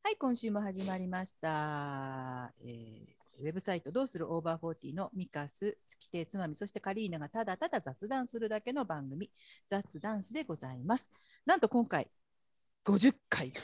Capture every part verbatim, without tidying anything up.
はい、今週も始まりました。えー、ウェブサイトどうするオーバーフォーティーのミカス、月亭つまみ、そしてカリーナがただただ雑談するだけの番組、雑ダンスでございます。なんと今回、ごじゅっかい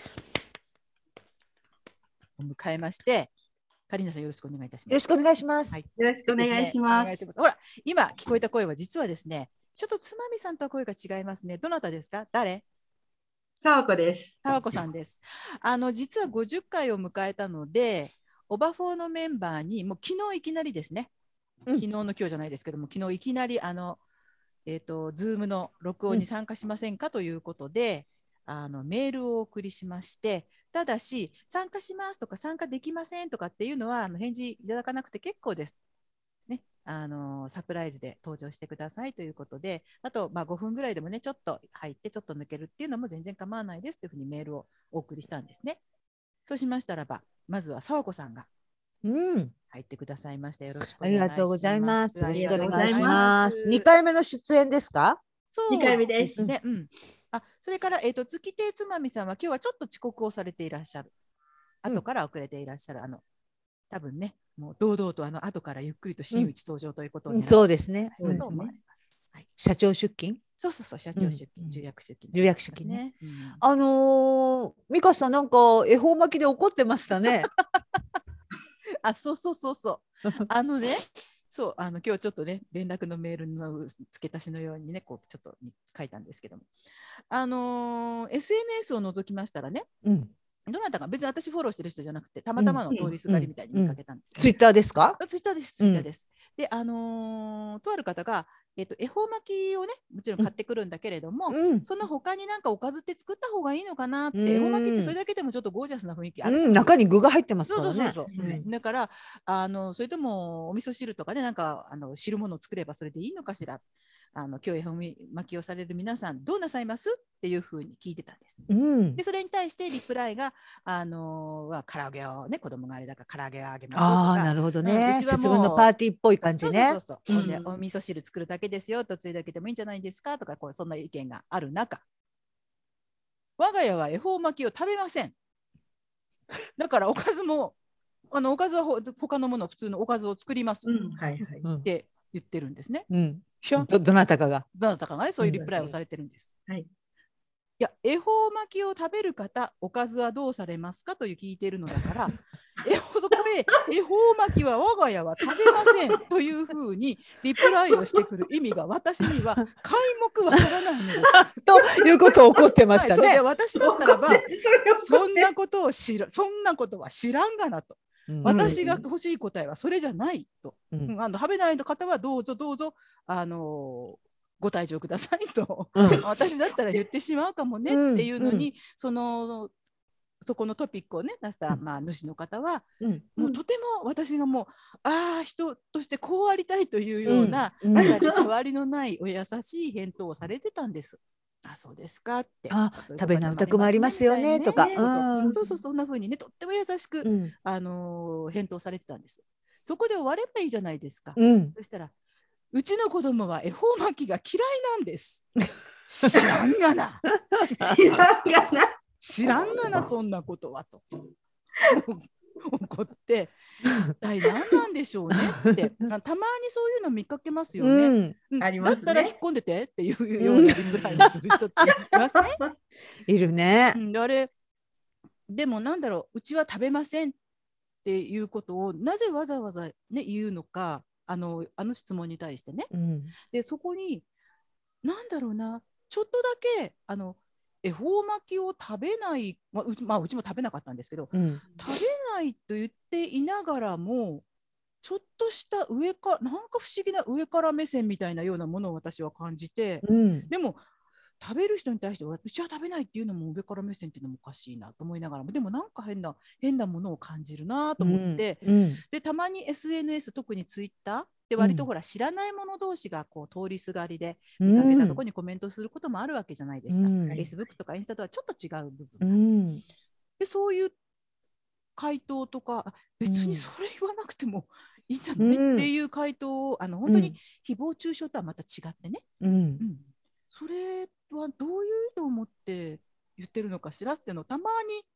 を迎えまして、カリーナさんよろしくお願いいたします。 よろしくお願いします。 はい、よろしくお願いします。 お願いします。ほら、今聞こえた声は実はですね、ちょっとつまみさんとは声が違いますね。どなたですか？誰？ さわこです。 さわこさんです。あの実はごじゅっかいを迎えたので、オバフォーのメンバーにもう昨日いきなりですね、うん、昨日の今日じゃないですけども、昨日いきなりあのえっと Zoom の録音に参加しませんかということで、うん、あのメールをお送りしまして、ただし参加しますとか参加できませんとかっていうのはあの返事いただかなくて結構です。ね、あのサプライズで登場してくださいということで、あと、まあ、ごふんぐらいでもねちょっと入ってちょっと抜けるっていうのも全然構わないですというふうにメールをお送りしたんですね。そうしましたらば、まずはさわこさんが入ってくださいました。よろしくお願いします。 ありがとうございます。 ありがとうございます。にかいめの出演ですか？ そうにかいめですね。うん。あ、それから、えーと、月亭つまみさんは今日はちょっと遅刻をされていらっしゃる。後から遅れていらっしゃる。うん、あの多分ね、もう堂々とあの後からゆっくりと真打ち登場ということになる、 うん、そうですね。 と思われます。はい、 社長出勤？ そうそうそう、社長出勤、重役出勤、 重役出勤ね。 うん、 あのー、ミカさんなんか恵方巻きで怒ってましたね。 あ、そうそうそうそう。あのね、そうあの今日ちょっとね連絡のメールの付け足しのようにねこうちょっと書いたんですけども、あのー、エスエヌエス を覗きましたらね。うんどなたか別に私フォローしてる人じゃなくてたまたまの通りすがりみたいに見かけたんですけど、 ツイッターですか？ ツイッターです、ツイッターです。うん、で、あのー、とある方が、えっと、恵方巻きをね、もちろん買ってくるんだけれども、うん、その他になんかおかずって作った方がいいのかなって、うん、恵方巻きってそれだけでもちょっとゴージャスな雰囲気あるじゃないですか。うん、 中に具が入ってますからね。 そうそうそうそう、うん、だから、あの、それともお味噌汁とかね、なんかあの汁物を作ればそれでいいのかしら。あの今日恵方巻きをされる皆さんどうなさいますっていうふうに聞いてたんです。うん、でそれに対してリプライがあのー、唐揚げをね子供があれだから唐揚げをあげますとか、 あなるほどね、うん、 うちはもう節分のパーティーっぽい感じね。 そうそうそうそう、うん、でお味噌汁作るだけですよとついだけでもいいんじゃないですかとかこうそんな意見がある中、我が家は恵方巻きを食べません。だからおかずもあのおかずは他のもの普通のおかずを作ります、うんはいはい、って言ってるんですね。うんど, どなたかがどなたかがねそういうリプライをされてるんです。はい、いや恵方巻きを食べる方おかずはどうされますかという聞いているのだからえそこへ恵方巻きは我が家は食べませんというふうにリプライをしてくる意味が私には皆目わからないのですということを起こってましたね。 はい、それで私だったらばそんなことを知らそんなことは知らんがなと。うん、私が欲しい答えはそれじゃないと、うん、あの食べない方はどうぞどうぞあのご退場くださいと、うん、私だったら言ってしまうかもねっていうのに、うん、そのそこのトピックをね出した、まあ、主の方は、うん、もうとても私がもうああ人としてこうありたいというような、うん、当たり障りのないお優しい返答をされてたんです。あそうですかって、 あうう食べないお宅もありますよねとか、 うん、そうそうそんな風にねとっても優しく、うん、あのー、返答されてたんです。そこで終わればいいじゃないですか。うん、そしたらうちの子供は恵方巻きが嫌いなんです。知らんがな。 知らんがな。 知らんがなそんなことはと。怒って一体何なんでしょうねってたまにそういうの見かけますよね。うんうん、だったら引っ込んでてっていうようなリプライをする人っていません？ いるね。 うん、あれでもなんだろううちは食べませんっていうことをなぜわざわざ、ね、言うのかあのあの質問に対してね、うん、でそこになんだろうなちょっとだけあの恵方巻きを食べない、まあうちまあ、うちも食べなかったんですけど、うん、食べないと言っていながらもちょっとした上かなんか不思議な上から目線みたいなようなものを私は感じて、うん、でも食べる人に対してうちは食べないっていうのも上から目線っていうのもおかしいなと思いながらもでもなんか変な変なものを感じるなと思って、うんうん、でたまに エスエヌエス 特にツイッターで割とほら、うん、知らない者同士がこう通りすがりで見かけたところにコメントすることもあるわけじゃないですか、うん、Facebook とかインスタとはちょっと違う部分が、うん、でそういう回答とか別にそれ言わなくてもいいんじゃない、うん、っていう回答をあの本当に誹謗中傷とはまた違ってね、うんうん、それはどういう意図を持って言ってるのかしらっていうのをたまに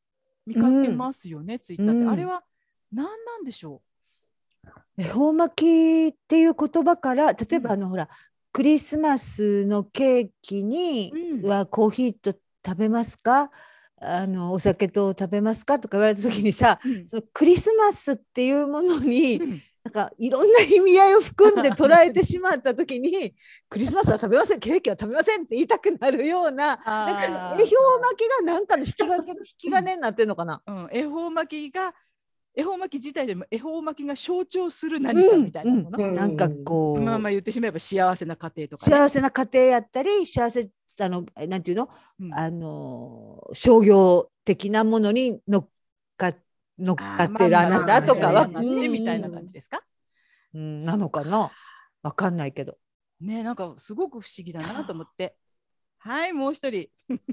見かけますよね、うん、ツイッターって、うん、あれは何なんでしょう。恵方巻きっていう言葉から例えばあの、うん、ほらクリスマスのケーキにはコーヒーと食べますか、あのお酒と食べますかとか言われた時にさ、うん、そのクリスマスっていうものに、うん、なんかいろんな意味合いを含んで捉えてしまった時にクリスマスは食べません、ケーキは食べませんって言いたくなるような、なんか恵方巻きが何かの引き金、引き金になってるのかな、 うんうん、恵方巻きが恵方巻き自体でも恵方巻きが象徴する何かみたいなもの、 うんうん、なんかこう、 まあまあ言ってしまえば幸せな家庭とか、 ね、幸せな家庭やったり幸せあのなんていうの、うん、あの商業的なものに乗っか乗っかってるあなたとかはみたいな感じですか、 うん、なのかな、わかんないけどね、なんかすごく不思議だなと思ってはいもう一人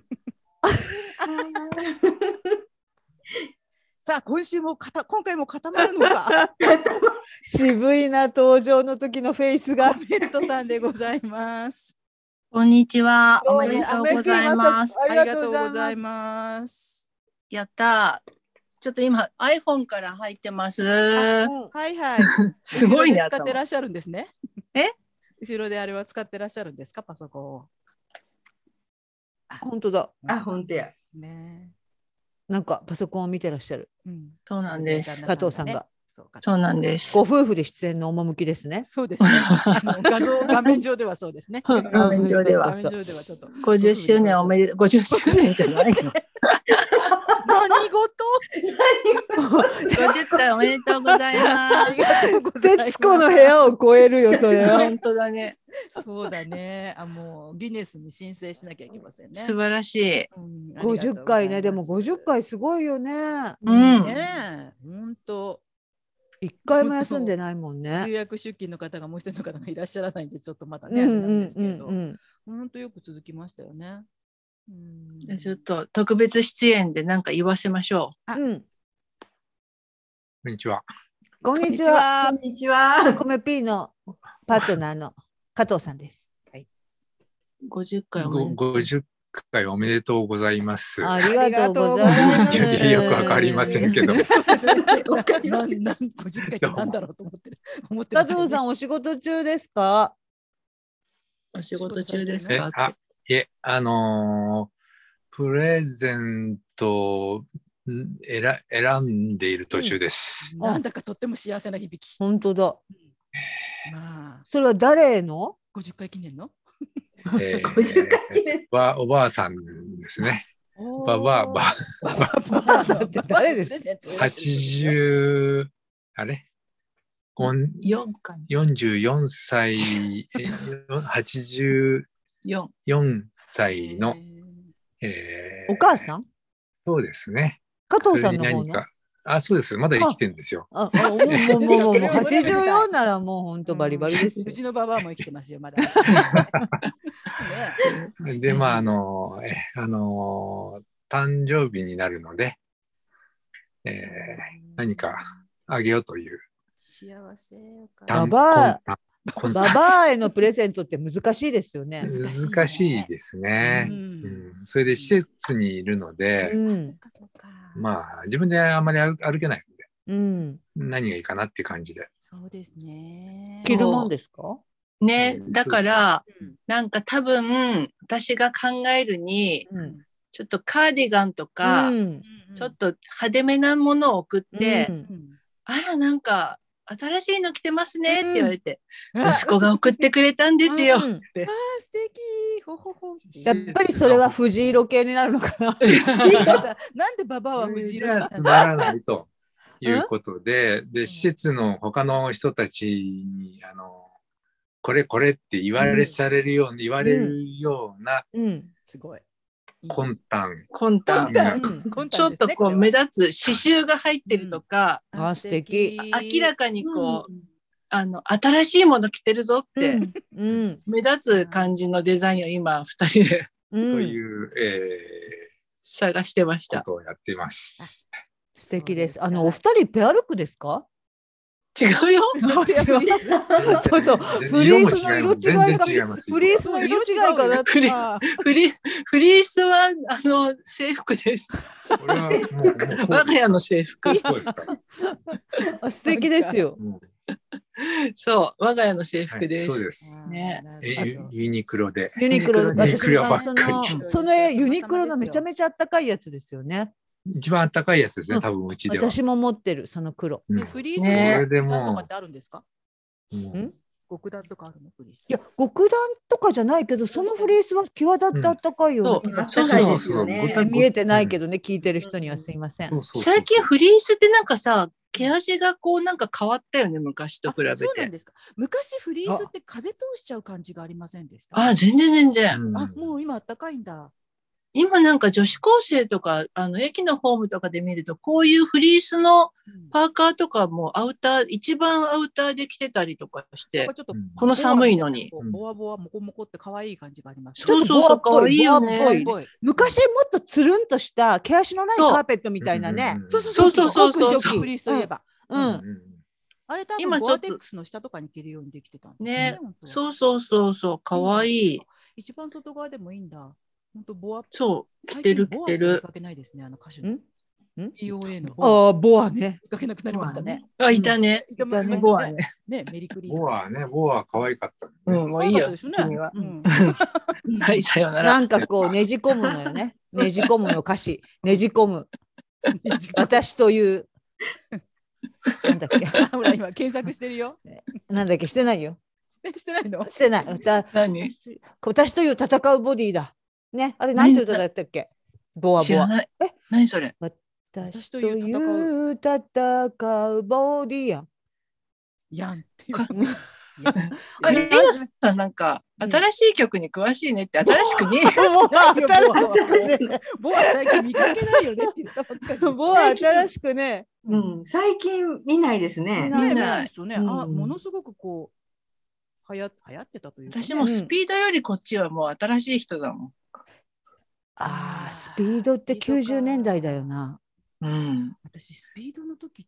さあ今週もかた今回も固まるのか渋いな登場の時のフェイスがコメントさんでございます。 こんにちは。おめでとうございます。 ありがとうございます。 やったー。ちょっと今 iPhone から入ってます。 はいはい。 すごいね。 使ってらっしゃるんですね。 え？ 後ろであれは使ってらっしゃるんですか、パソコンを。 本当だ。 あ、本当や。 ね。 なんかパソコンを見てらっしゃる。 うん、そうなんです。 加藤さんが。 そうなんです。 ご夫婦で出演の趣ですね。 そうですね。あの画像画面上ではそうですね。 画面上では。 画面上ではちょっと。 ごじゅっしゅうねんおめでとう。ごじゅっしゅうねんじゃないの。 何事？ ごじゅっかいおめでとうございます。 徹子の部屋を超えるよそれは。 本当だね。 そうだね。あもうギネスに申請しなきゃいけませんね。 素晴らしい。 うん、 ごじゅっかいね。でもごじゅっかいすごいよね。 うん。 ね、本当。 一回も休んでないもんね。 重役出勤の方がもう一人の方がいらっしゃらないんでちょっとまだね、あれなんですけど、本当よく続きましたよね。 うん、ちょっと特別出演で何か言わせましょう。 あ、うん、 こんにちは。 こんにちは。 こんにちは。 コメピーのパートナーの加藤さんです。 はい。 ごじゅっかいおめでとう。 ごじゅっかいおめでとうございます。 ありがとうございます。 よくわかりませんけど。 ごじゅっかいってなんだろうと思ってる。思って加藤さんお仕事中ですか？ お仕事中ですか？ あ、いえ、あのー、プレゼント選選んでいる途中です、 うん。なんだかとっても幸せな響き。 本当だ。 まあ、 それは誰の？ ごじゅっかい記念の？ えー、ばおばあさんですね。ばばあばばあさんって誰ですか？ はちじゅうあれよんじゅうよんさいはちじゅうよんさいの、 えー、お母さん？ そうですね。 加藤さんの方の？ あ、そうです。まだ生きてるんですよ。 あ、もうもうもうもうはちじゅうよんならもう本当バリバリですよ。 うちのババアも生きてますよまだ。 ね、でまああのえあの誕生日になるので、えー、何かあげようという。 幸せババアババアへのプレゼントって難しいですよね。 難しいですね。うんうん、それで施設にいるので、うん、まあ自分であんまり歩けないので、うん、何がいいかなっていう感じで。 そうですね。 着るもんですか？ ね、だから、うん、なんか多分私が考えるに、うん、ちょっとカーディガンとか、うん、ちょっと派手めなものを送って、うん、あらなんか新しいの着てますねって言われて、うん、息子が送ってくれたんですよ。うん、あー素敵。ほほほ。 やっぱりそれは藤色系になるのかな。 なんでババアは藤色つまらないということで、で施設の他の人たちにあのこれこれって言われされるように、うん、言われるような、 うんうん、すごい。 魂胆。 魂胆。ちょっとこう目立つ刺繍が入ってるとか、 うん、あ素敵。 明らかにこう、うん、あの新しいもの着てるぞって、うんうん、目立つ感じのデザインを今二人で、 うん、という、えー、 探してました。 ことをやっています。 素敵です。あのお二人ペアルックですか？ 違うよ。 そうそう。フリースの色違いが、フリースの色違いかな。 フリフリフリースはあの制服です。 これはもうもう我が家の制服。 そうですか。 素敵ですよ。 そう我が家の制服です。 そうです。 ね。 ユニクロで。 ユニクロ。 ユニクロばっかり。そのユニクロのめちゃめちゃあったかいやつですよね。 一番あったかいやつですね、多分うちでは。 私も持ってる、その黒。 フリースの極暖とかってあるんですか？極暖とかあるのフリース？ いや、極暖とかじゃないけど、そのフリースは際立ってあったかいような。 そうそうそう。 見えてないけどね、聞いてる人にはすいません。 最近フリースってなんかさ、毛足がこうなんか変わったよね、昔と比べて。 そうなんですか。昔フリースって風通しちゃう感じがありませんでした？ あ、全然全然。 あ、もう今あったかいんだ。 今なんか女子高生とかあの駅のホームとかで見るとこういうフリースのパーカーとかもアウター、一番アウターで着てたりとかしてこの寒いのにボワボワモコモコって可愛い感じがあります。 そうそうそう可愛いよね。 昔もっとつるんとした毛足のないカーペットみたいなね。 そうそうそうそうそうそう。フリースといえば。 うん。 あれ多分ボアテックスの下とかに着るようにできてたんですね。 そうそうそうそう可愛い。 一番外側でもいいんだ。本当ボア。 そう着てる着てる。 見かけないですね、あの歌手の。イーオーエー のボア。ああ、ボアね。 見かけなくなりましたね。 あ、いたね。 いたね。 ボアね。 ね、メリクリ。 ボアね、ボア可愛かった。 うん、もういいよ。君は。はい、さよなら。 なんかこうねじ込むのよね。ねじ込むの歌詞。ねじ込む。私という。なんだっけ。 ほら今検索してるよ。 なんだっけ、してないよ。 してないの？ してない。 何？ 私という戦うボディだ。ね、あれなんていう歌だったっけ？ボアボア。 え、何それ？ 私という戦うボディやん。 やんっていう。 あれ、リナさんなんか新しい曲に詳しいねって新しくね。 ボア最近見かけないよねって言ったばっかり。 ボア新しくね。 うん、最近見ないですね。 見ないですよね。あ、ものすごくこう流行流行ってたというか。 私もスピードよりこっちはもう新しい人だもん。 ああ、スピードってきゅうじゅうねんだいだよな。 うん。 私スピードの時って、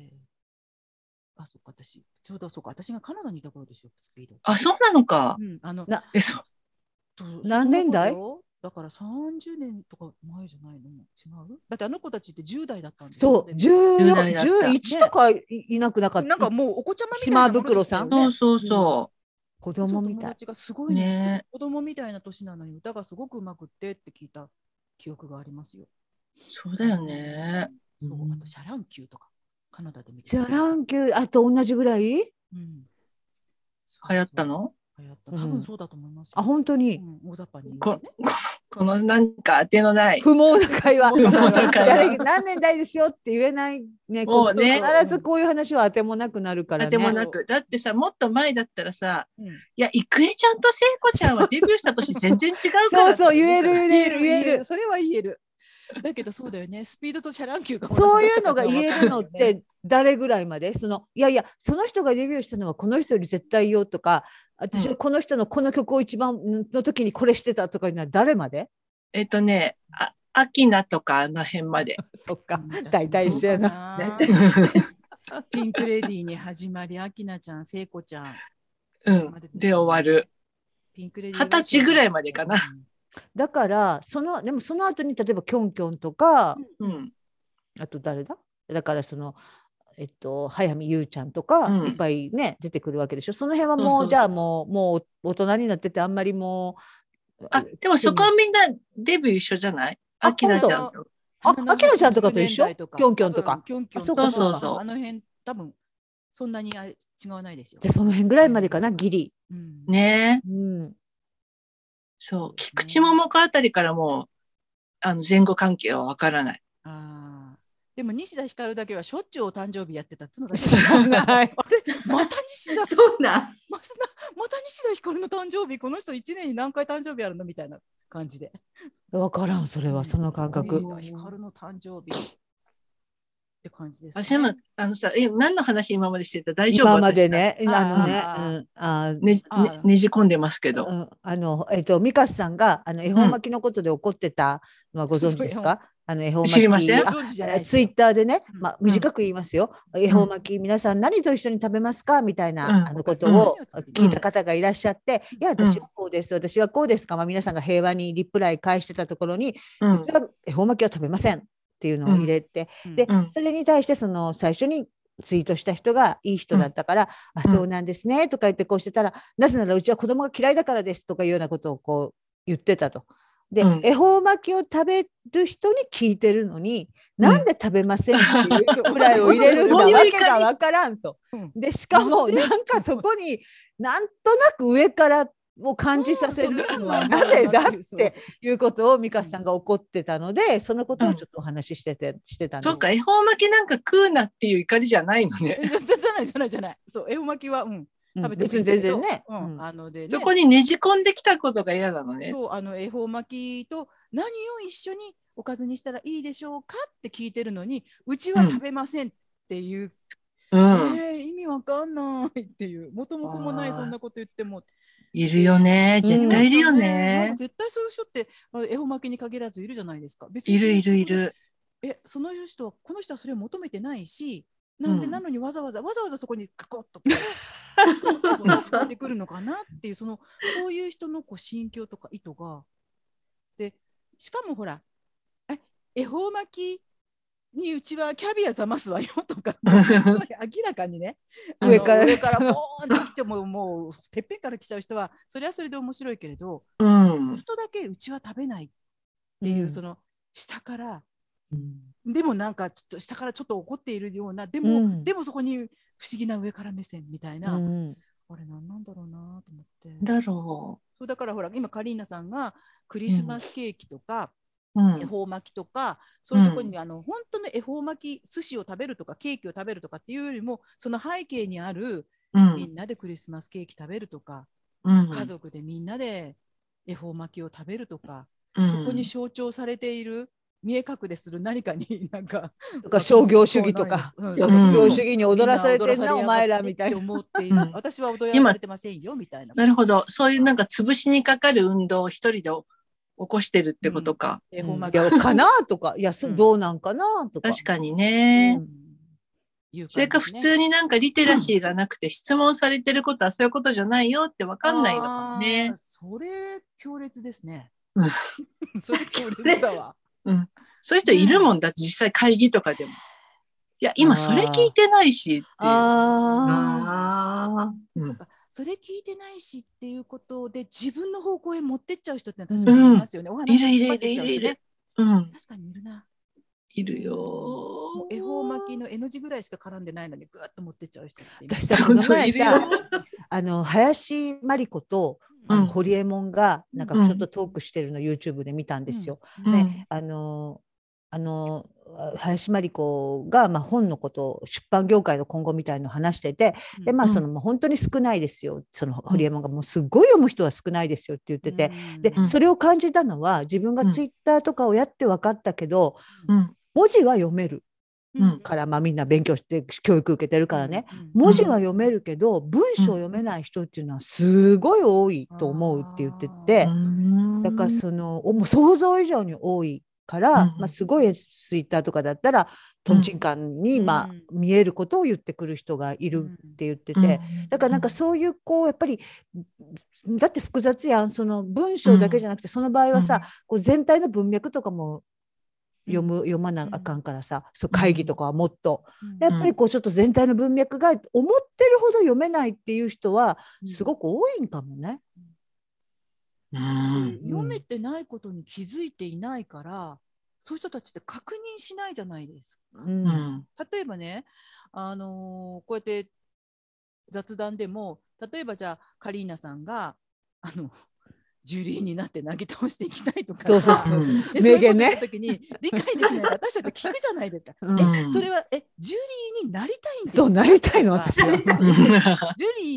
あ、そっか、私ちょうどそうか、私がカナダにいた頃ですよ、スピード。 あ、そうなのか。 うん、あの、 な、 え、そう。 何年代？ だからさんじゅうねんとか前じゃないの？違う？だってあの子たちってじゅう代だったんですよ。 そう、じゅう代、じゅういちとかいなくなかった。 なんかもうお子ちゃまみたいな。 島袋さん。 そうそうそう。 子供みたい。 友達がすごいね。子供みたいな年なのに歌がすごくうまくってって聞いた記憶がありますよ。 そうだよね。 そう、あとシャランキューとかカナダで見てシャランキューあと同じぐらい？ うん。 流行ったの？ 流行った。多分そうだと思います。 あ、本当に。 大雑把に。 ここのなんか当てのない不毛な会話。 不毛な会話。 何年代ですよって言えないね。 もうね。 必ずこういう話は当てもなくなるからね。 当てもなく。だってさ、もっと前だったらさ、いや、郁恵ちゃんと聖子ちゃんはデビューした年全然違うから。 そうそう、言える言える言える。 それは言える。だけどそうだよね。スピードとシャランキューがそういうのが言えるのって誰ぐらいまで？そのいやいや、その人がデビューしたのはこの人より絶対よとか、私はこの人のこの曲を一番の時にこれしてたとかいうのは誰まで？ えっとね、あ、アキナとかあの辺まで。 そっか、大体一緒やな。 ピンクレディーに始まり、アキナちゃん、聖子ちゃん、 うん、で終わる。 ピンクレディー二十歳ぐらいまでかな。 だからそのでもその後に例えばキョンキョンとか、 うん、 あと誰だ？だからそのえっと早見優ちゃんとか、うん、いっぱいね出てくるわけでしょ。その辺はもう、そうそう、じゃあもうもう大人になっててあんまりもうあでもそこはみんなデビュー一緒じゃない？アキナちゃんと。 あ、アキナちゃんとかと一緒？キョンキョンとか。 キョンキョンとか。そうそうそう。 あの辺多分そんなに違わないですよ。 じゃあその辺ぐらいまでかな、ギリ。 うん、 ねえ。うん。 そう、菊池桃子あたりからもうあの前後関係はわからない。 あでも西田ひかるだけはしょっちゅうお誕生日やってたっていうのだけそうない。あれまた西田そうなまた西田ひかるの誕生日この人いちねんに何回誕生日あるのみたいな感じで。 わからんそれはその感覚。 西田ひかるの誕生日。 って感じです、ね。 私もあのさ、え、何の話今までしてた？大丈夫？ 今までね、 あのね、うん、あね、ね、ねじ込んでますけど。 うん、あの、えっと、ミカスさんが、あの、恵方巻きのことで怒ってたのはご存知ですか？うん、あの恵方巻き、 知りません。 あ、ツイッターでね、まあ、短く言いますよ。恵方巻き、皆さん何と一緒に食べますかみたいな、うん、あのことを聞いた方がいらっしゃって、うん、いや、私はこうです、私はこうですか、まあ、皆さんが平和にリプライ返してたところに、うん、私は恵方巻きは食べませんっていうのを入れて、うん、で、それに対してその最初にツイートした人がいい人だったから、うん、あ、そうなんですねとか言ってこうしてたら、なぜならうちは子供が嫌いだからですとかいうようなことをこう言ってたと。で、うん、恵方巻きを食べる人に聞いてるのに、うん、なんで食べませんっていうくらいを入れるんだわけがわからんと。で、しかもなんかそこになんとなく上からを感じさせるのはなぜだっていうことをミカさんが怒ってたので、そのことをちょっとお話ししてて、うん、してたんです。 そうか、恵方巻きなんか食うなっていう怒りじゃないのね。 じゃないじゃないじゃない。そう、恵方巻きは、うん、食べてもいいけど、全然ね、うん、あのでね、 そこにねじ込んできたことが嫌なのね。 そう、あの恵方巻きと何を一緒におかずにしたらいいでしょうかって聞いてるのに、うちは食べませんっていう、うん、えー、意味わかんないっていう、元も子もないそんなこと言っても。 いるよね、絶対いるよね。 うん、絶対そういう人って恵方巻きに限らずいるじゃないですか。 別にいるいるいる。 え、その人はこの人はそれを求めてないし、なんでなのにわざわざ、うん、わざわざそこにカコッとこう使ってくるのかなっていう、そのそういう人のこう心境とか意図がで、しかもほら、え、恵方巻きにうちはキャビアざますわよとか明らかにね、上から上からボーンってきてももうてっぺんから来ちゃう人はそれはそれで面白いけれど、うん、人だけうちは食べないっていう、うん、その下から、うん、でもなんかちょっと下からちょっと怒っているような、でも、うん、でもそこに不思議な上から目線みたいな、うん、あれ何なんだろうなと思って。 だろう。 そうだからほら今カリーナさんがクリスマスケーキとか、うん、恵方巻きとかそういうところに、うん、あの本当の恵方巻き寿司を食べるとかケーキを食べるとかっていうよりも、その背景にある、うん、みんなでクリスマスケーキ食べるとか、うん、家族でみんなで恵方巻きを食べるとか、うん、そこに象徴されている見え隠れする何かになんかとか商業主義とか、うん、商業主義に踊らされてるなお前らみたいな思っている、うん、私は踊らされてませんよみたいな。 なるほど、そういうなんか潰しにかかる運動を一人で起こしてるってことか。 恵方巻きかなとか、いや、どうなんかなとか。 確かにね。うん、それか普通になんかリテラシーがなくて質問されてることはそういうことじゃないよって分かんないのかもね。 それ強烈ですね。それ強烈だわ。 うん、そういう人いるもんだって、実際会議とかでも。いや、今それ聞いてないしっていう。 ああ、うん、それ聞いてないしっていうことで自分の方向へ持ってっちゃう人って確かにいますよね。うん、お話を引っ張ってっちゃうしね。うん、確かにいるな。 いるよ。 恵方巻きの エヌ 字ぐらいしか絡んでないのにぐーっと持ってっちゃう人っています。私さ、この前さ、あの林真理子とあのホリエモンがなんかちょっとトークしてるの YouTube で見たんですよ。うん、ね、あのあの林真理子がまあ本のことを出版業界の今後みたいのを話してて、うん、でまあそのもう本当に少ないですよ、そのホリエモンがもうすごい読む人は少ないですよって言ってて、うん、でそれを感じたのは自分がツイッターとかをやって分かったけど、うん、文字は読める。うん、からまあみんな勉強して教育受けてるからね、うん、文字は読めるけど文章を読めない人っていうのはすごい多いと思うって言ってて、うん、だからそのもう想像以上に多いから、うん、まあ、すごいツイッターとかだったらとんちんかんにまあ見えることを言ってくる人がいるって言ってて、うん、だからなんかそういうこうやっぱりだって複雑やん、その文章だけじゃなくてその場合はさ、こう全体の文脈とかも読む読まなあかんからさ、うん、そう会議とかはもっと、うん、やっぱりこうちょっと全体の文脈が思ってるほど読めないっていう人はすごく多いんかもね、 うん、読めてないことに気づいていないからそういう人たちって確認しないじゃないですか、うん、例えばね、あのー、こうやって雑談でも例えばじゃあカリーナさんがあのジュリーになって投げ倒していきたいとか、 そうそうそう、 名言ね。そういうことの時に理解できないから私たち聞くじゃないですか。うん、え、それはえジュリーになりたいんですか。 そうなりたいの私は。 ジュリー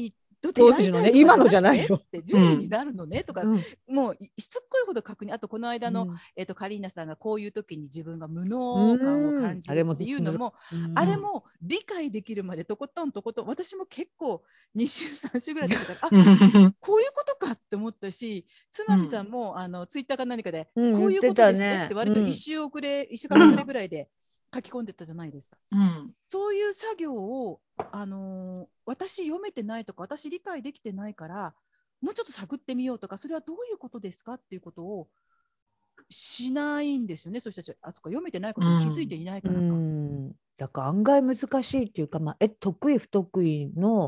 当時のね、今のじゃないよってジュリーになるのねとか、うん、もうしつっこいほど確認。あとこの間の、うん、えー、とカリーナさんがこういう時に自分が無能感を感じるっていうのも、うん、あれも理解できるまでとことんとことん、私も結構に週さん週ぐらいだったからあこういうことかって思ったし、つまみさんも、うん、あのツイッターか何かで、うん、こういうことですねって割と一週遅れ、うん、一週間遅れぐらいで書き込んでたじゃないですか、うん、そういう作業を、あのー、私読めてないとか私理解できてないからもうちょっと探ってみようとか、それはどういうことですかっていうことをしないんですよね。そういう人たちはあそこ読めてないことに気づいていないからか、うんうん、 だから案外難しいっていうか、まあ、え得意不得意の、うん、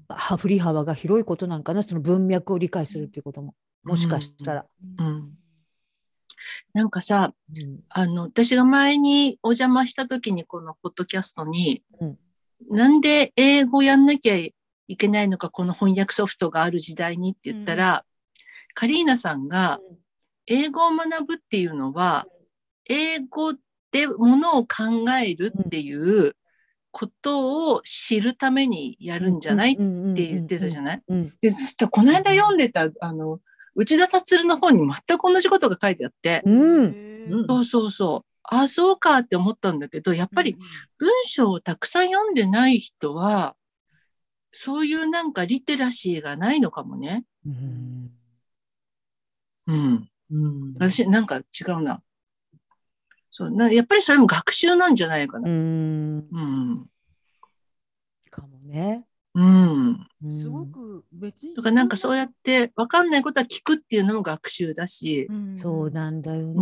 振り幅が広いことなんかな、その文脈を理解するっていうことも、もしかしたら、うんうん、 なんかさ、うん、あの私が前にお邪魔した時にこのポッドキャストに、うん、なんで英語やんなきゃいけないのか、この翻訳ソフトがある時代にって言ったら、うん、カリーナさんが英語を学ぶっていうのは、英語でものを考えるっていうことを知るためにやるんじゃないって言ってたじゃない。で、この間読んでたあの内田達の本に全く同じことが書いてあって、うん、そうそうそう、ああそうかって思ったんだけど、やっぱり文章をたくさん読んでない人はそういうなんかリテラシーがないのかもね。うん、うんうん、私なんか違うな。そうな、やっぱりそれも学習なんじゃないかな。うん、うん、 かもね。 うん、すごく別に。 だからなんかそうやって分かんないことは聞くっていうのも学習だし。 うん、そうなんだよね。うん、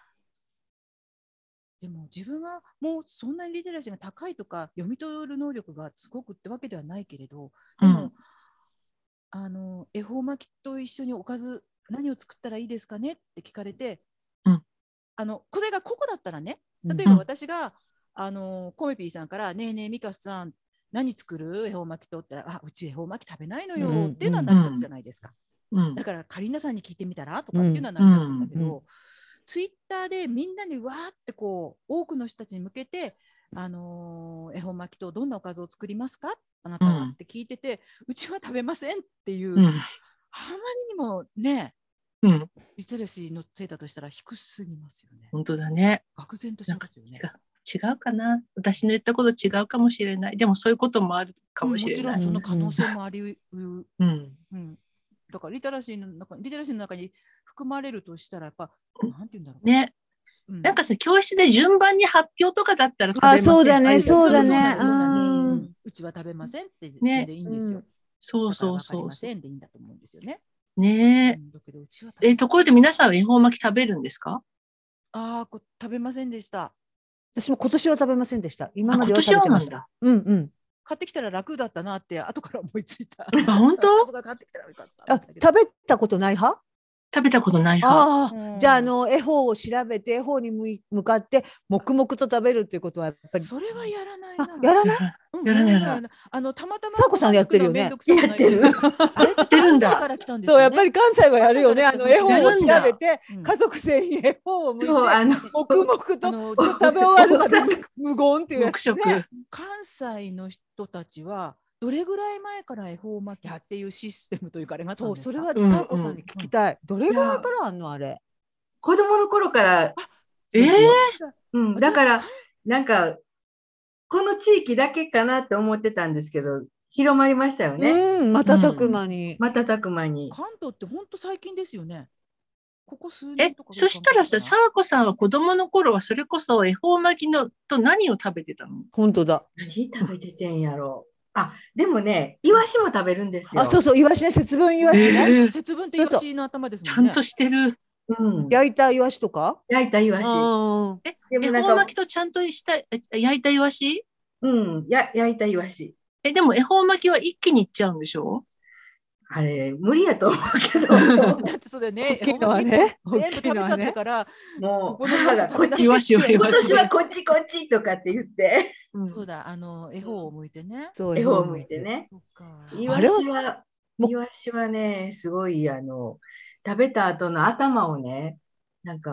でも自分がもうそんなにリテラシーが高いとか読み取る能力がすごくってわけではないけれど、でも、うん、あの恵方巻きと一緒におかず何を作ったらいいですかねって聞かれて、うん、あのこれが個々だったらね、例えば私が、うん、あのコメピーさんからねえねえミカさん何作る恵方巻きとって言ったら、あうち恵方巻き食べないのよ、うん、っていうのは成り立つじゃないですか、うん、だからカリーナさんに聞いてみたらとかっていうのは成り立つんだけど、うんうんうん、ツイッターでみんなにわーってこう多くの人たちに向けて、あのー、恵方巻きとどんなおかずを作りますかあなたは、うん、って聞いてて、うちは食べませんっていう、うん、あまりにもね、うん、リテラシーのせいだとしたら低すぎますよね。 本当だね。 愕然としますよね。 違うかな、私の言ったこと違うかもしれない。でもそういうこともあるかもしれない、うん、 もちろんその可能性もありうる、うんうん、だからリテラシーの中リテラシーの中に含まれるとしたらやっぱ、うん、なんて言うんだろうね、うん、なんかさ教室で順番に発表とかだったら食べません。 あ、そうだね、そうだね、 うちは食べませんって全然いいんですよ、ね、うん、 そうそうそう、 だから分かりませんでいいんだと思うんですよね。 ねえ、うん、だけどうちはえところで皆さんは恵方巻き食べるんですか？ ああ、食べませんでした。 私も今年は食べませんでした。今までは食べてました。うんうん。 買ってきたら楽だったなって後から思いついた。 あ、本当？ 買ってきたらよかった。 あ、食べたことない派？ 食べたことない派。 ああ、じゃああの恵方を調べて恵方に向かって黙々と食べるっていうことはやっぱりそれはやらないな。 やらない？ うん、やらないやらない。 あのたまたまさこさんやってるよね。 やってる。あれって関西から来たんですよね。 そうやっぱり関西はやるよね。あの恵方を調べて家族全員恵方を向いて黙々と食べ終わるまで無言っていうやつね。 関西の人たちはどれぐらい前から恵方巻きっていうシステムというかあれがあったんですか？ そう、それはさこさんに聞きたい。どれぐらいからあんのあれ？ 子供の頃から。 えー、 うん、だからなんかこの地域だけかなって思ってたんですけど広まりましたよね。 うん、瞬く間に、 うん、瞬く間に。 関東って本当最近ですよね。ここ数年とか。 え、そしたらさ、さわこさんは子供の頃はそれこそ恵方巻きのと何を食べてたの？ 本当だ。 何食べててんやろう。あ、でもね、イワシも食べるんですよ。 あ、そうそう、イワシね、節分イワシね。 えー、節分ってイワシの頭ですもんね。 ちゃんとしてる。 うん、 焼いたイワシとか？ 焼いたイワシ。 え、恵方巻きとちゃんとした焼いたイワシ？ うん、や焼いたイワシ。 え、でも恵方巻きは一気にいっちゃうんでしょ？ あれ無理やと思うけど。 だってそうだよね。恵方巻き全部食べちゃったから、 もう母がこっちイワシはイワシ。 今年はこっちこっちとかって言って。 そうだ、あの恵方を向いてね。 恵方を向いてね。イワシはイワシはね、すごいあの食べた後の頭をね、なんか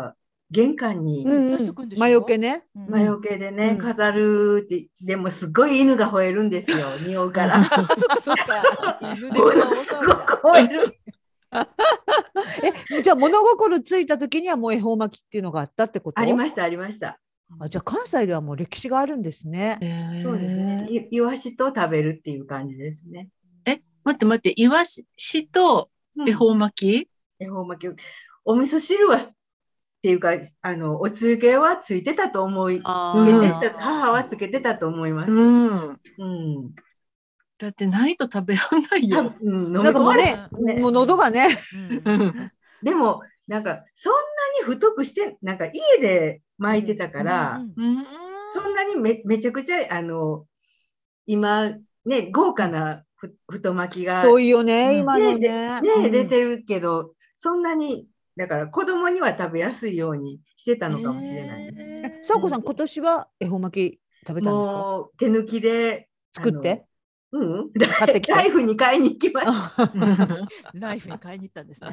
玄関に、 うんうん、魔除けね。 魔除けでね、うん、飾るって、でもすごい犬が吠えるんですよ、匂うから。 そっかそっか。犬で顔騒ぎだ。吠える。 え、じゃあ物心ついた時にはもう恵方巻きっていうのがあったってこと？ ありましたありました。 あ、じゃあ関西ではもう歴史があるんですね。 そうですね。い、イワシと食べるっていう感じですね。 え、待って待って、イワシと恵方巻き？ 恵方巻き。お味噌汁はっていうか、あのおつゆ系はついてたと思い、母はつけてたと思います。うん。うん、 だってないと食べられないよ。 うん、 なんかもうね、もう喉がね。 でもなんかそんなに太くしてなんか家で巻いてたから、そんなに め, めちゃくちゃあの今ね豪華なふ太巻きが太いよね、今のね。 ね出てるけど、そんなにだから子供には食べやすいようにしてたのかもしれないですね。 さあこさん、今年は恵方巻き食べたんですか？ もう手抜きで作って。 うん、買ってきてライフに買いに行きました。 ライフに買いに行ったんですね。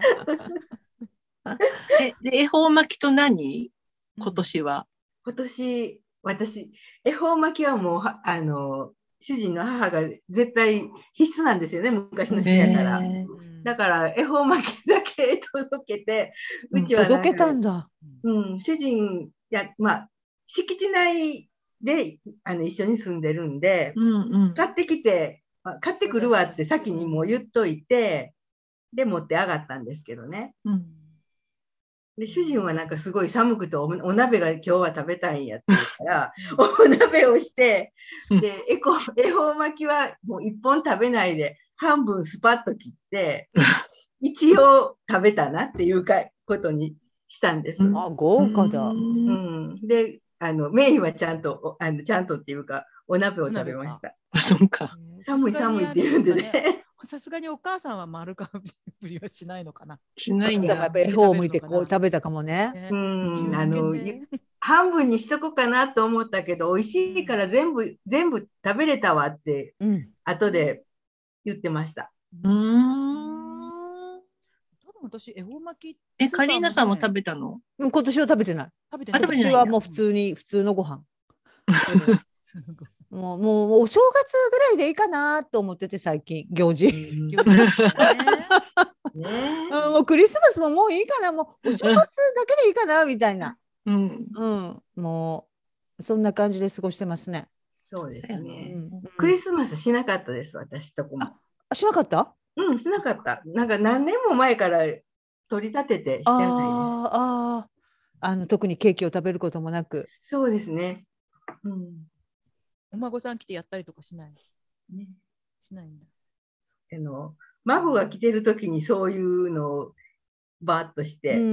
え、で恵方巻きと何？今年は。 今年私恵方巻きはもうあの主人の母が絶対必須なんですよね、昔の人やから。だから恵方巻きだけ届けて、 うちは届けたんだ。 うん、主人やまあ敷地内であの一緒に住んでるんで、うんうん、買ってきて、まあ、買ってくるわって先にもう言っといて、で持って上がったんですけどね。うん、で主人はなんかすごい寒くて お, お鍋が今日は食べたいんやって言うからお鍋をしてで恵方巻きはもういっぽん食べないで半分スパッと切って一応食べたなっていうかことにしたんです。 あ、豪華だ。 うん、であのメインはちゃんとあのちゃんとっていうかお鍋を食べました。 あ、そうか。 寒い寒いって言うんでね。 さすがにお母さんは丸かぶりはしないのかな。 しないんだ。 やっぱり恵方を向いてこう食べたかもね。 うん、あの半分にしとこうかなと思ったけど美味しいから全部全部食べれたわって、うん、後で言ってました。うん。 私恵方巻き、 え、カリーナさんも食べたの？ 今年は食べてない。 食べてない。 私はもう普通に普通のご飯。もうもうお正月ぐらいでいいかなと思ってて最近行事。行事ね。もうクリスマスももういいかな、もうお正月だけでいいかなみたいな。うんうん、もうそんな感じで過ごしてますね。 そうですね。うん、クリスマスしなかったです私とこも。 あ、しなかった？ うん、しなかった。なんか何年も前から取り立ててしてないです。 ああ、あの特にケーキを食べることもなく。 そうですね。うん。 お孫さん来てやったりとかしない？ね、しないんだ。 あの孫が来てる時にそういうのをバーッとして、うん、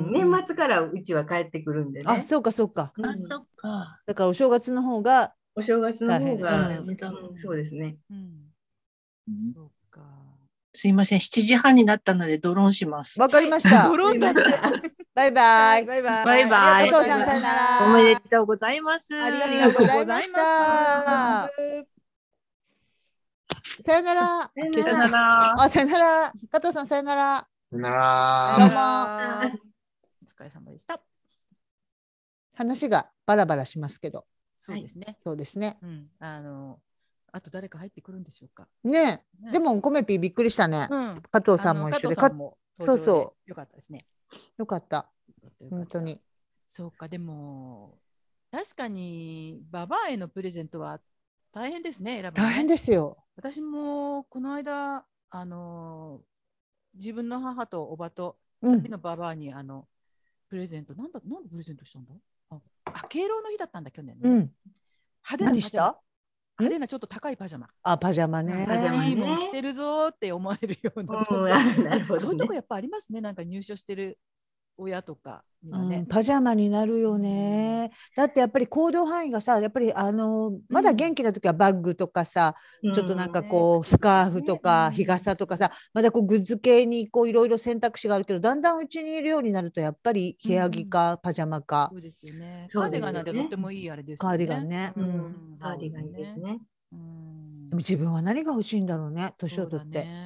年末からうちは帰ってくるんでね。 あ、そうかそうか。 うん、あ、そうか。 だからお正月の方がお正月の方が、うん、そうですね。うんうん、そうか。 すいません、しちじはんになったのでドローンします。 わかりました。 ドローンだって。 バイバイ。 バイバイ。 バイバイ。 お父さんさよなら。 おめでとうございます。 ありがとうございました。さよなら。 さよなら。 あ、さよなら。加藤さんさよなら。 さよなら。 どうも。 お疲れ様でした。 話がバラバラしますけど。 そうですね。 そうですね。 うん、あの。あと誰か入ってくるんでしょうか。 ね、ね、でもコメピーびっくりしたね。うん、加藤さんも一緒で、 そうそう。よかったですね。 よかった。本当に。 そうか、でも確かにババアへのプレゼントは大変ですね。選ぶ、ね、 大変ですよ。 私もこの間あの自分の母とおばとふたりのババアに、うん、あのプレゼントなんだなんでプレゼントしたんだ。あ、あ敬老の日だったんだ去年、ね。うん、派手なパジャマ。派手なちょっと高いパジャマ。 あ、パジャマね。 いいもん着てるぞって思われるような。そういうとこやっぱありますね。なんか入所してる親とかにはね、 うん、パジャマになるよね。だってやっぱり行動範囲がさ、やっぱりあのまだ元気な時はバッグとかさ、うん、ちょっとなんかこう、ね、スカーフとか日傘とかさ、まだこうグッズ系にこういろいろ選択肢があるけど、だんだんうちにいるようになるとやっぱり部屋着かパジャマか。 そうですよね。カーディガンなんてとってもいいあれですよね。 カーディガンね。 うん、カーディガンですね。 でも自分は何が欲しいんだろうね、年を取って。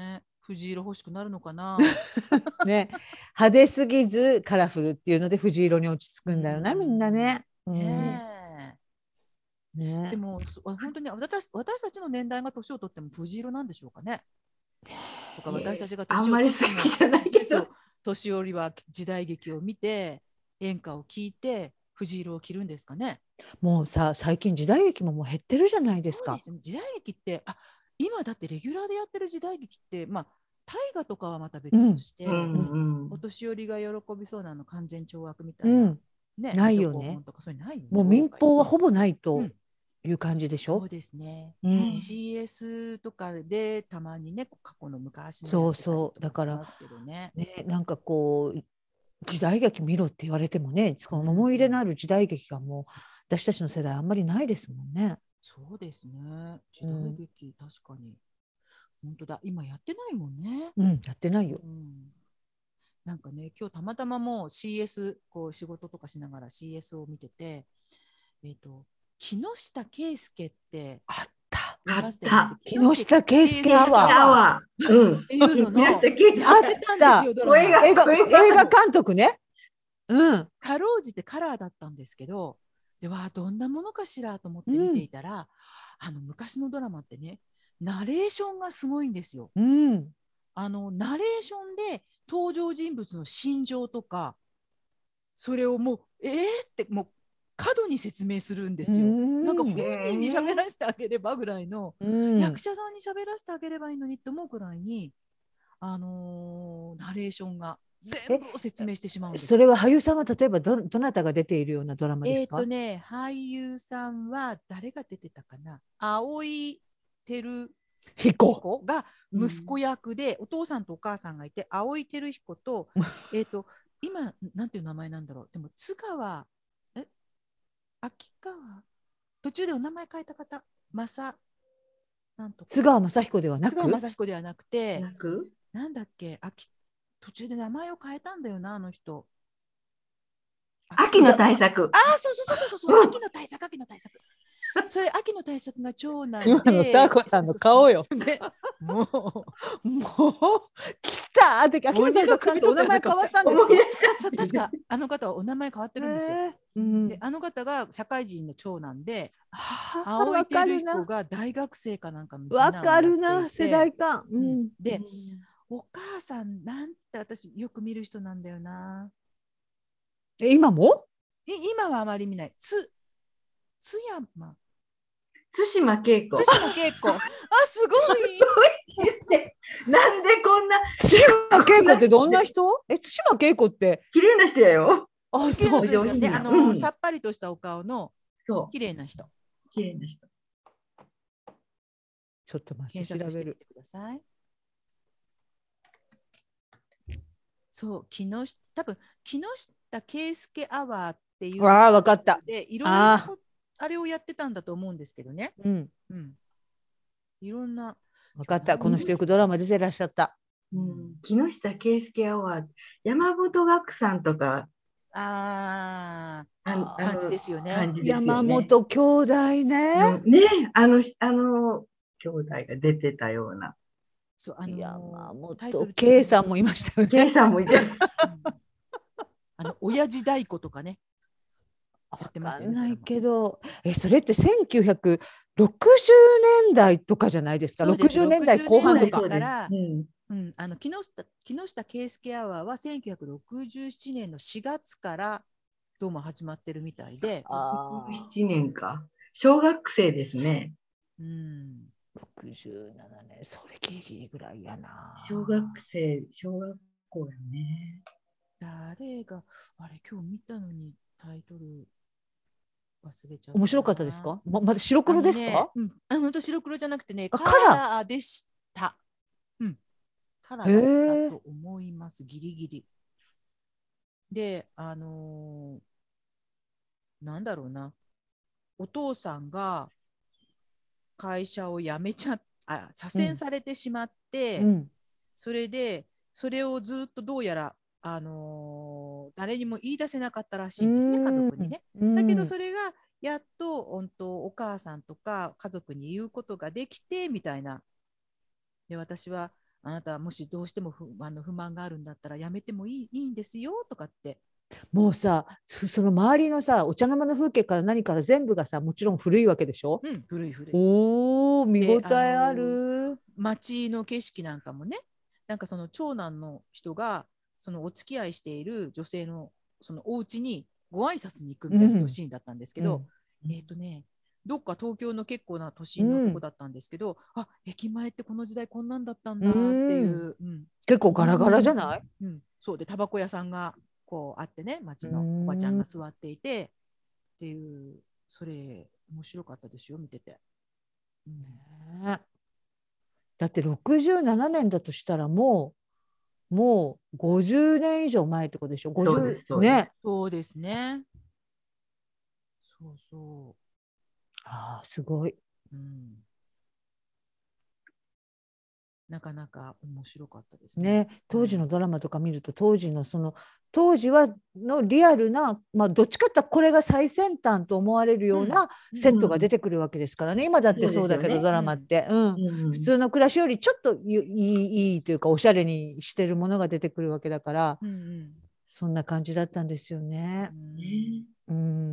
藤色欲しくなるのかな。 ね、派手すぎずカラフルっていうので藤色に落ち着くんだよな、みんなね。 ねえ。ね。 でも本当に私私たちの年代が年を取っても藤色なんでしょうかね。とか私たちが年を取っても、 じゃないけど、 年寄りは時代劇を見て演歌を聴いて藤色を着るんですかね。 もうさ、最近時代劇ももう減ってるじゃないですか。 そうですね、時代劇ってあ今だってレギュラーでやってる時代劇ってまあ大河とかはまた別として、うんうん、お年寄りが喜びそうなの完全懲悪みたいな、うんね、ないよね。 とかそういうのないよね。 もう民放はほぼないという感じでしょ。 うん、そうですね、うん、シーエス とかでたまにね過去の昔のやってたりとかしますけどね。 そうそうだからね、なんかこう時代劇見ろって言われてもね、その思い入れのある時代劇がもう私たちの世代あんまりないですもんね。 そうですね。時代劇、うん、確かに。本当だ。今やってないもんね。 うん、やってないよ。うん、 なんかね、今日たまたまもう シーエス、こう仕事とかしながら シーエス を見てて、えっと、木下圭介ってあった。 あった。 木下圭介アワー。うん。っていうのの、やってたんですよ、ドラマ。 映画、映画監督ね。うん。 かろうじてカラーだったんですけど、ではどんなものかしらと思って見ていたら、うん、あの昔のドラマってね、ナレーションがすごいんですよ。 うん、 あのナレーションで登場人物の心情とか、それをもうえーってもう過度に説明するんですよ。んなんか本人に喋らせてあげればぐらいの、うん、役者さんに喋らせてあげればいいのにって思うぐらいに、あのー、ナレーションが全部を説明してしまうんです。 それは俳優さんは例えば ど, どなたが出ているようなドラマですか？ えっとね、俳優さんは誰が出てたかな。青井照彦が息子役で、うん、お父さんとお母さんがいて、青井照彦とえっと今なんていう名前なんだろう。でも津川え秋川途中でお名前変えた方、正なんとか津川雅彦ではなく津川雅彦ではなくてなくなんだっけ、秋途中で名前を変えたんだよな、あの人。 秋の大作。 ああ、そうそうそうそうそう、うん、秋の大作、秋の大作。それ秋の大作が長男で。 今のさこさんの顔よ。 ね、もうもう来たって秋の大作さんとお名前変わったんですか。確かあの方はお名前変わってるんですよ。うん、であの方が社会人の長男で、青井照彦が大学生かなんかの次男をやっていて。 わかるな、世代間。 うん、で、うん、お母さんなんて私よく見る人なんだよな。 え今も？ 今はあまり見ない。つ津山対馬恵子。 対馬恵子。あ、すごい。 なんでこんな。 対馬恵子ってどんな人？え、対馬恵子って。 綺麗な人やよ。 あ、そうですよね。あの、うん、さっぱりとしたお顔の。綺麗な人。 綺麗な人。 ちょっと待って、調べる。 ください。そう、木下、多分木下圭介アワーっていう。 ああ、わかった。 で、いろいろなこと。あれをやってたんだと思うんですけどね。 うん。 うん。いろんな。 分かった。この人よくドラマ出てらっしゃった。 うん。木下圭介アワー、山本岳さんとか。 ああ、感じですよね。 感じですよね。 山本兄弟ね。 ね、あの、あの兄弟が出てたような。 そう、あのー、 山本圭さんもいましたよね。 圭さんもいて。 あの親父太鼓とかね。 わかんないけど、え、それってせんきゅうひゃくろくじゅうねんだいとかじゃないですか。ろくじゅうねんだいこう半とか。 から、うんうん、あの木下木下圭介アワーはせんきゅうひゃくろくじゅうななねんのしがつからどうも始まってるみたいで。 ああ、ななねんか。小学生ですね。 うん。 ろくじゅうななねん、それギリギリぐらいやな。 小学生、小学校やね。 誰があれ今日見たのにタイトル。忘れちゃった。 面白かったですか？ま、まだ白黒ですか？ あのね、うん、あ、本当白黒じゃなくてね、カラーでした。うん、カラーだったと思います。ギリギリ。で、あのー、なんだろうな、お父さんが会社を辞めちゃあ左遷されてしまって、うん、それでそれをずっとどうやらあのー、誰にも言い出せなかったらしいんですね、家族にね。だけどそれがやっと本当お母さんとか家族に言うことができてみたいな。で私はあなたもしどうしても不あの不満があるんだったらやめてもいい、いいんですよとかって。 もうさ、その周りのさ、お茶の間の風景から何から全部がさ、もちろん古いわけでしょ。 うん、古い古い。 おお、見応えある。 街の景色なんかもね、なんかその長男の人がそのお付き合いしている女性のそのお家にご挨拶に行くみたいなシーンだったんですけど、うん、えっ、ー、とね、どっか東京の結構な都心のとこだったんですけど、うん、あ、駅前ってこの時代こんなんだったんだっていう、うん、 結構ガラガラじゃない？ うん、そうでタバコ屋さんがこうあってね、町のおばちゃんが座っていてっていう、それ面白かったですよ、見てて。 うん、ね、だってろくじゅうななねんだとしたらもうもうごじゅうねん以上前ってことでしょ。ごじゅうそうね。 そうですね。そうそう。 ああ、すごい。 うん。なかなか面白かったですね。 ね、当時のドラマとか見ると、当時のその当時はのリアルな、まあ、どっちかってこれが最先端と思われるようなセットが出てくるわけですからね、うん、今だってそうだけど、ね、ドラマって、うんうん、普通の暮らしよりちょっといい、いいというかおしゃれにしてるものが出てくるわけだから、うんうん、そんな感じだったんですよね。うん、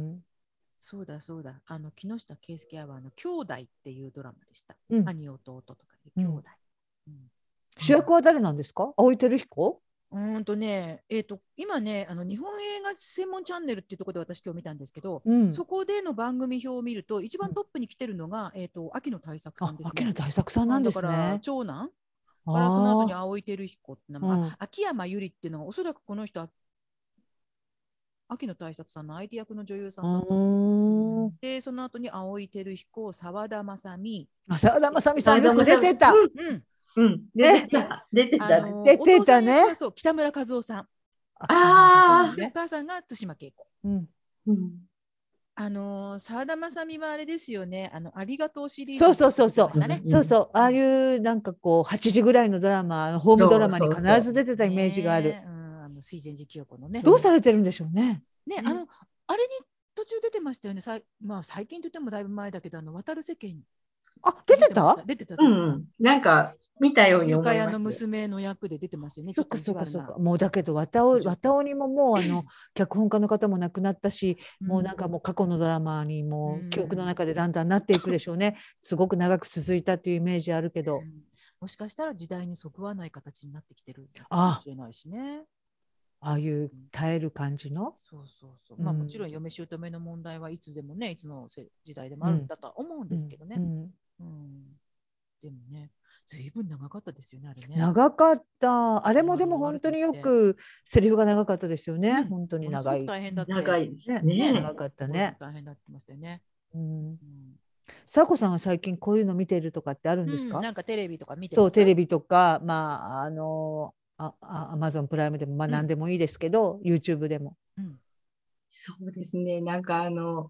うん、 そうだそうだ、あの木下圭介はあの兄弟っていうドラマでした、うん、兄弟とかで兄弟、 うん、主役は誰なんですか？青井輝彦？ うんとね、えーと、今ね、あの日本映画専門チャンネルっていうところで私今日見たんですけど、うん、そこでの番組表を見ると一番トップに来てるのが、うん、えーと、秋野大作さんですね。 秋野大作さんなんですね。 だから長男からその後に青井輝彦って名前、うん、秋山由里っていうのがおそらくこの人は秋野大作さんの相手役の女優さんだったので、その後に青井輝彦、沢田正美。 沢田正美さんよく出てた。うんうん、出てた、出てた、 出てたね。 そう、北村和夫さん。 ああ、 お母さんが対馬恵子。うんうん、あの沢田正美はあれですよね。あのありがとうシリーズ、 そうそうそうそう、ね、そうそう、ああいうなんかこうはちじぐらいのドラマ、ホームドラマに必ず出てたイメージがある。 うん、あの水前寺清子のね。 どうされてるんでしょうね。 ね、あのあれに途中出てましたよね。さ、まあ最近といってもだいぶ前だけど、あの渡る世間に。 あ、出てた？ 出てた。 うん、なんか見たように思います。 床屋の娘の役で出てますよね。 そっかそっかそっか。もうだけど綿尾綿尾にももうあの脚本家の方も亡くなったし、もうなんかもう過去のドラマにも記憶の中でだんだんなっていくでしょうね。すごく長く続いたっていうイメージあるけど、 もしかしたら時代にそぐわない形になってきてるかもしれないしね。 ああいう耐える感じの、 そうそうそう。まあもちろん嫁姑の問題はいつでもね、いつの時代でもあるんだとは思うんですけどね。うんうんうん、でもね、ずいぶん長かったですよね、あれね。 長かった。あれもでも本当によくセリフが長かったですよね。うん、本当に長い。 大変だって。 長いね。 ね、長かったね。 大変だってましたよね。 うん。さこさんは最近こういうの見てるとかってあるんですか？ うん、なんかテレビとか見てます？そう、テレビとか、まああのあアマゾンプライムでもまあ何でもいいですけど、うん、YouTube でも、 うん。そうですね。なんかあの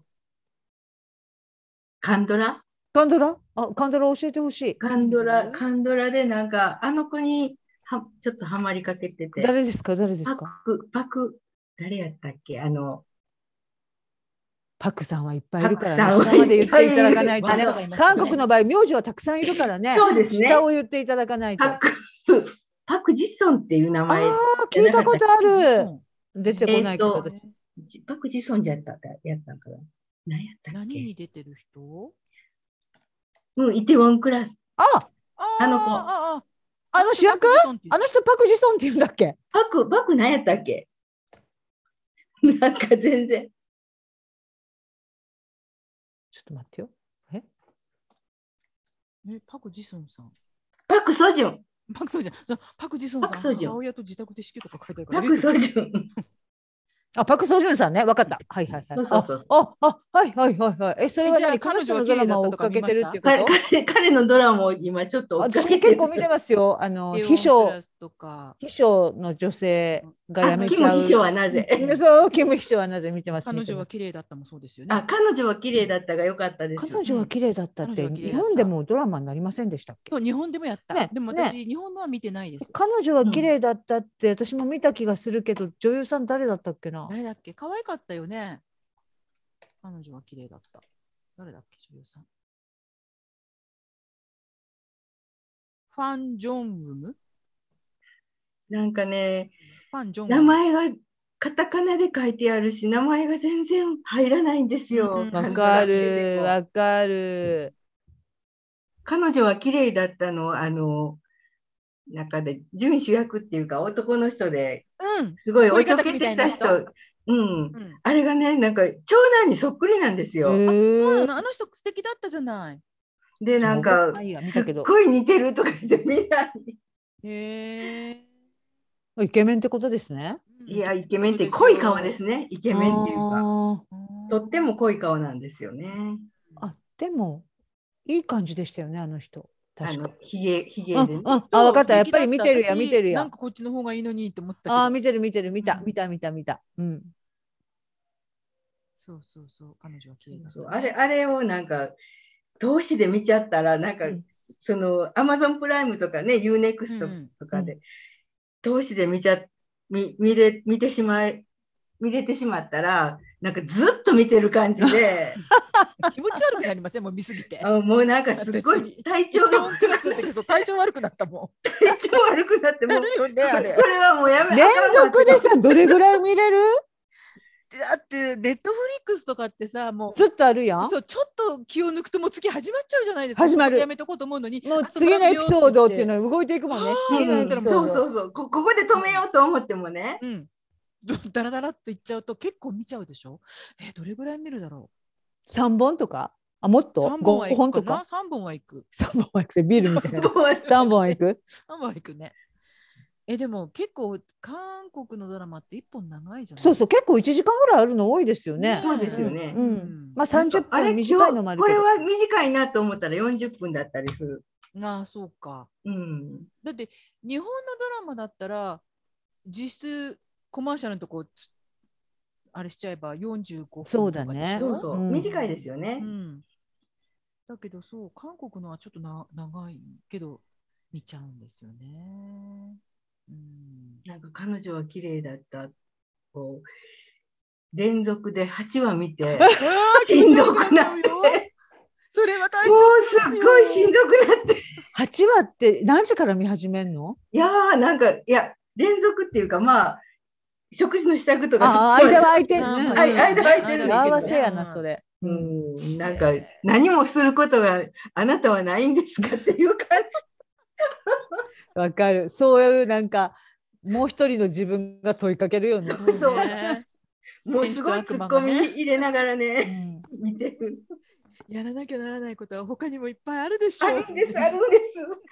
カンドラ。 カンドラ？あ、カンドラ教えてほしい。 カンドラ、カンドラでなんかあの子にはちょっとハマりかけてて。 誰ですか？誰ですか？ パク、パク、誰やったっけ？あのパクさんはいっぱいいるからね、下まで言っていただかないとね。韓国の場合、名字はたくさんいるからね。 そうですね。 下を言っていただかないと。 パク、パクジソンっていう名前。 ああ、聞いたことある。出てこないけど。 パクジソンじゃったやったんかな。何やったっけ？ 何に出てる人？ うん、イテウォンクラス。 あ、 あの子。 ああの主役？あの人パクジソンって言うんだっけ？ パク、パク何やったっけ？なんか全然。 ちょっと待ってよ。え？ ね、パクジソンさん。 パクソジュン。 パクソジュン。パクジソンさん。母親と自宅で死去とか書いてあるから。 パクソジュン。 あ、パクソジュンさんね、分かった。はいはいはい。あ、あ、はいはいはいはい。え、それは何？彼女のドラマを追っかけてるっていうこと？ 彼、彼のドラマを今ちょっと追っかけてる。 私結構見てますよ。あの秘書秘書の女性が辞めちゃう。 キム秘書はなぜ？ そう、キム秘書はなぜ見てます。 彼女は綺麗だったもそうですよね。 あ、彼女は綺麗だったが良かったです。 彼女は綺麗だったって日本でもドラマになりませんでしたっけ？ そう、日本でもやった。でも私日本のは見てないです。 彼女は綺麗だったって私も見た気がするけど、女優さん誰だったっけな？ 誰だっけ？可愛かったよね。彼女は綺麗だった。誰だっけ、女優さん。ファン・ジョンウム？ なんかね、名前がカタカナで書いてあるし、名前が全然入らないんですよ。 わかる、わかる。 彼女は綺麗だったの、あの、中で、準主役っていうか、男の人で、すごいおちょけてた人、うん、あれがね、なんか、長男にそっくりなんですよ。あ、 そうなの、あの人素敵だったじゃない。 で、なんか、すっごい似てるとか言ってみんなに。 へえ。 イケメンってことですね。 いや、イケメンって濃い顔ですね。イケメンっていうか。とっても濃い顔なんですよね。 あ、でも、いい感じでしたよね、あの人。確か。 ひげ、ひげでね。 あ、分かった。やっぱり見てるや、見てるや。 なんかこっちの方がいいのにって思ってたけど。 あ、見てる、見てる、見た、見た、見た、見た。うん。 そうそうそう、彼女は綺麗だった。 あれ、あれをなんか、投資で見ちゃったら、なんか、その、アマゾンプライムとかね、ユーネクストとかで、投資で見ちゃ、見、見れ、見てしまい、見れてしまったら、なんかずっと見てる感じで気持ち悪くなりません、もう見すぎて。 あ、もうなんかすっごい体調がクラスってそう体調悪くなったもん。 体調悪くなってもう、 よね、あれ。 これはもうやめ。 連続でさ、どれぐらい見れる？ だってネットフリックスとかってさ、もうずっとあるやん。 そう、ちょっと気を抜くともう次始まっちゃうじゃないですか。 始まる。 やめとこうと思うのに、 もう次のエピソードっていうのは動いていくもんね。次のエピソード。 そうそうそう。ここで止めようと思ってもね。 うん。ダラダラっていっちゃうと結構見ちゃうでしょ。え、どれぐらい見るだろう。三本とか？あ、もっと？ 三本は行くかな。三本は行く。 三本は行く。ビールみたいな。三本は行く。 三本は行くね。え、でも結構韓国のドラマって一本長いじゃない。 そうそう、結構一時間ぐらいあるの多いですよね。 そうですよね。 うん。まあ三十分短いのもあるけど。これは短いなと思ったらよんじゅっぷんだったりする。 ああ、そうか。 うん。 だって日本のドラマだったら実質コマーシャルのとこあれしちゃえばよんじゅうごふんとかでしょ。 そうだね。 そうそう、短いですよね。 うん。だけどそう、韓国のはちょっとな長いけど見ちゃうんですよね。 うん、なんか彼女は綺麗だった。こう連続ではちわ見てしんどくなって。 それは体調もうすっごいしんどくなって。 はちわって何時から見始めるの？ いやーなんかいや連続っていうかまあ食事の支度とか。 あ、間は空いてる。 間空いてる。 合わせやなそれ。 うん、なんか何もすることがあなたはないんですかっていう感じ。 わかる。そういうなんかもう一人の自分が問いかけるよね。 そうね。もうすごいツッコミ入れながらね、見てる。 やらなきゃならないことは他にもいっぱいあるでしょう。 あるんです、あるんです。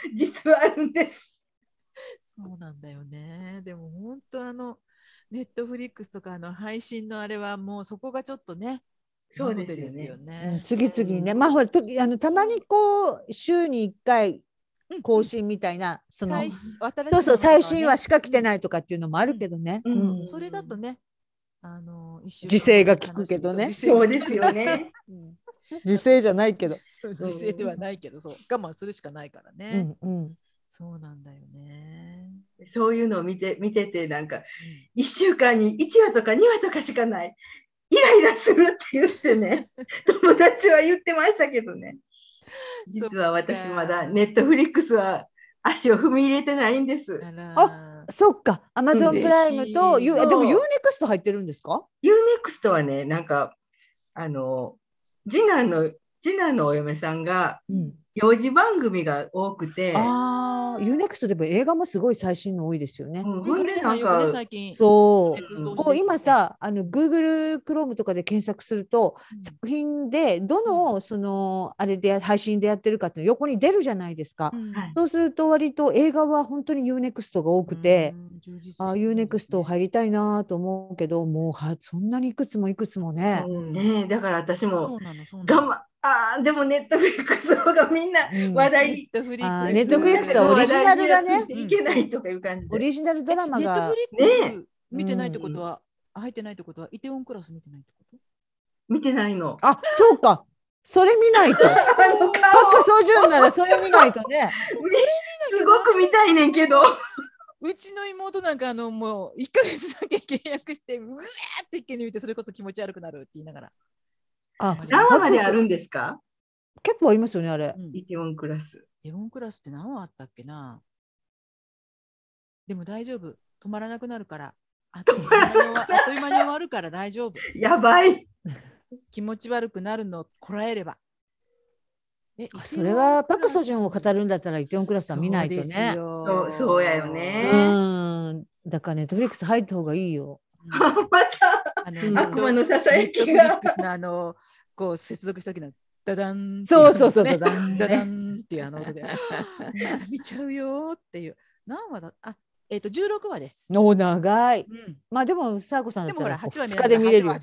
実はあるんです。 そうなんだよね。でも本当あのネットフリックスとかの配信のあれはもうそこがちょっとね。 そうですよね。 次々にね、まあほらとあのたまにこう週にいっかい更新みたいな、そのそうそう最新話しか来てないとかっていうのもあるけどね。 それだとね、あの時勢が効くけどね。 そうですよね。 時勢じゃないけど。 時勢ではないけど、そう我慢するしかないからね。そうなんだよね。 そういうのを見て見ててなんかいっしゅうかんにいちわとかにわとかしかない。イライラするって言ってね、友達は言ってましたけどね。実は私まだネットフリックスは足を踏み入れてないんです。 あ、そっか。アマゾンプライムと、でも ユーネクスト入ってるんですか？ ユーネクストはね、なんかあの次男の次男のお嫁さんが、うん幼児番組が多くて、 ああ、ユーネクストでも映画もすごい最新の多いですよね。 うん、ほんでなんか最近そう、こう今さ、あの Google Chrome とかで検索すると、うん、作品でどのそのあれで配信でやってるかっていうの横に出るじゃないですか。うん、そうすると割と映画は本当にユーネクストが多くて、うん、あ、ユーネクスト入りたいなと思うけど、もうはそんなにいくつもいくつもね。 うん、ね、だから私も我慢。ああ、でもネットフリックスの方がみんな話題、 ネットフリックス、ネットフリックスはオリジナルがね、 いけないとかいう感じで。 オリジナルドラマが。 ネットフリックス見てないってことは、入ってないってことは、イテウォンクラス見てないってこと？ 見てないの。 あ、そうか。それ見ないと。パクソジュンならそれ見ないとね。 すごく見たいねんけど。 うちの妹なんかあのもういっかげつだけ契約してうわーって一気に見てそれこそ気持ち悪くなるって言いながら。 あ、何話まであるんですか？ 結構ありますよねあれ。 イテウォンクラス。 イテウォンクラスって何話あったっけな。 でも大丈夫、止まらなくなるから、あっという間に終わあっという間に終わるから大丈夫。 やばい。 気持ち悪くなるのをこらえれば。 え、それはパクソジュンを語るんだったらイテウォンクラスは見ないとね。 そう、そうやよね。 うん、だからネットフリックス入った方がいいよ。 またあの悪魔のささやきが。 あのこう接続した時のダダン、 そうそうそうダダンダダンっていうあの音でまた見ちゃうよっていう。何話だ、あ、えっとじゅうろくわです。 お長い。まあでもサーコさんだったらふつかで見れるよ。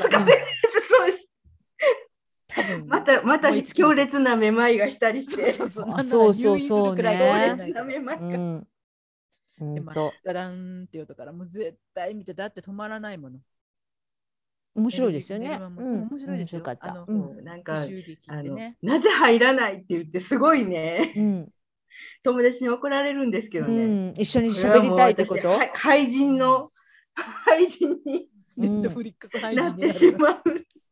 またまた強烈なめまいがしたりして、 そうそうそうそうそうね。 強烈なめまいが。 でまあダダンっていう音からもう絶対見て、だって止まらないもの。 面白いですよね。 面白いですよ。 あのなんかあのなぜ入らないって言ってすごいね。友達に怒られるんですけどね。 一緒に喋りたいってこと？ 廃人の廃人にネットフリックス廃人になってしまう。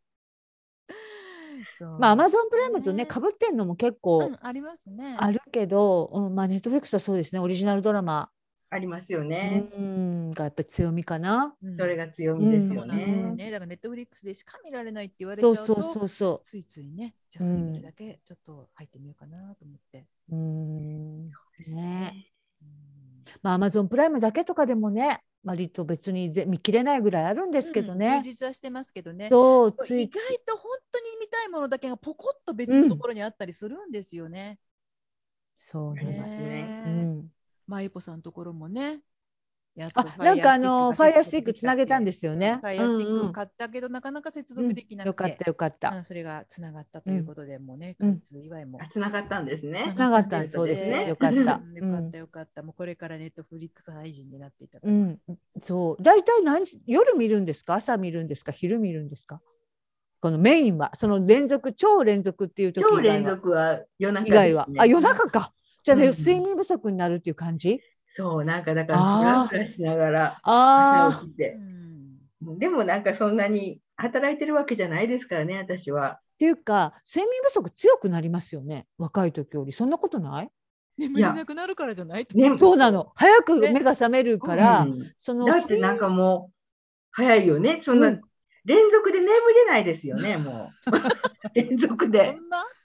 まあアマゾンプライムとね被ってんのも結構ありますね。 あるけど、まあネットフリックスはそうですね、オリジナルドラマありますよね。 うん、がやっぱり強みかな。 それが強みですよね。 だからネットフリックスでしか見られないって言われちゃうと、 そうそうそうついついね、じゃあそれ見るだけちょっと入ってみようかなと思って。 うんね。まあアマゾンプライムだけとかでもね、割と別に見切れないぐらいあるんですけどね。 充実はしてますけどね。 そう、 意外と本当に見たいものだけがポコッと別のところにあったりするんですよね。 そうね。まあゆぽさんのところもね。 あ、なんかあのファイアスティックつなげたんですよね。 ファイアスティックを買ったけどなかなか接続できなくて、 よかったよかった。 それがつながったということでもね、開通祝いもつながったんですね。 つながったそうですね。よかった。よかったよかった。もうこれからネットフリックス配信になっていた。 うん、そう。だいたい何夜見るんですか？朝見るんですか？昼見るんですか？このメインはその連続超連続っていう時超連続は夜中以外はあ夜中か。じゃあね睡眠不足になるっていう感じ？ そう、なんかだからフラフラしながら朝起きて、でもなんかそんなに働いてるわけじゃないですからね、私は。 っていうか睡眠不足強くなりますよね、若い時より。そんなことない？ 眠れなくなるからじゃない？ ね、そうなの。早く目が覚めるから、うん、 そのだってなんかもう早いよね。そんな、うん、連続で眠れないですよね、もう連続で。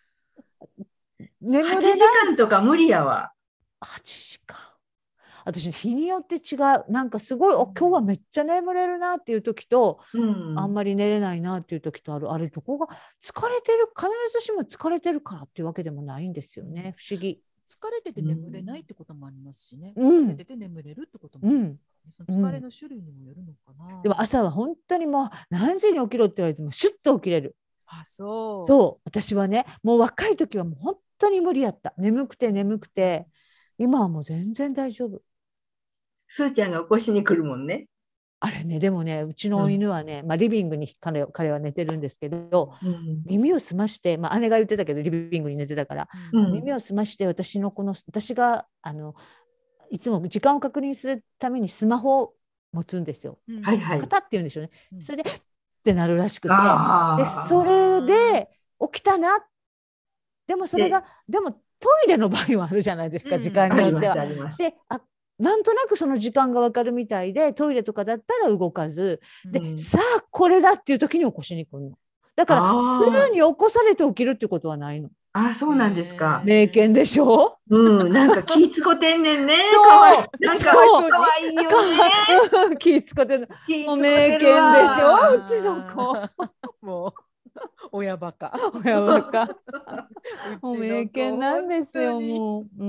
眠れない。はちじかんとか無理やわ。 はちじかん。私日によって違う。なんかすごい、お今日はめっちゃ眠れるなっていう時と、うん、あんまり寝れないなっていう時とある。あれどこが疲れてる、必ずしも疲れてるからっていうわけでもないんですよね。不思議。 疲れてて眠れないってこともありますしね。うん、疲れてて眠れるってこともあります、ね。うん、その疲れの種類にもよるのかな。うん、 でも朝は本当にもう何時に起きろって言われてもシュッと起きれる。 あ、そう。 そう。私はね、もう若い時はもう本当に無理やった。眠くて眠くて、今はもう全然大丈夫。 すーちゃんが起こしに来るもんね。 あれね、でもね、うちの犬はね、うん、まあ、リビングに 彼, 彼は寝てるんですけど、うん、耳を澄まして、まあ、姉が言ってたけどリビングに寝てたから、うん、耳を澄まして私のこの私があのいつも時間を確認するためにスマホを持つんですよ。 うん、はいはい。 肩って言うんでしょうね。それでってなるらしくて、でそれで起きたな。でもそれがでもトイレの場合はあるじゃないですか、時間によっては。で、あなんとなくその時間が分かるみたいでトイレとかだったら動かずで、うん、さあこれだっていう時に起こしに来るの。だからすぐに起こされて起きるってことはないの。 あ、そうなんですか。 名犬でしょ。 うん、なんか気つこてんねんね。かわいい。なんかかわいいよね。 気つこてんの。もう名犬でしょ。うちの子。 もう。親バカ。 親バカ。もう名犬なんですよ。もう、うん、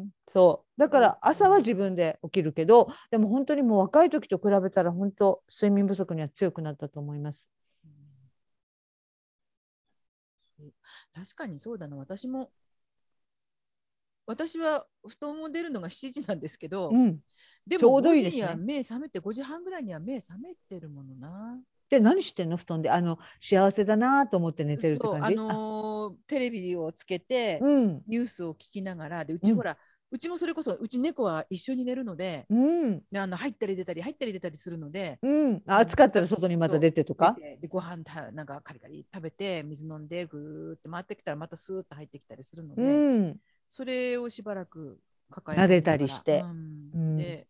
そう。だから朝は自分で起きるけど、でも本当にもう若い時と比べたら本当睡眠不足には強くなったと思います。 確かにそうだな。私も私は布団を出るのがしちじなんですけど、うん、でもごじには目覚めてごじはんぐらいには目覚めてるものな。 で何してんの布団で。あの幸せだなと思って寝てるって感じ。 そう、あのー、テレビをつけて、うん、ニュースを聞きながらでうち、うん、ほらうちもそれこそうち猫は一緒に寝るので、うん、であの入ったり出たり入ったり出たりするので、 うん、暑かったら外にまた出てとかでご飯たなんかカリカリ食べて水飲んでぐーって回ってきたらまたスーッと入ってきたりするので、うん、それをしばらく抱えて撫でたりして、 うん、で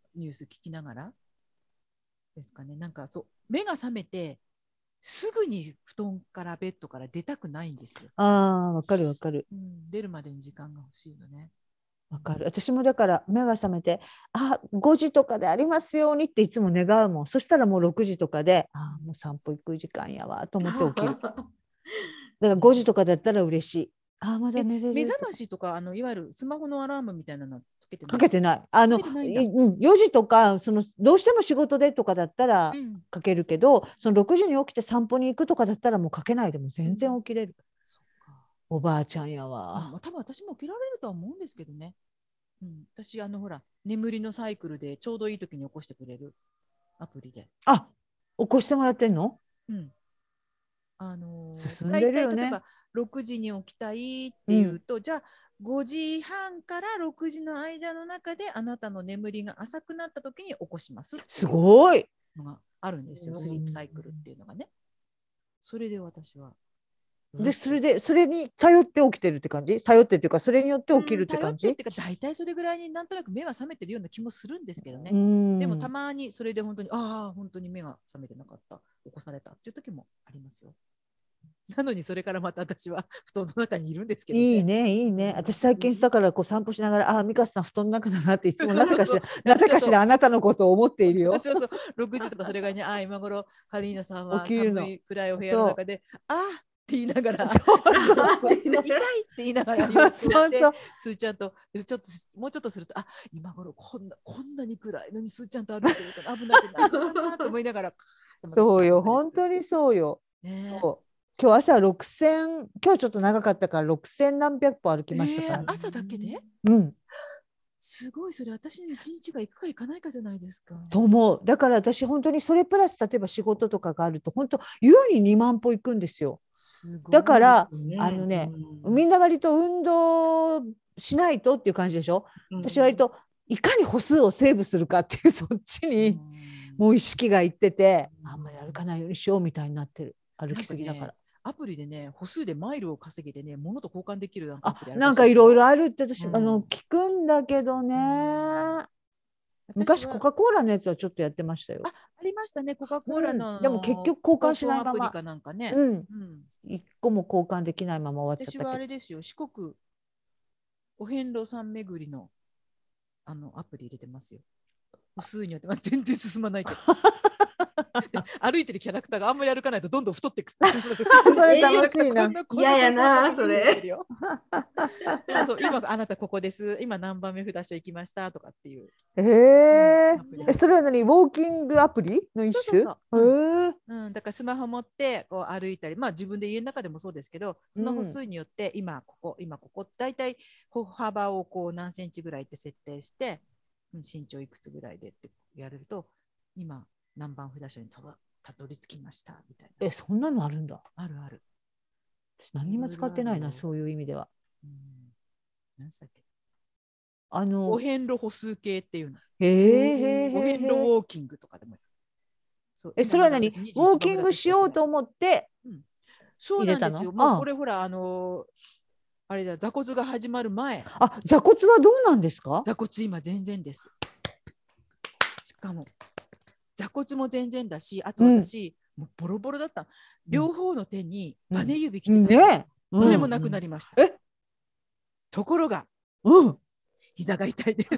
ニュース聞きながらですかね。なんかそう目が覚めてすぐに布団からベッドから出たくないんですよ。 ああ、わかるわかる、 うん、出るまでに時間が欲しいのね。 わかる。私もだから目が覚めて、あ、ごじとかでありますようにっていつも願うもん。そしたらもうろくじとかで、あ、もう散歩行く時間やわと思って起きる。だからごじとかだったら嬉しい。あ、まだ寝れる。 目覚ましとかあのいわゆるスマホのアラームみたいなのつけてない？ かけてない。あのよじとかそのどうしても仕事でとかだったらかけるけど、うん、そのろくじに起きて散歩に行くとかだったらもうかけないでも全然起きれる。うん、そうか。おばあちゃんやわ。 うん、多分私も起きられるとは思うんですけどね。うん、私あのほら眠りのサイクルでちょうどいい時に起こしてくれるアプリで。 あ、起こしてもらってんの？ うん。あのー、 進んでるよね。 例えばろくじに起きたいっていうと、うん、じゃあごじはんからろくじの間の中であなたの眠りが浅くなった時に起こしますすごいのがあるんですよ、スリープサイクルっていうのがね。それで私はでそれでそれに頼って起きてるって感じ？頼ってっていうかそれによって起きるって感じ？ 頼ってっていうか大体それぐらいになんとなく目は覚めてるような気もするんですけどね。でもたまにそれで本当にああ本当に目が覚めてなかった、起こされたっていう時もありますよ。なのにそれからまた私は布団の中にいるんですけどね。 いいねいいね。私最近だからこう散歩しながら、あ、美香さん布団の中だなっていつもなぜかしらなぜかしらあなたのことを思っているよ。 そうそうろくじとかそれがね、あ、今頃カリーナさんは寒い暗いお部屋の中であって言いながら痛いって言いながら言ってスーちゃんとちょっともうちょっとすると、あ、今頃こんなこんなに暗いのにスーちゃんと歩いてるから危なくないのかなと思いながらそうよ本当にそうよ、ね、そう今日朝ろくせん、今日ちょっと長かったからろくせん何百歩歩きましたから、ね、 えー、朝だけで？ うん。 すごい、それ私の一日が行くか行かないかじゃないですか。 と思う。だから私本当にそれプラス例えば仕事とかがあると本当優ににまん歩行くんですよ。すごいですね。だからあのね、うん、みんな割と運動しないとっていう感じでしょ。うん、私割といかに歩数をセーブするかっていうそっちにもう意識がいってて、あんまり歩かないようにしようみたいになってる。歩きすぎだから。 アプリでね、歩数でマイルを稼げてね、物と交換できるなんかなんかいろいろあるって私、うん、あの聞くんだけどね、うん、昔コカ・コーラのやつはちょっとやってましたよ。 あ、ありましたね、コカ・コーラの、 うん、でも結局交換しないまま、 アプリかなんかね、 うんうん、一個も交換できないまま終わっちゃったけど。 私はあれですよ、四国お遍路さん巡りのあのアプリ入れてますよ。歩数によって、まあ、全然進まないけど歩いてるキャラクターがあんまり歩かないとどんどん太っていく。それ楽しいな。 嫌やなそれ。 そう今あなたここです。今何番目札所行きましたとかっていう。 えーうん、えそれは何ウォーキングアプリの一種？そうそうそう、 うんうん、だからスマホ持ってこう歩いたり、まあ自分で家の中でもそうですけど、その歩数によって今ここ今ここだいたい歩幅をこう何センチぐらいって設定して、身長いくつぐらいでってやると今何番札所にたどり着きましたみたいな。 え、そんなのあるんだ。 あるある。 私何にも使ってないな、そういう意味では。うん、 何だっけ。 あのお遍路歩数計っていうの。 へえ。 お遍路ウォーキングとかでもいい。 そうえ、それは何？ウォーキングしようと思って入れたの？うん、 そうなんですよ。もうこれほらあのー、あれだ座骨が始まる前。 あ、座骨はどうなんですか？ 座骨今全然です。しかも。座骨も全然だし、あと私、うん、もうボロボロだった。両方の手にバネ指きてた、うんねうん、それもなくなりました。えところが、 うん、 膝が痛いです。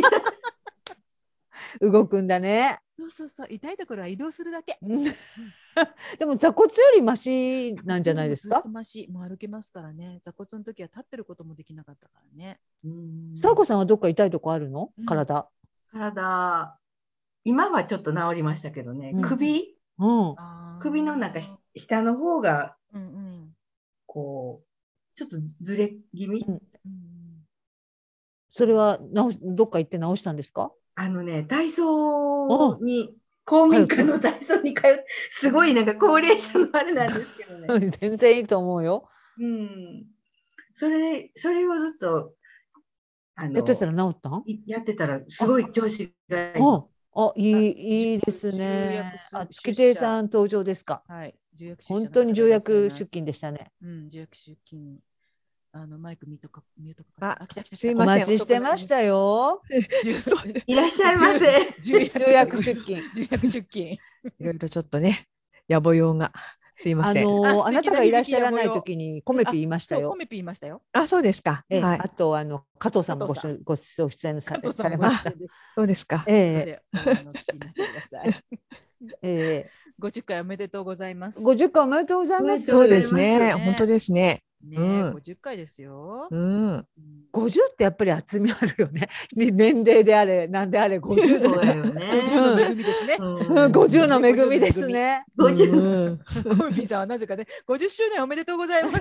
動くんだね。 そうそうそう、痛いところは移動するだけ。 でも座骨よりマシなんじゃないですか？ ずっとマシ、もう歩けますからね。座骨の時は立ってることもできなかったからね。 さあこさんはどっか痛いとこあるの？体。 体。今はちょっと治りましたけどね、うん、首、うん、首のなんか下の方が、うんうん、こうちょっとずれ気味、うんうん、 それは直どっか行って直したんですか？ あのね体操に公民館の体操に通ってすごいなんか高齢者のあれなんですけどね全然いいと思うよ、 うん、それそれをずっとあのやってたら治ったん？ やってたらすごい調子がいい。 あ、いい、いいですね。あ、月亭さん登場ですか。 はい。 本当に重役出勤でしたね。 うん、重役出勤あのマイクミュートかミュートか。 あ、来た来た。すいません。 お待ちしてましたよ。 いらっしゃいませ。 重役出勤。 重役出勤。 いろいろちょっとね、野暮用が。すいません。 あのあなたがいらっしゃらないときにコメピ言いましたよ。 コメピ言いましたよ。 あ、そうですか。 はい。あとあの加藤さんもごご出演されました。 そうですか。 ええ。 ええ。ごじゅっかいおめでとうございます。 ごじゅっかいおめでとうございます。 そうですね。本当ですね。 ね、ごじゅっかいですよ。 うん。 ごじゅうってやっぱり厚みあるよね。年齢であれ、なんであれ、ごじゅうだよね。 ごじゅうの恵みですね。 ごじゅうの恵みですね。 ごじゅう。 コミピーさんはなぜかね、ごじゅっしゅうねんおめでとうございます。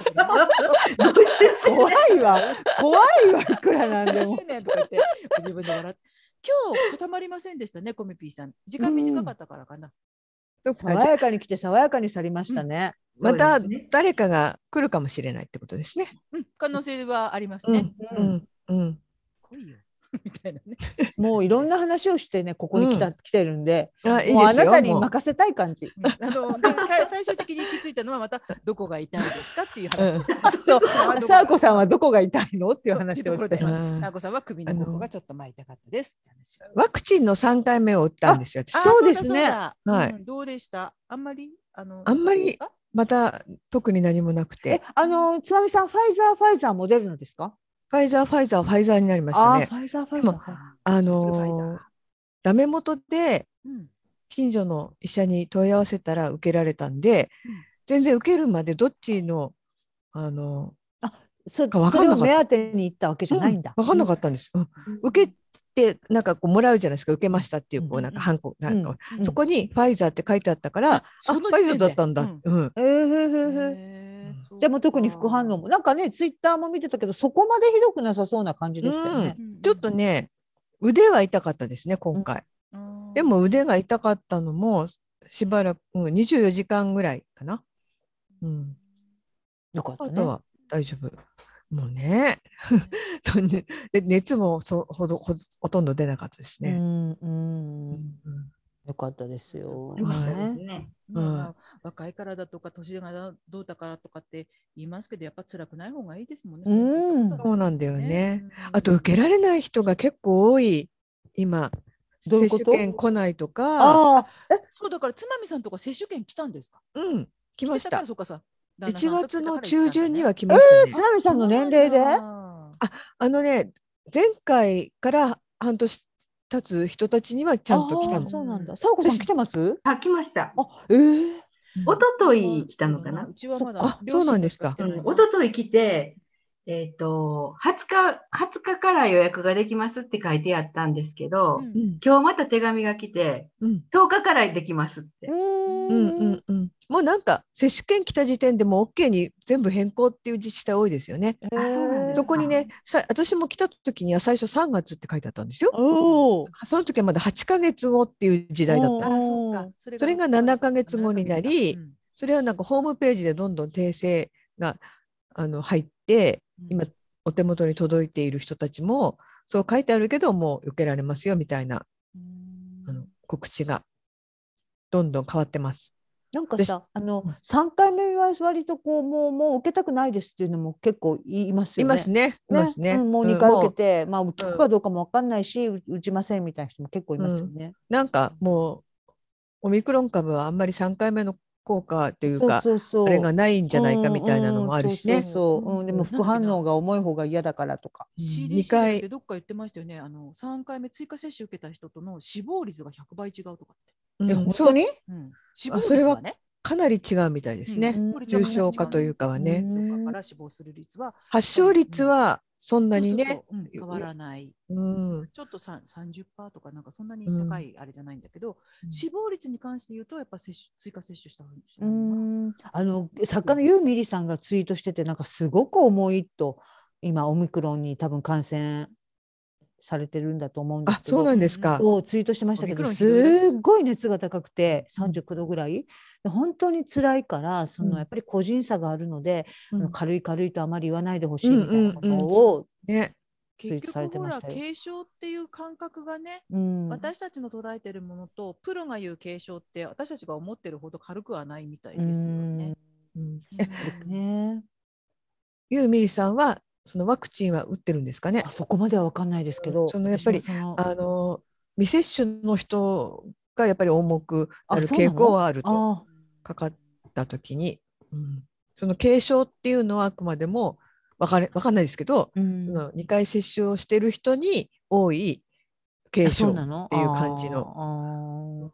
怖いわ、怖いわ、いくらなんでも。 ごじゅっしゅうねんとか言って、自分で笑って。今日固まりませんでしたね、コミピーさん。時間短かったからかな。 爽やかに来て爽やかに去りましたね。 また誰かが来るかもしれないってことですね。 うん、可能性はありますね。 うんうん。 来いよみたいなね。 もういろんな話をしてね、ここに来た来てるんで、 もうあなたに任せたい感じ。 あので最終的に行き着いたのはまたどこが痛いですかっていう話です。 そう、さあこさんはどこが痛いのっていう話をして、 さあこさんは首のここがちょっと前痛かったです。 ワクチンのさんかいめを打ったんですよ。 そうですね。 はい。 どうでした？あんまりあのあんまりまた特に何もなくて。 あのつまみさん、ファイザーファイザーモデルナですか？ ファイザーファイザーファイザーになりましたね。 ファイザーファイザー。 あのダメ元で近所の医者に問い合わせたら受けられたんで、全然受けるまでどっちのあのあそか分かんなかった。目当てに行ったわけじゃないんだ。 分かんなかったんです。受けてなんかこうもらうじゃないですか、受けましたっていうこうなんかハンコなんかそこにファイザーって書いてあったから、あファイザーだったんだ。うんじゃあもう特に副反応もなんかね、ツイッターも見てたけどそこまでひどくなさそうな感じでしたよね。 ちょっとね腕は痛かったですね今回。でも腕が痛かったのもしばらくにじゅうよじかんぐらいかな。うん。 よかったね。 あとは大丈夫。もうね熱もそほど ほ, ほとんど出なかったですね。 うんうんうん、よかったですよ。 よかったですね。 まあ、若いからだとか年がどうだからとかって言いますけど、やっぱ辛くない方がいいですもんね。 そうなんだよね。あと受けられない人が結構多い今。 どういうこと？ 接種券来ないとか。 あえそうだからつまみさんとか接種券来たんですか？ うん来ました。 そうかさ。 いちがつの中旬には来ましたね。 つまみさんの年齢で？ あ、あのね、前回から半年経つ人たちにはちゃんと来たの。 そうなんだ。さあこさん来てます？ あ、来ました。 あ、ええ。 一昨日来たのかな。 うちはまだ。 あ、そうなんですか。 一昨日来て、えっとはつかはつかから予約ができますって書いてあったんですけど、今日また手紙が来てとおかからできますって。 うんうんうん。もうなんか接種券来た時点でもう オーケー に全部変更っていう自治体多いですよね。そこにね、さ私も来た時には最初さんがつって書いてあったんですよ。その時はまだはちかげつごっていう時代だった。それがななかげつごになり、それはなんかホームページでどんどん訂正があの入って、今お手元に届いている人たちもそう書いてあるけどもう受けられますよみたいなあの告知がどんどん変わってます。 なんかさ、あのさんかいめは割とこうもうもう受けたくないですっていうのも結構言いますよね。 いますね。いますね。 もうにかい受けて、まあ効くかどうかも分かんないし、打ちませんみたいな人も結構いますよね。 なんかもうオミクロン株はあんまりさんかいめの効果というかあれがないんじゃないかみたいなのもあるしね。 でも副反応が重い方が嫌だからとか。 シーディーシー でどっか言ってましたよね。あのさんかいめ追加接種受けた人との死亡率がひゃくばい違うとかって。 本当に？ 死亡率はね。 かなり違うみたいですね。重症化というかはね。 から死亡する率は発症率はそんなにね変わらない。ちょっと さんじゅっパーセント とかなんかそんなに高いあれじゃないんだけど、死亡率に関して言うとやっぱ接種追加接種した方がいい。 あの作家のユーミリさんがツイートしててなんかすごく重いと今オミクロンに多分感染されてるんだと思うんですけど、 あ、そうなんですか。 そうツイートしてましたけど、すごい熱が高くてさんじゅうきゅうどぐらい、本当に辛いからそのやっぱり個人差があるので、うん、軽い軽いとあまり言わないでほしいみたいなことをね。結局ほら軽症っていう感覚がね、うん、私たちの捉えてるものとプロが言う軽症って私たちが思ってるほど軽くはないみたいですよね。 うんうん、ねユーミリさんはそのワクチンは打ってるんですかね。 あ、そこまでは分かんないですけど、 そのやっぱりあの未接種の人がやっぱり重くなる傾向はあると、かかった時に、うん、その軽症っていうのはあくまでも分かれ分かんないですけど、うん、そのにかい接種をしてる人に多い軽症っていう感じの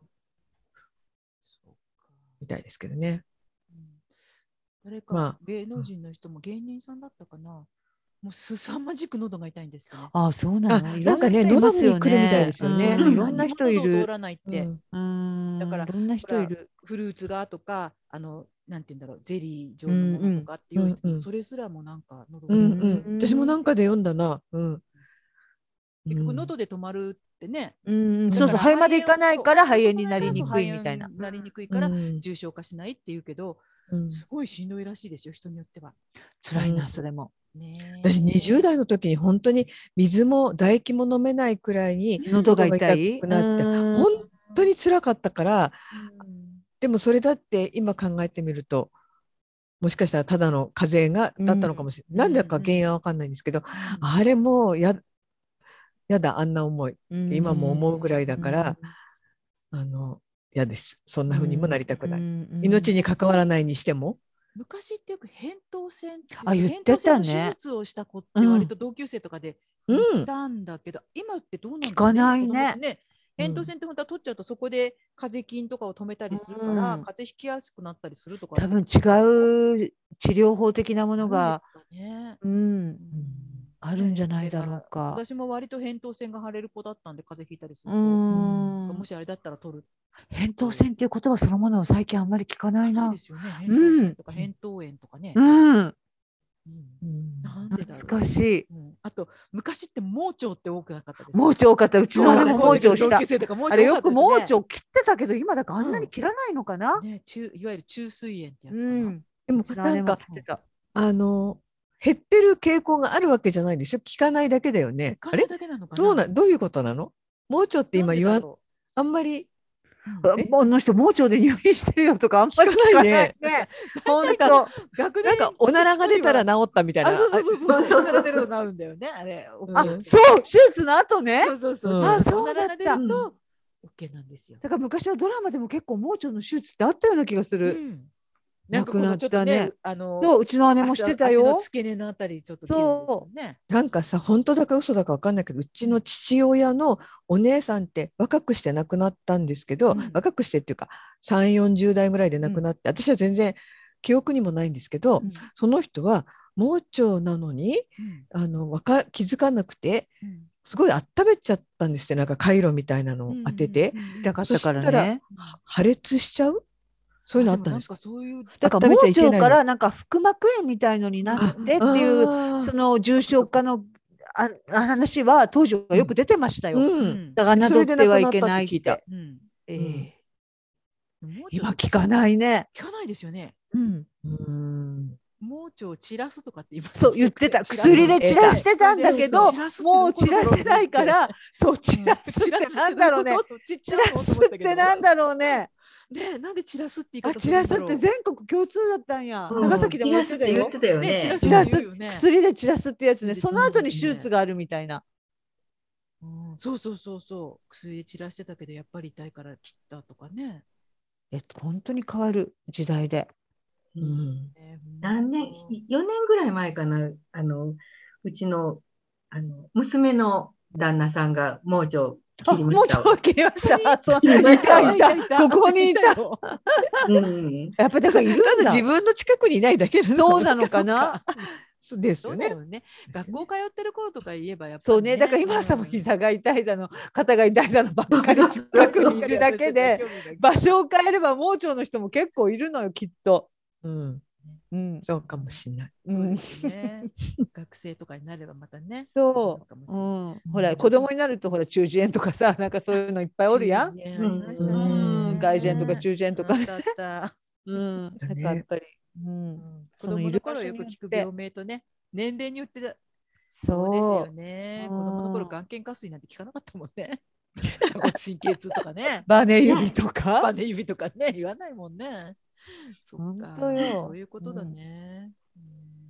みたいですけどね。 誰か芸能人の人も芸人さんだったかな、もうすさまじく喉が痛いんですってね。 ああ、そうなの。 なんかね、喉に来るみたいですよね。 いろんな人いる。 通らないって。だから、いろんな人いる。フルーツがとか、あの、なんて言うんだろう、ゼリー状のものとかっていう人、それすらもなんか喉が痛い。 私もなんかで読んだな。 結局喉で止まるってね。 そうそう、肺までいかないから肺炎になりにくいみたいな。 なりにくいから重症化しないっていうけど、すごいしんどいらしいですよ、人によっては。 辛いな、それも。 私にじゅう代の時に本当に水も唾液も飲めないくらいに喉が痛くなって本当に辛かったから、でもそれだって今考えてみるともしかしたらただの風邪がだったのかもしれない、うん、なんでか原因は分かんないんですけど、うん、あれもうややだあんな思いって今も思うぐらいだから、うん、あの嫌です。そんな風にもなりたくない、うん、命に関わらないにしても。 昔ってよく扁桃腺ってあ言ってたね、 手術をした子って割と同級生とかでいたんだけど、うん、今ってどうなんだろうね。 聞かないね。 ね、扁桃腺って本当は取っちゃうとそこで風邪菌とかを止めたりするから、うん、風邪ひきやすくなったりするとか、 多分違う治療法的なものが、ね、うんうん、あるんじゃないだろうか。 私も割と扁桃腺が腫れる子だったんで風邪ひいたりすると、うん、もしあれだったら取る。 扁桃腺っていう言葉そのものを最近あんまり聞かないな。 ですよね。扁桃腺とか扁桃炎とかね。 うんうんうん、なんでだろう。 懐かしい、 うん、あと昔って盲腸って多くなかったですか。 盲腸多かった。うちの姉も盲腸した。 あれよく盲腸切ってたけど今だからあんなに切らないのかな、 うんね、中いわゆる中膵炎ってやつかな、うん、 でもなんかあの減ってる傾向があるわけじゃないでしょ。効かないだけだよね。 あれだけなのかな。 どうなどういうことなの。盲腸って今言わあんまりあの人盲腸で入院してるよとかあんまり聞かないね。 本当。なんかおならが出たら治ったみたいな。 そうそうそうそう。おなら出ると治るんだよね。あれ。 あ、そう手術の後ね。 そうそうそう。あ、そうだった。おならが出ると OK なんですよ。 だから昔はドラマでも結構盲腸の手術ってあったような気がする。 なんかこのちょっとね、あのそううちの姉もしてたよ。 足の付け根のあたりちょっとそうね。 なんかさ本当だか嘘だかわかんないけど、うちの父親のお姉さんって若くして亡くなったんですけど、うん、若くしてっていうかさんじゅう、よんじゅう代ぐらいで亡くなって、うん、私は全然記憶にもないんですけど、うん、その人は盲腸なのに、うん、あのわか気づかなくて、うん、すごい温めちゃったんですって。なんかカイロみたいなのを当てて、 痛かったからね。 そしたら破裂しちゃう。そういうのあったんですか。 だから盲腸からなんか腹膜炎みたいのになってっていうその重症化のあ話は当時はよく出てましたよ。うん、だから侮ってはいけないって。今聞かないね。 聞かないですよね。 うん。 うん盲腸を散らすとかって言います。 そう言ってた。薬で散らしてたんだけど、もう散らせないから、そう散らすってなんだろうね。散らすってなんだろうね。 ね、なんで散らすって言い方するんだろう。散らすって全国共通だったんや。 うん、 長崎でも言ってたよ。 たよね。 散らす、薬で散らすってやつね。その後に手術があるみたいな。 うん、そうそうそうそう。薬で散らしてたけどやっぱり痛いから切ったとかね。 え、本当に変わる時代で。 うん、何年よねんぐらい前かな、あのうちのあの娘の旦那さんが盲腸切りました。 盲腸切りました。いたいた、そこにいた。うん、やっぱだからいるんだ。 自分の近くにいないだけなの。そうなのかな。 そうですよね。 学校通ってる頃とか言えばやっぱり、 そうね。だから今さも膝が痛いだの肩が痛いだのばっかり近くにいるだけで場所を変えれば盲腸の人も結構いるのよきっと。 うんうん、そうかもしれない。 そうですね。学生とかになればまたね。 そう。うん、ほら子供になるとほら中耳炎とかさ、なんかそういうのいっぱいおるやん。外耳炎とか中耳炎とかね。うん。なんかやっぱり、うん、 子供の頃よく聞く病名とね、年齢によってそうですよね。子供の頃眼瞼下垂なんて聞かなかったもんね。神経痛とかね。 バネ指とか。 バネ指とかね言わないもんね。そっか、そういうことだね。 盲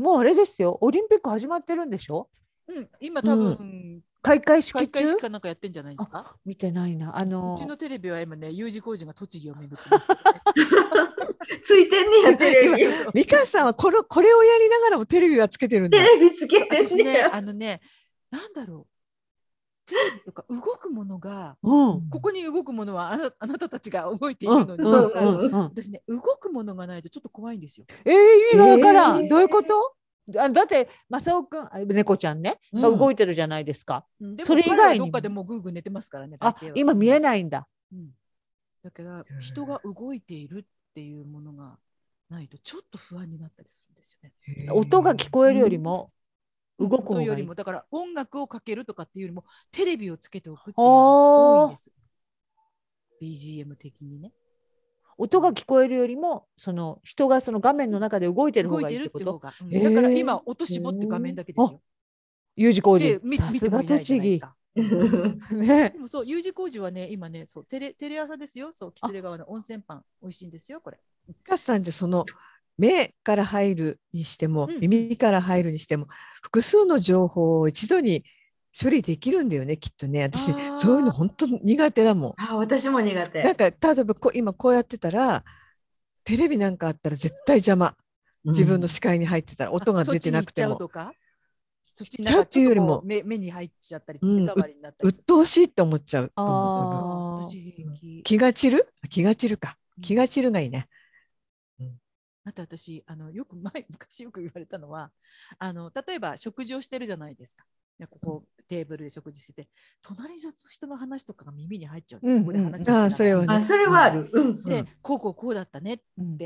もうあれですよ、オリンピック始まってるんでしょ。 うん、今多分、うん、 開会式中、 開会式かなんかやってんじゃないですか。 見てないな。あのー、 うちのテレビは今ね、U 字工事が栃木を巡ってますけどね。 ついてんねや、テレビ。 みかんさんはこのこれをやりながらもテレビはつけてるんだ。 テレビつけてんねね。あのね、なんだろう。テレビとか動くものが、うん、ここに動くものはあな、あなたたちが動いているのに、うんうんうん、私ね、動くものがないとちょっと怖いんですよ。 えー、意味がわからん。えー、どういうこと？あ、だって正雄くん、猫ちゃんね、うん、が動いてるじゃないですか。うん、 それ以外にどっかでもうグーグー寝てますからね。 あ、今見えないんだ。 うん、だから人が動いているっていうものがないとちょっと不安になったりするんですよね。 音が聞こえるよりも、うん、動く方がいい。 よりもだから音楽をかけるとかっていうよりもテレビをつけておくっていうのが多いです。ビージーエム 的にね。 音が聞こえるよりもその人がその画面の中で動いてる方がいいってこと。 うん、だから今音絞って画面だけですよ。 U 字工事。 さすが栃木。ね、でもそう U 字工事はね今ねそうテレテレ朝ですよ。そう喜連川の温泉パン美味しいんですよこれ。 かすさんってその目から入るにしても、うん、耳から入るにしても複数の情報を一度に処理できるんだよねきっとね。私そういうの本当苦手だもん。 あ、私も苦手。 なんか例えばこ今こうやってたらテレビなんかあったら絶対邪魔。自分の視界に入ってたら、うん、音が出てなくても。 そっちに行っちゃうとか。そっちになんかちょっとこう目目に入っちゃったり目障りになったり、 うん、うっとうしいって思っちゃうと思う。気が散る気が散るか、うん、気が散るがいいね。 あと私あのよく前昔よく言われたのはあの例えば食事をしてるじゃないですか。ここテーブルで食事してて隣の人の話とかが耳に入っちゃうんですよ。ここで話をしながら。 あ、それはね。 あ、それはある。 うん、で、こうこうこうだったねって、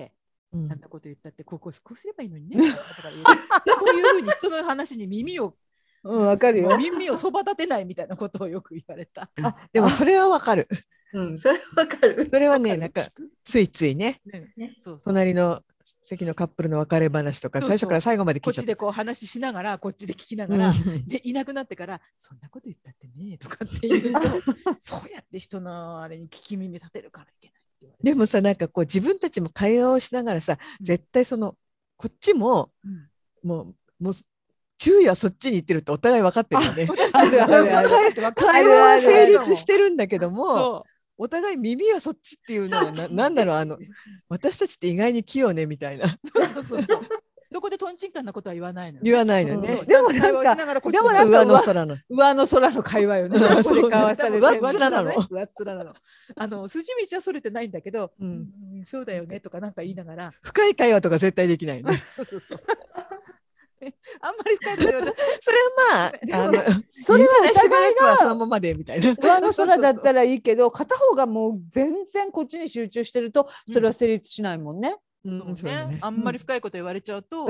うん、なんなこと言ったってこうこうこうすればいいのにね。こういうふうに人の話に耳を、 うん、わかるよ。 耳をそば立てないみたいなことをよく言われた。 あ、でもそれはわかる。 うん、それはわかる。 それはね、なんかついついね、ねそうそう隣の席のカップルの別れ話とか最初から最後まで聞いちゃった。 こっちでこう話しながらこっちで聞きながら、うん、でいなくなってからそんなこと言ったってねとかっていうとそうやって人のあれに聞き耳立てるからいけないって言われて。 でもさなんかこう自分たちも会話をしながらさ、うん、絶対そのこっちも、うん、もうもう注意はそっちに行ってるってお互い分かってるよね。会話は成立してるんだけども。お互い耳はそっちっていうのはななんだろうあの私たちって意外に器用ねみたいな。 そうそうそうそう。そこでトンチンカンなことは言わないの、ね。 言わないのね。 うん、でもなんかでもなんか上の空の上の空の会話よね。 上っ面なの。上っ面なの。あの筋道はそれてないんだけど、うん、そうだよねとかなんか言いながら。 深い会話とか絶対できないね。 そうそうそう。あんまり深いこと言わない。 それはまあ、あのそれはお互いがそのままでみたいな。 上の空だったらいいけど、片方がもう全然こっちに集中してると、それは成立しないもんね。 そうね。あんまり深いこと言われちゃうと、うん、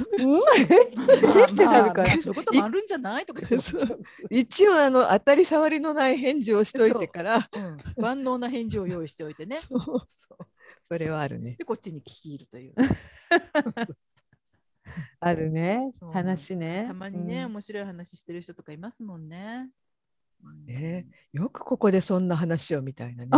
ってなるから、 そういうこともあるんじゃないとか言って。 一応あの当たり障りのない返事をしといてから、 万能な返事を用意しておいてね。 それはあるね。 でこっちに聞き入るという。 あるね、話ね。 たまにね、うん、面白い話してる人とかいますもんね。 ね、よくここでそんな話をみたいなね。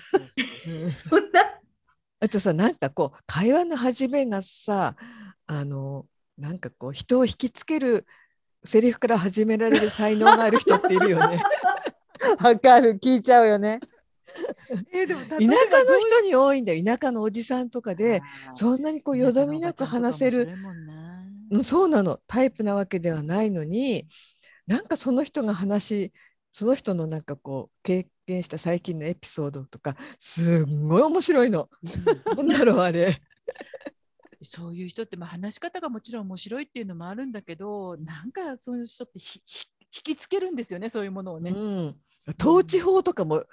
あとさ、なんかこう会話の始めがさ、あのなんかこう人を引きつけるセリフから始められる才能がある人っているよね。 わかる、聞いちゃうよね。 えー、でも田舎の人に多いんだよ。田舎のおじさんとかでそんなにこうよどみなく話せる、そうなのタイプなわけではないのに、なんかその人が話その人のなんかこう経験した最近のエピソードとかすんごい面白いの。なんだろうあれ。 そういう人ってまあ話し方がもちろん面白いっていうのもあるんだけど、なんかそういう人ってひひ引きつけるんですよね、そういうものをね。うん、 統治法とかも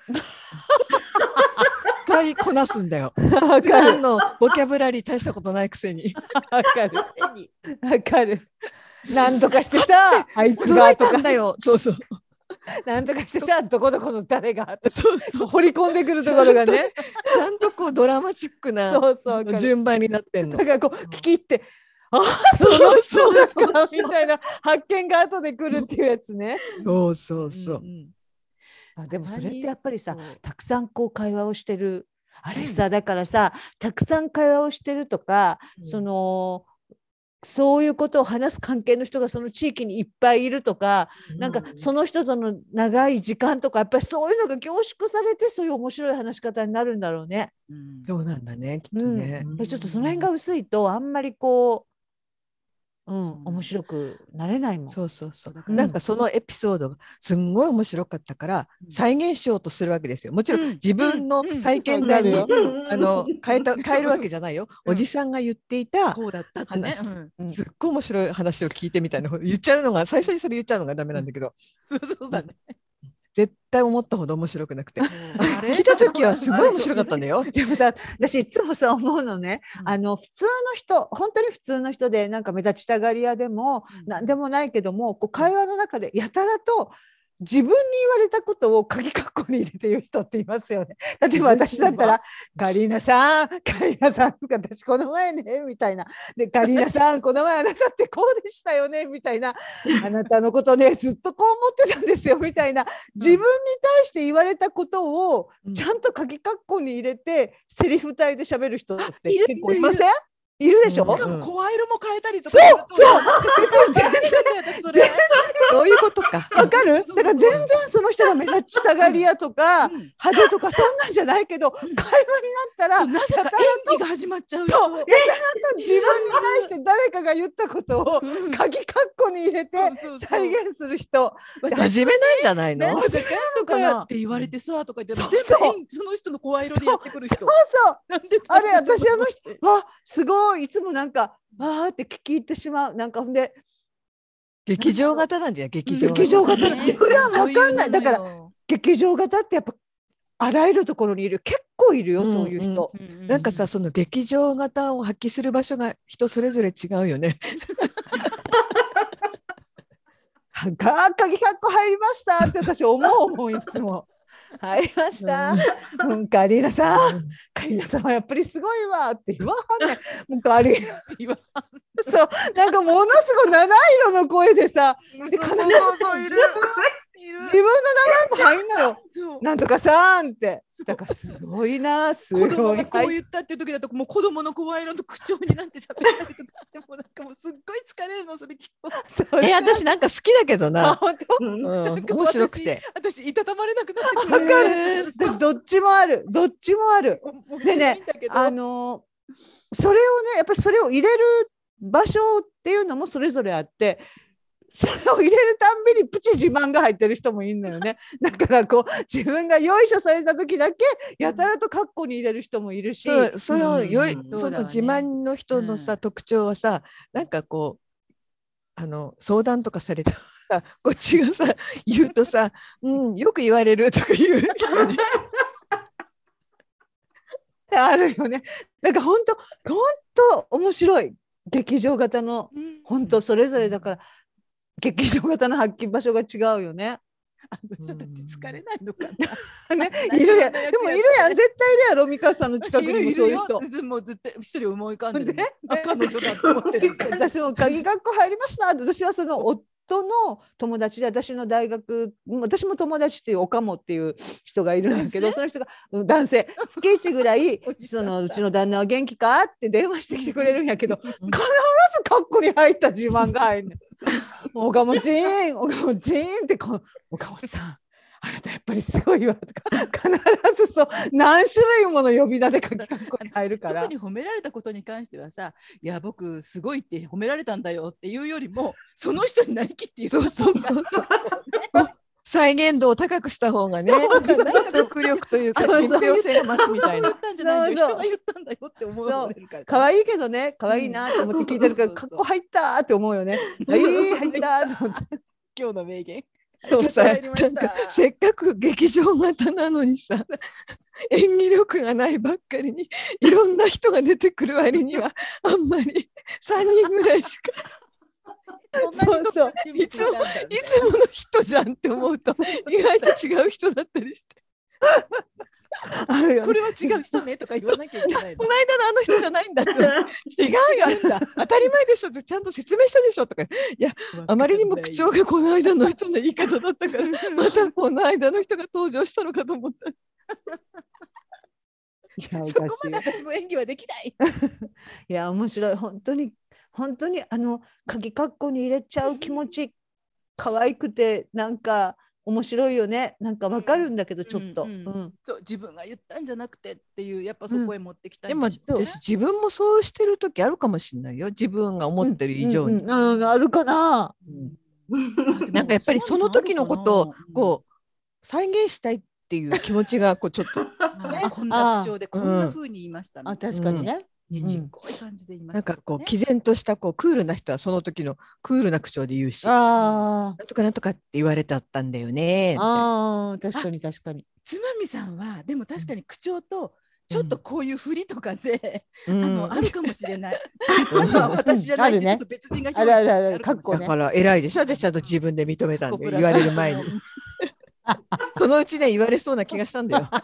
使いこなすんだよ。普段のボキャブラリー大したことないくせに。 わかる。わかる。なんとかしてさ、あいつがとかんだよ。そうそう。 なんとかしてさ、どこどこの誰がそうそう掘り込んでくるところがね、 ちゃんとこうドラマチックな順番になってんの。 だからこう聞き入って、ああそうそうですかみたいな発見が後で来るっていうやつね。 そうそうそう。 うんうん、あでもそれってやっぱりさ、たくさんこう会話をしてるあれさ、だからさ、たくさん会話をしてるとか、うん、そのそういうことを話す関係の人がその地域にいっぱいいるとか、うん、なんかその人との長い時間とかやっぱりそういうのが凝縮されてそういう面白い話し方になるんだろうね。 うん、そうなんだねきっとね、 うん、ちょっとその辺が薄いとあんまりこううん、面白くなれないもん。 そうそうそう。うん、なんかそのエピソードがすんごい面白かったから再現しようとするわけですよ。もちろん自分の体験談に、うん、あの変えた変えるわけじゃないよ。うん、おじさんが言っていたこうだったってね、 うん、すっごい面白い話を聞いてみたいな言っちゃうのが最初にそれ言っちゃうのがダメなんだけど。 そうそうだね。 絶対思ったほど面白くなくて聞いた時はすごい面白かったんだよ。 でもさ、私いつもさ思うのね、うん、あの普通の人本当に普通の人でなんか目立ちたがり屋でも、うん、なんでもないけどもこう会話の中でやたらと自分に言われたことを鍵括弧に入れて言う人っていますよね。例えば私だったら「カリーナさんカリーナさん私この前ね」みたいなで「カリーナさんこの前あなたってこうでしたよね」みたいな「あなたのことねずっとこう思ってたんですよ」みたいな自分に対して言われたことをちゃんと鍵括弧に入れてセリフ体で喋る人って結構いません？いるでしょ。 しかも声色も変えたりとか。 そうそう。 それ。 そういうことか。 わかる？だから全然その人が目立ちたがり屋とか派手とかそんなんじゃないけど、会話になったらなぜか演技が始まっちゃう人。 やたらと自分に対して誰かが言ったことを鍵括弧に入れて再現する人。 真面目なんじゃないの？ なんとかとかって言われてさとか言って全部その人の声色でやってくる人。そうそう。あれ私あの人わすごい。いつもなんかわーって聞き入ってしまうなんかほんで劇場型なんじゃない劇場劇場型普段わかんないだから劇場型ってやっぱあらゆるところにいる結構いるよ、うん、そういう人、 うんうん、なんかさその劇場型を発揮する場所が人それぞれ違うよね鍵括弧入りましたって私思うもんいつも入りました、うん、カリーナさん、うん、カリーナさんはやっぱりすごいわって言わはんねん。もうカリーナ言わんそうなんかものすごい七色の声でさ、で必ず自分の名前も入んのよ。なんとかさんって。だからすごいな、すごい。 子供がこう言ったっていう時だともう子供の声色と口調になって喋ったりとかしてもなんかもうすっごい疲れるのそれ聞く。 え私なんか好きだけどな。本当？うん、面白くて。 私いたたまれなくなってくる。 わかる。どっちもある。どっちもある。でね、あのそれをねやっぱりそれを入れる場所っていうのもそれぞれあって。それを入れるたんびにプチ自慢が入ってる人もいるのよね。だからこう自分がよいしょされた時だけやたらとカッコに入れる人もいるし、 うん、そのよい、うん、その自慢の人のさ、うん、特徴はさなんかこうあの相談とかされてさこっちがさ言うとさ、うん、よく言われるとか言う人ねあるよね。なんか本当本当面白い劇場型の本当それぞれだから。劇場型の発揮場所が違うよね。 あの人たち疲れないのかな。ね、いるやん。でもいるやん。絶対いるやろ。美香さんの近くにもそういう人。 もう絶対一人思い浮かんでる。彼女だと思ってる。 私も鍵学校入りました。私はその夫の友達で私の大学私も友達っていう岡本っていう人がいるんだけどその人が男性月いちぐらいそのうちの旦那は元気かって電話してきてくれるんやけど必ずカッコに入った自慢が入るねん。岡本ちん岡本ちんってこう岡本さんあなたやっぱりすごいわとか必ずそう何種類もの呼び名で書き括弧に入るから特に褒められたことに関してはさいや僕すごいって褒められたんだよっていうよりもその人になりきって言うそうそうそう再現度を高くした方がね迫力というか信憑性が増すみたいな人が言ったんだよって思われるから可愛いけどね可愛いなと思って聞いてるけど括弧入ったって思うよねはい入ったと思って今日の名言そうさなんかせっかく劇場型なのにさ演技力がないばっかりにいろんな人が出てくる割にはあんまりさんにんぐらいしかそうそういつもいつもの人じゃんって思うと意外と違う人だったりしてあるよね、これは違う人ねとか言わなきゃいけないの。 この間のあの人じゃないんだって違うよ当たり前でしょってちゃんと説明したでしょとかいやあまりにも口調がこの間の人の言い方だったからまたこの間の人が登場したのかと思ったいやそこまで私も演技はできないいや面白い本当に本当にあの鍵括弧に入れちゃう気持ち可愛くてなんか面白いよね。なんかわかるんだけどちょっと、うんうんうん、 そう自分が言ったんじゃなくてっていうやっぱそこへ持ってきたいんでしょうね、うん、でも私自分もそうしてる時あるかもしれないよ。自分が思ってる以上に、 うんうんうん、あるかな、 うん、なんかやっぱりその時のことをこう再現したいっていう気持ちがこうちょっとこんな口調でこんな風に言いましたみたいな、 うん、あ確かにね、 ねちっこい感じで言いました、 ね、なんかこう毅然としたこうクールな人はその時のクールな口調で言うし、 あなんとかなんとかって言われちゃったんだよね。 あ確かに確かに。 つまみさんはでも確かに口調とちょっとこういう振りとかで、うん、あのあるかもしれない。言ったのは私じゃないってちょっと別人が表現してあるかもしれない。 だから偉いでしょ。私ちゃんと自分で認めたんで言われる前に。そのうちね言われそうな気がしたんだよ。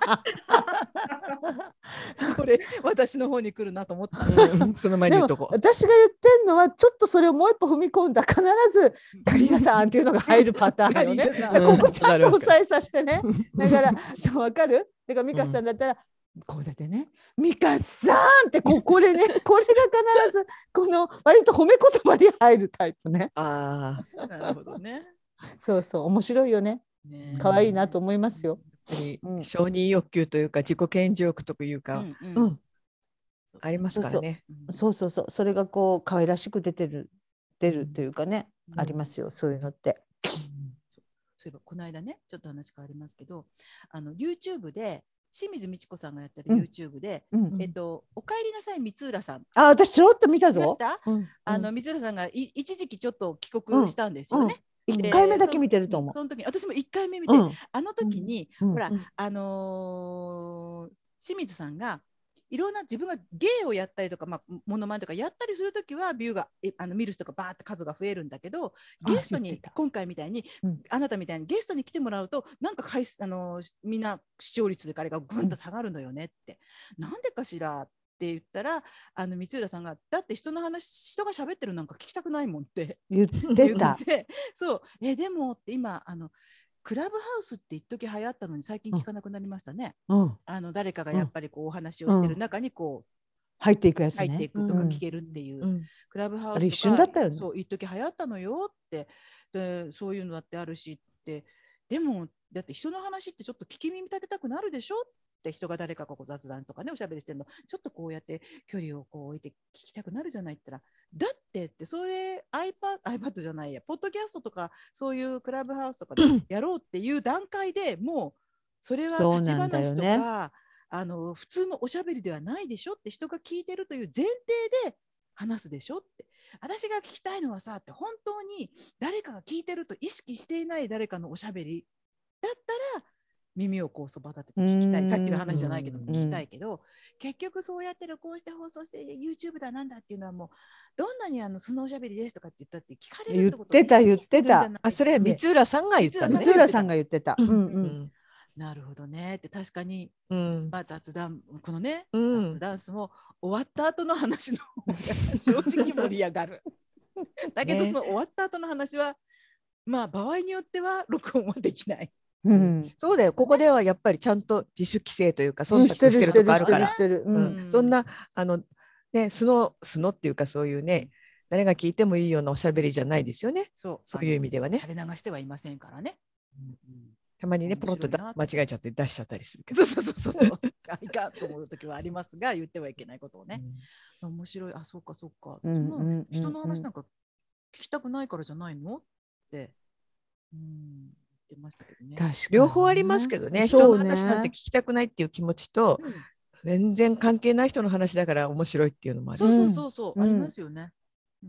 これ私の方に来るなと思った、 うん、その前に言うとこ。 私が言ってんのはちょっとそれをもう一歩踏み込んだ必ずカリナさんっていうのが入るパターンよね。ここちゃんと抑えさせてね。だからそう分かる？だからミカさんだったら、うん、こうだってねミカさんってここでねこれが必ずこの割と褒め言葉に入るタイプね。 ああなるほどね。 そうそう面白いよね。可愛いなと思いますよ。 うん、承認欲求というか自己顕示欲というか、うんうん、ありますからね。 そうそうそうそれがこう可愛らしく出てる出るというかね、うん、ありますよそういうのって。うん、 そういえばこの間ねちょっと話変わりますけどあの YouTube で清水美智子さんがやってる YouTube で、うんうん、えっと、おかえりなさい光浦さん。 あ私ちょろっと見たぞ。 見ました？うんうん、あの光浦さんがい一時期ちょっと帰国したんですよね。うんうんいっかいめだけ見てると思う。 その時に私もいっかいめ見て、うん、あの時に、うん、ほら、うん、あのー、清水さんがいろんな自分が芸をやったりとか、まあ、モノマネとかやったりする時はビューがあの見る人がバーって数が増えるんだけどゲストに今回みたいに、うん、あなたみたいにゲストに来てもらうとなんか回あのー、みんな視聴率で彼がぐんと下がるのよねって、うん、なんでかしらって言ったらあの光浦さんがだって人の話人が喋ってるなんか聞きたくないもんって言ってたそうえでもって今あのクラブハウスって一時流行ったのに最近聞かなくなりましたね、うん、あの誰かがやっぱりこうお話をしてる中にこう、うん、 入っていくやつね入っていくとか聞けるっていう、うん、クラブハウスとか一瞬だったよねそう一時流行ったのよってでそういうのだってあるしってでもだって人の話ってちょっと聞き耳立てたくなるでしょって人が誰かがこう雑談とかねおしゃべりしてるのちょっとこうやって距離をこう置いて聞きたくなるじゃないって言ったらだってってそれ iPad, iPad じゃないやポッドキャストとかそういうクラブハウスとかでやろうっていう段階でもうそれは立ち話とか、ね、あの普通のおしゃべりではないでしょって人が聞いてるという前提で話すでしょって私が聞きたいのはさって本当に誰かが聞いてると意識していない誰かのおしゃべりだったら耳をこうそば立てて聞きたいさっきの話じゃないけど聞きたいけど結局そうやって録音して放送して YouTube だなんだっていうのはもうどんなにあの素のおしゃべりですとかって言ったって聞かれるってこと言ってた言ってたあそれ光浦さんが言ったね光浦さんが言ってた、うんうん、 なるほどねって確かに、うんまあ、雑談このね、うん、雑談スも終わった後の話の方が正直盛り上がるだけどその終わった後の話はまあ場合によっては録音はできないうん、そうだよここではやっぱりちゃんと自主規制というか忖度してるとこあるからそんなあのね素の素のっていうかそういうね誰が聞いてもいいようなおしゃべりじゃないですよね。そう、そういう意味ではね垂れ流してはいませんからね、 うんうん、たまにねポロッとだ間違えちゃって出しちゃったりするけどそうそうそうそういかんと思う時はありますが言ってはいけないことをね、うん、面白いあそうかそうか、うんうんうんうん、人の話なんか聞きたくないからじゃないのってうんましたけどね、 両方ありますけどね人の話なんて聞きたくないっていう気持ちと、うん、全然関係ない人の話だから面白いっていうのもあるそうそうそうそう、うん、ありますよね、うん、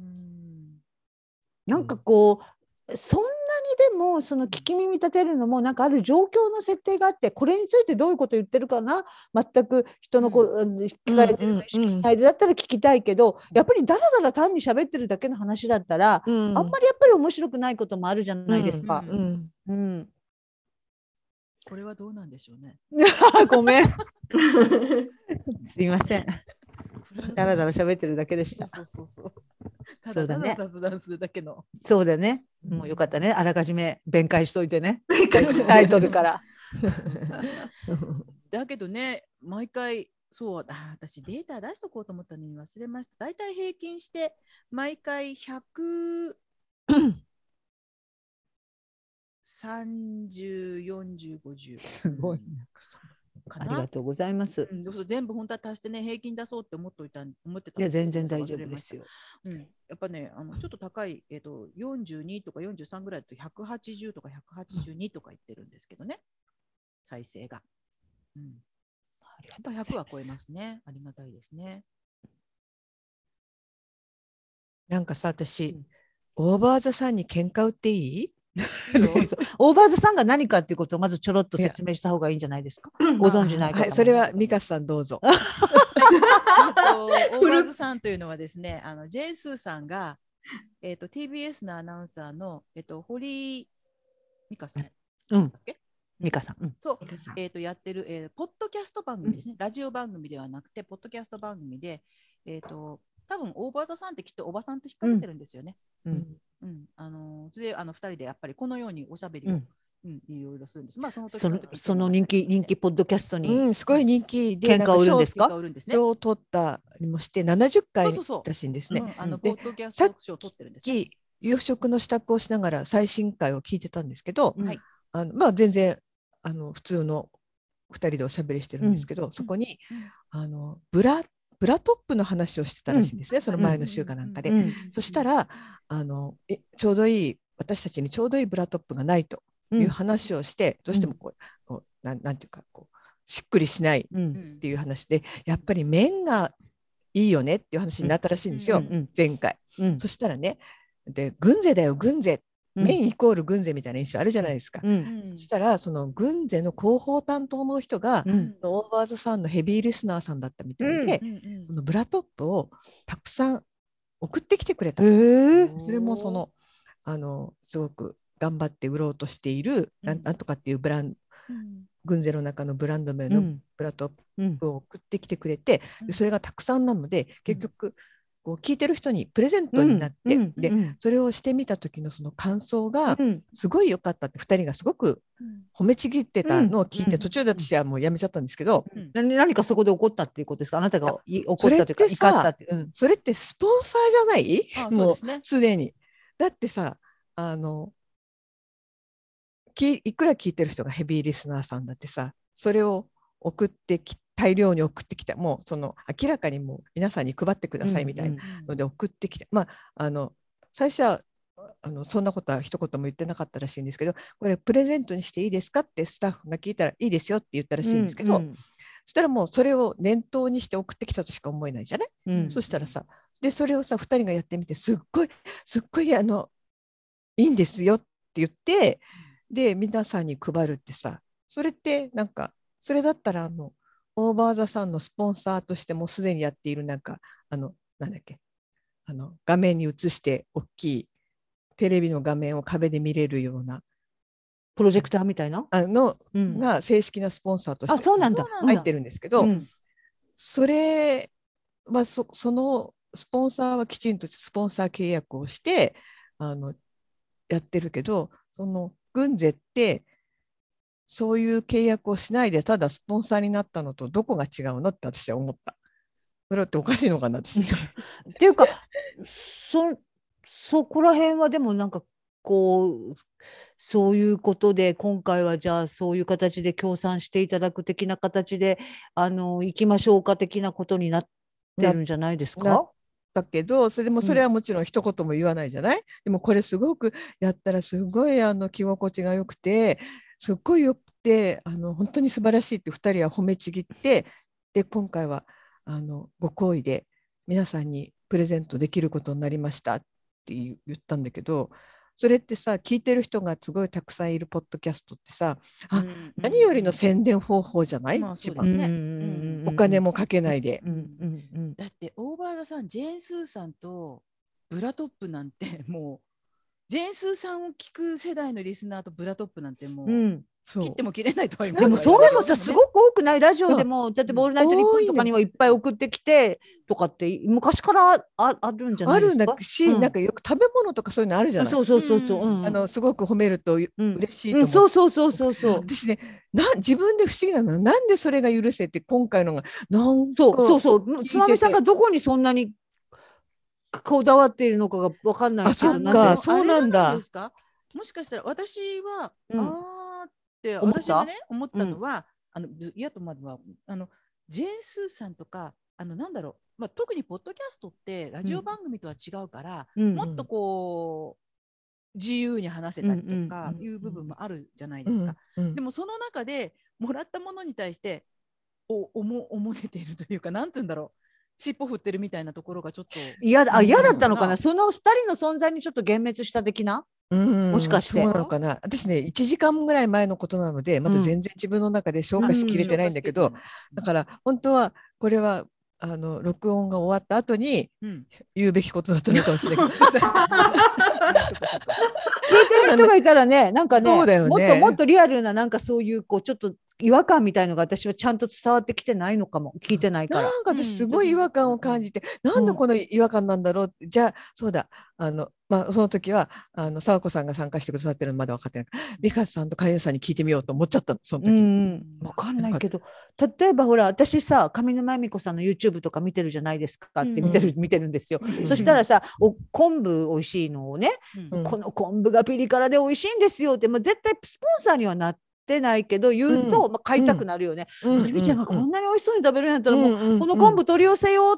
なんかこうそんなにでもその聞き耳立てるのもなんかある状況の設定があってこれについてどういうこと言ってるかな全く人のこ、うん、聞かれてるの意識しないでだったら聞きたいけど、うん、やっぱりだらだら単に喋ってるだけの話だったら、うん、あんまりやっぱり面白くないこともあるじゃないですか、うんうんうん、 これはどうなんでしょうねごめんすいませんだらだら喋ってるだけでした。 そうそうそう。ただただ雑談するだけの。 そうだね。もうよかったね。あらかじめ弁解しといてね。タイトルから。 だけどね、毎回そう、あ、私データ出しとこうと思ったのに忘れました。だいたい平均して毎回ひゃくさんじゅう、よんじゅう、ごじゅう。 すごいな。ありがとうございます。 うん、全部本当は足してね、平均出そうって思っといた思ってたんですけど。いや、全然大丈夫ですよ。 うん、やっぱね、あのちょっと高い、えーと、よんじゅうにとかよんじゅうさんぐらいだとひゃくはちじゅうとかひゃくはちじゅうにとか言ってるんですけどね、再生が。うん、やっぱひゃくは超えますね。ありがたいですね。 なんかさ、私、うん、オーバーザさんに喧嘩売っていい？ オーバーザさんが何かっていうことをまずちょろっと説明した方がいいんじゃないですか。ご存知ない方も、 はい、それはミカさんどうぞ。 オーバーズさんというのはですね、あのジェイスーさんが、えーと、ティービーエス のアナウンサーの、えーと、堀井美香さん、 うん、美香さん、うん、 と、えーと、やってる、えー、ポッドキャスト番組ですね、うん、ラジオ番組ではなくてポッドキャスト番組で、えーと、多分オーバーザさんってきっとおばさんと引っ掛けてるんですよね。うんうんうん、あのそれであのふたりでやっぱりこのようにおしゃべりを、うんうん、いろいろするんです。まあその時その時その人気人気ポッドキャストに、 うん、すごい人気で、 喧嘩を売るんですか？ 賞を取ったりもしてななじゅっかいらしいんですね。 あのポッドキャスト賞を取ってるんですね。 夕食の支度をしながら最新回を聞いてたんですけど、うん、あのまあ全然あの普通のふたりでおしゃべりしてるんですけど、うん、そこに、うん、あのブラブラトップの話をしてたらしいんですね、うん、その前の週かなんかで、うん、そしたらあのえちょうどいい私たちにちょうどいいブラトップがないという話をして、うん、どうしてもこう、こうな、なんていうかこうしっくりしないっていう話で、やっぱり麺がいいよねっていう話になったらしいんですよ、うん、前回、うん、そしたらね、で軍勢だよ軍勢、麺イコール軍勢みたいな印象あるじゃないですか、うん、そしたらその軍勢の広報担当の人が、うん、オーバーザさんのヘビーリスナーさんだったみたいで、うん、このブラトップをたくさん送ってきてくれた、えー、それもそのあのすごく頑張って売ろうとしている、うん、なんとかっていうブランド、うん、軍勢の中のブランド名のブラトップを送ってきてくれて、うん、それがたくさんなので結局、うん、こう聞いてる人にプレゼントになって、うん、で、うん、それをしてみた時のその感想がすごい良かったってふたりがすごく褒めちぎってたのを聞いて、途中で私はもうやめちゃったんですけど、 うん、何, 何かそこで起こったっていうことですか？あなたが怒ったというか怒ったって、うん、 それってスポンサーじゃない？ああ、もうすでに。だってさ、あのきいくら聞いてる人がヘビーリスナーさんだってさ、それを送ってき大量に送ってきた、もうその明らかにもう皆さんに配ってくださいみたいなので送ってきて、うんうん、まああの最初はあのそんなことは一言も言ってなかったらしいんですけど、これプレゼントにしていいですかってスタッフが聞いたらいいですよって言ったらしいんですけど、うんうん、そしたらもうそれを念頭にして送ってきたとしか思えないじゃない、うん、そしたらさ、でそれをさふたりがやってみてすっごいすっごいあのいいんですよって言ってで皆さんに配るってさ、それってなんかそれだったらあのオーバーザさんのスポンサーとしてもすでにやっているなんかあのなんだっけあの画面に映して大きいテレビの画面を壁で見れるようなプロジェクターみたいなあの、うん、が正式なスポンサーとして入ってるんですけど、うん、それは そ, そのスポンサーはきちんとスポンサー契約をしてあのやってるけど、その軍勢ってそういう契約をしないでただスポンサーになったのとどこが違うのって私は思った。それっておかしいのかなってっていうかそそこら辺はでもなんかこうそういうことで今回はじゃあそういう形で協賛していただく的な形であの行きましょうか的なことになってるんじゃないですか？ だけどそれでもそれはもちろん一言も言わないじゃない、うん、でもこれすごくやったらすごいあの着心地が良くてすっごいよくてあの本当に素晴らしいってふたりは褒めちぎって、で今回はあのご好意で皆さんにプレゼントできることになりましたって言ったんだけど、それってさ聞いてる人がすごいたくさんいるポッドキャストってさ、あ、うんうん、何よりの宣伝方法じゃない、まあそうですね、うん、お金もかけないで、うんうんうん、だってオーバーザさんジェーン・スーさんとブラトップなんてもうジェーン・スーさんを聞く世代のリスナーとブラトップなんてもう、うん、 切っても切れないとは言う。でもそういうのさすごく多くないラジオでも、例えばオールナイトニッポンとかにはいっぱい送ってきてとかって昔からああるんじゃないですか。 あるんだし、うん、なんかよく食べ物とかそういうのあるじゃない。 そうそうそうそう、うん、 あのすごく褒めると嬉しいと思う、 うん、そうそうそうそうそう。 私ね、な自分で不思議なの、なんでそれが許せって今回のがなんかそうそうそう、つまみさんがどこにそんなにこだわっているのかが分かんないけど。 あ、そっか、そうなんだ。 もしかしたら私は、うん、あーって私がね思ったのは、うん、あのいやとまではあのジェーン・スーさんとかあのなんだろう、まあ、特にポッドキャストってラジオ番組とは違うから、うん、もっとこう自由に話せたりとかいう部分もあるじゃないですか、うんうん、でもその中でもらったものに対しておおもおもねているというか、なんて言うんだろう、尻尾振ってるみたいなところがちょっと嫌だ、あ、嫌だったのかな、そのふたりの存在にちょっと幻滅した的な、 うん、もしかしてそうなのかな。私ねいちじかんぐらい前のことなのでまだ全然自分の中で消化しきれてないんだけど、うん、だから本当はこれはあの録音が終わった後に言うべきことだったのかもしれないけど、うん、聞いてる人がいたらね、なんか ね, ねもっともっとリアルななんかそういうこうちょっと違和感みたいのが私はちゃんと伝わってきてないのかも、聞いてないから。 なんか私すごい違和感を感じて、うん、なんでこの違和感なんだろうって、うん、じゃあそうだ、あの、まあ、その時はあの沢子さんが参加してくださってるのまだ分かってない、美香さんと楓さんに聞いてみようと思っちゃったのその時。うん、 分かんないけど、例えばほら私さ上沼恵美子さんの YouTube とか見てるじゃないですかって見てる、うん、見てるんですよ、うん、そしたらさお昆布美味しいのをね、うん、この昆布がピリ辛で美味しいんですよって、まあ、絶対スポンサーにはなって出ないけど言うと、うん、まあ、買いたくなるよね。まりみちゃんがこんなに美味しそうに食べるんやったら、うん、もうこの昆布取り寄せようって、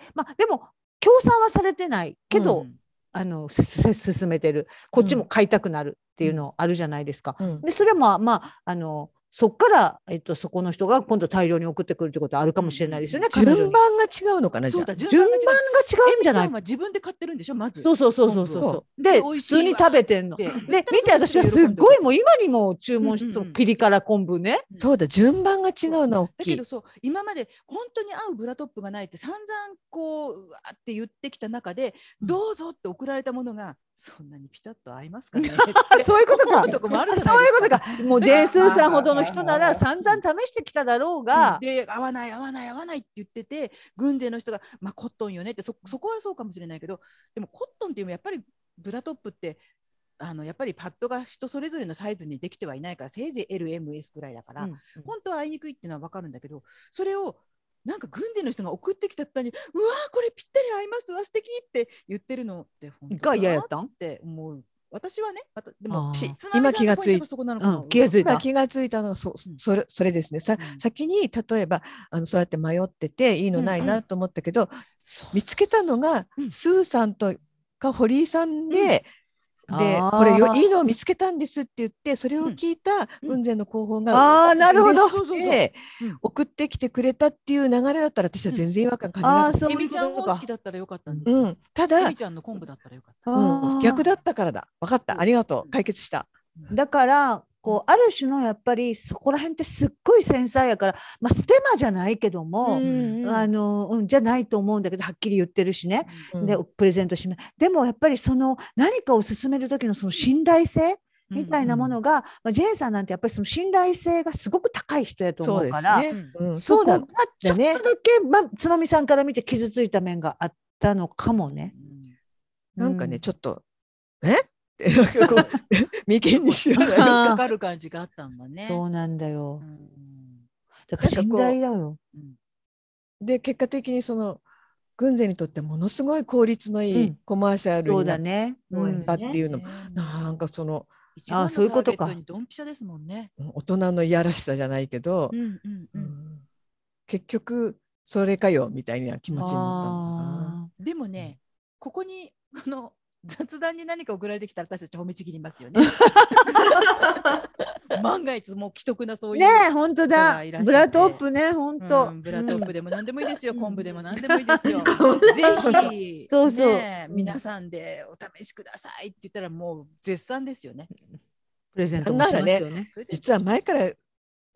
まあ、でも協賛はされてないけど、うん、あの進めてる、こっちも買いたくなるっていうのあるじゃないですか。うん、でそれはまあまああのそっから、えっと、そこの人が今度大量に送ってくるってことはあるかもしれないですよね。 うん、順番が違うのかな。 そうだ、 順番が違うんじゃない。 エミちゃんは自分で買ってるんでしょ、まず。 そうそうそうそうそう。で普通に食べてんの。で見て私はすっごいもう今にも注文して、うんうん、ピリ辛昆布ね。 そうだ、順番が違うの大きい。 だけどそう今まで本当に合うブラトップがないって散々こううわって言ってきた中で、うん、どうぞって送られたものがそんなにピタッと合いますかね。 そういうことか。 とこもあるじゃないですか。そういうことか。もうジェーン・スーさんほどの人なら散々試してきただろうが、 うん、で合わない合わない合わないって言ってて、軍勢の人がまあコットンよねって、そそこはそうかもしれないけど、でもコットンっていうのはやっぱりブラトップってあのやっぱりパッドが人それぞれのサイズにできてはいないから、せいぜい エルエムエス ぐらいだから、うんうん、本当は合いにくいっていうのは分かるんだけど、それをなんか軍勢の人が送ってきたったに、うわーこれぴったり合いますわ素敵って言ってるのって本当かなって思う。私はね、でも今気がついた、 うん、気がついた気がついたのは そ, そ, れそれですね。さ、うん、先に例えばあのそうやって迷ってていいのないなと思ったけど、うんうん、見つけたのが、うん、スーさんとか堀井さんで、うん、でこれよいいのを見つけたんですって言って、それを聞いた軍勢の広報が、 うん、あなるほど送ってきてくれたっていう流れだったら私は全然違和感感じなかった。 エミちゃん方式だったらよかったんですよ、うん、 ただエミちゃんの昆布だったらよかった、 うん、逆だったからだ。分かった、ありがとう、解決した。 だからこうある種のやっぱりそこら辺ってすっごい繊細やから、まあ、ステマじゃないけども、うんうん、あのうん、じゃないと思うんだけどはっきり言ってるしね、うん、でプレゼントしない。でもやっぱりその何かを進める時のその信頼性みたいなものが、うんうん、まあ、ジェーンさんなんてやっぱりその信頼性がすごく高い人やと思うから、そうですね、うん、そこがちょっとだけ、まあ、つまみさんから見て傷ついた面があったのかもね、 うん、なんかねちょっとえ眉間にしわがかかる感じがあったんだね。 そうなんだよ、うん、だから信頼だよ。 で結果的にその軍勢にとってものすごい効率のいいコマーシャルになったっていうの、うん、そうだね、なんかその一番のターゲットにドンピシャですもんね。 大人のいやらしさじゃないけど、うんうんうんうん、結局それかよみたいな気持ちになったのかな。 でもね、ここにこの雑談に何か送られてきたら私たち褒めちぎりますよね。万が一もう既得なそういうね、本当だ、ブラトップね、本当、 うん、ブラトップでも何でもいいですよ、うん、昆布でも何でもいいですよ。ぜひそうそう、 ね、皆さんでお試しくださいって言ったらもう絶賛ですよね。 プレゼントもしますよね。 ね、実は前から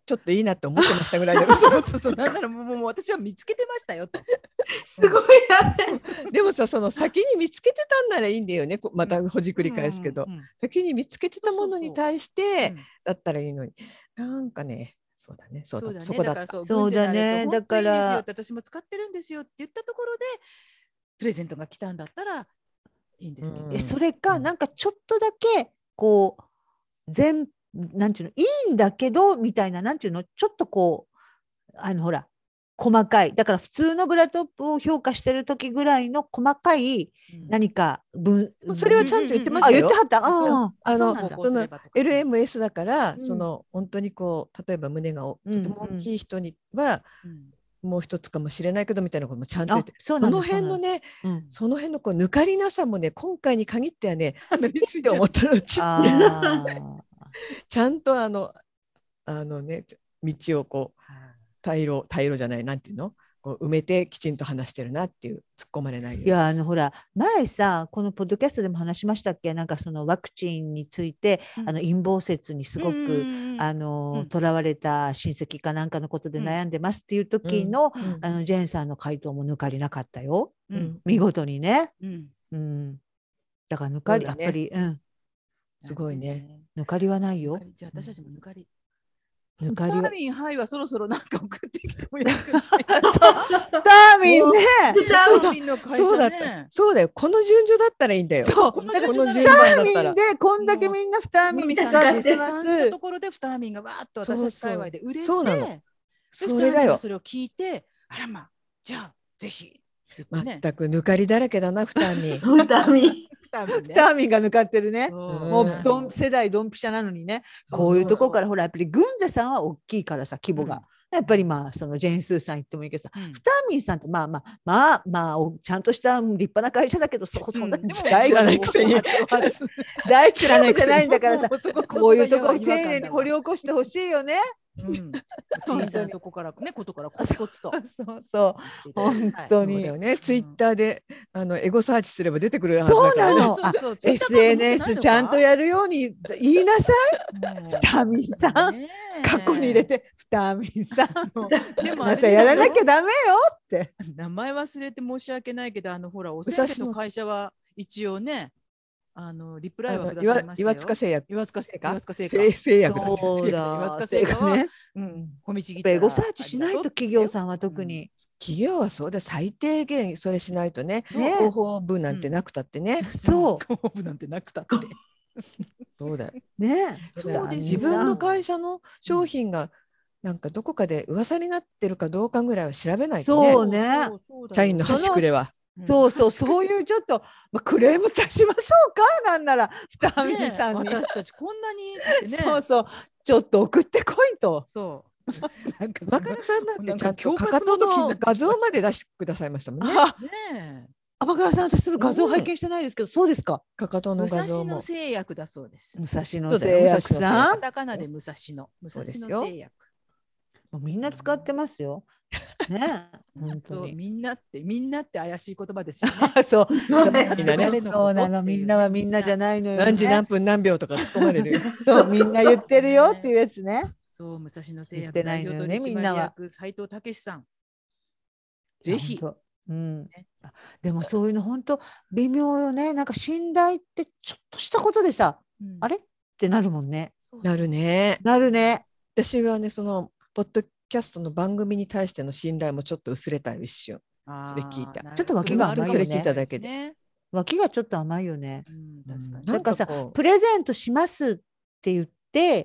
ちょっといいなって思ってましたぐらいでそうそうそう、なんならもう、もう私は見つけてましたよと。 すごいな。 でもさ、その先に見つけてたんならいいんだよね。またほじくり返すけど、先に見つけてたものに対してだったらいいのに、なんかね、そうだね、そうだね、そこだった。 そうだね、だから私も使ってるんですよって言ったところでプレゼントが来たんだったらいいんですけど、 うん、それかなんかちょっとだけこう全なんていうのいいんだけどみたいな、なんていうのちょっとこうあのほら細かいだから普通のブラトップを評価してる時ぐらいの細かい何か分、 うん、それはちゃんと言ってましたよ。 あ、言ってはった。ああのその エルエムエス だから、うん、その本当にこう例えば胸がとても大きい人には、うん、もう一つかもしれないけどみたいなこともちゃんと言って、その辺のね、うん、その辺のこう抜かりなさもね、今回に限ってはねって思ったのちちゃんとあのあのね道をこう退路退路じゃないなんていうのこう埋めてきちんと話してるなっていう突っ込まれないように。 いやあのほら前さこのポッドキャストでも話しましたっけ、なんかそのワクチンについて、うん、あの陰謀説にすごくあのとらわれた親戚かなんかのことで悩んでますっていう時の、うん、あのジェーンさんの回答も抜かりなかったよ、うん、見事にね、うんうん、だから抜かり、ね、やっぱり、うん、 すごいね。 抜かりはないよ。 じゃあ私たちも抜かり。 抜かりは。 ターミンはいはそろそろなんか送ってきてもよくない。 ターミンね。 ターミンの会社ね。 そうだよ。この順序だったらいいんだよ。 そう。この順番だったら。ターミンでこんだけみんなフターミン使ってます。 したところでフターミンがわーっと私たち界隈で売れて、 そうなの。 それだよ。それを聞いて、あらまあじゃあぜひ。 全く抜かりだらけだなフターミン。 フターミン。 フターミンが抜かってるね。もうドン世代ドンピシャなのにね。こういうところからほらやっぱりグンゼさんは大きいからさ規模が。やっぱりまあそのジェーンスーさん言ってもいいけどさ、フターミンさんってまあまあまあまあちゃんとした立派な会社だけどそそんな大知らないくせに大知らないくせないんだからさ、こういうところ丁寧に掘り起こしてほしいよね。 うん、小さなとこからね、ことからコツコツと。 そうそう、本当に。 そうだよね。ツイッターであのエゴサーチすれば出てくるはずだから。そうなの。エスエヌエス ちゃんとやるように言いなさい。フタミンさん、過去に入れてフタミンさん。でもまたやらなきゃダメよって。 名前忘れて申し訳ないけど、あのほらおせんべいの会社は一応ね。あのリプライはくださいましたよ。 岩塚製薬。 岩塚製薬。岩塚製薬。製薬。 そうだ。 岩塚製薬ね。うん。小道ギター。 エゴサーチしないと企業さんは特に。 企業はそうだ、最低限それしないとね。広報部なんてなくたってね。 そう。 広報部なんてなくたって。 そうだよ。 ね。 そうです。自分の会社の商品がなんかどこかで噂になってるかどうかぐらいは調べないとね。 そうね。 社員の端くれは。 そうそう、そういうちょっと、まあ、クレーム出しましょうかなんならフタミンさんに、 ね、私たちこんなに、ね、 そうそうちょっと送ってこいと。 そうなんかバカラさんなんてちゃんとかかとの画像まで出してくださいましたもんね。 ねあバカラさん私その画像拝見してないですけど、そうですか。 かかとの画像も。 武蔵野製薬だそうです。 武蔵野製薬さん。 カタカナで武蔵野。武蔵野製薬。 もうみんな使ってますよ。ね、 本当みんなってみんなって怪しい言葉ですよね。 そう、 みんなね。 そうなの、みんなはみんなじゃないのよ、ね。 何時何分何秒とか突っ込まれる。 そうみんな言ってるよっていうやつね。 そう武蔵野製薬代表取締役斉藤武さん。ぜひ。 うん。でもそういうの本当微妙よね。なんか信頼ってちょっとしたことでさ、うん、あれってなるもんね。 なるね。 なるね。 私はねそのポッドキャストの番組に対しての信頼もちょっと薄れた一瞬。それ聞いた。 ちょっと脇が甘いよね。 それ聞いただけで。 脇がちょっと甘いよね。 うん、確かに。 なんかさ、プレゼントしますって言って、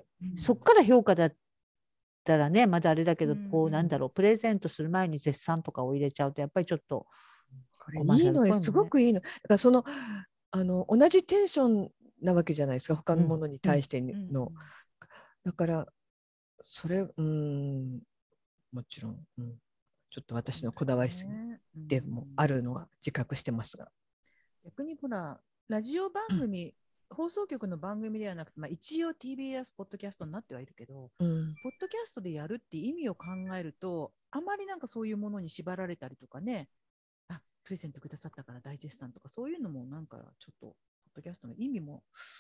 うん、そっから評価だったらね、まだあれだけど、うん、こうなんだろう、プレゼントする前に絶賛とかを入れちゃうと、やっぱりちょっとこれいいのよ、すごくいいの。だからそのあの同じテンションなわけじゃないですか、他のものに対しての。うんうん、だからそれうんもちろん、うん、ちょっと私のこだわりすぎでもあるのは自覚してますが、 逆にほらラジオ番組、うん、放送局の番組ではなくて、まあ、一応 ティービーエス ポッドキャストになってはいるけど、うん、ポッドキャストでやるって意味を考えるとあまりなんかそういうものに縛られたりとかね、あプレゼントくださったから大絶賛とかそういうのもなんかちょっとポッドキャストの意味も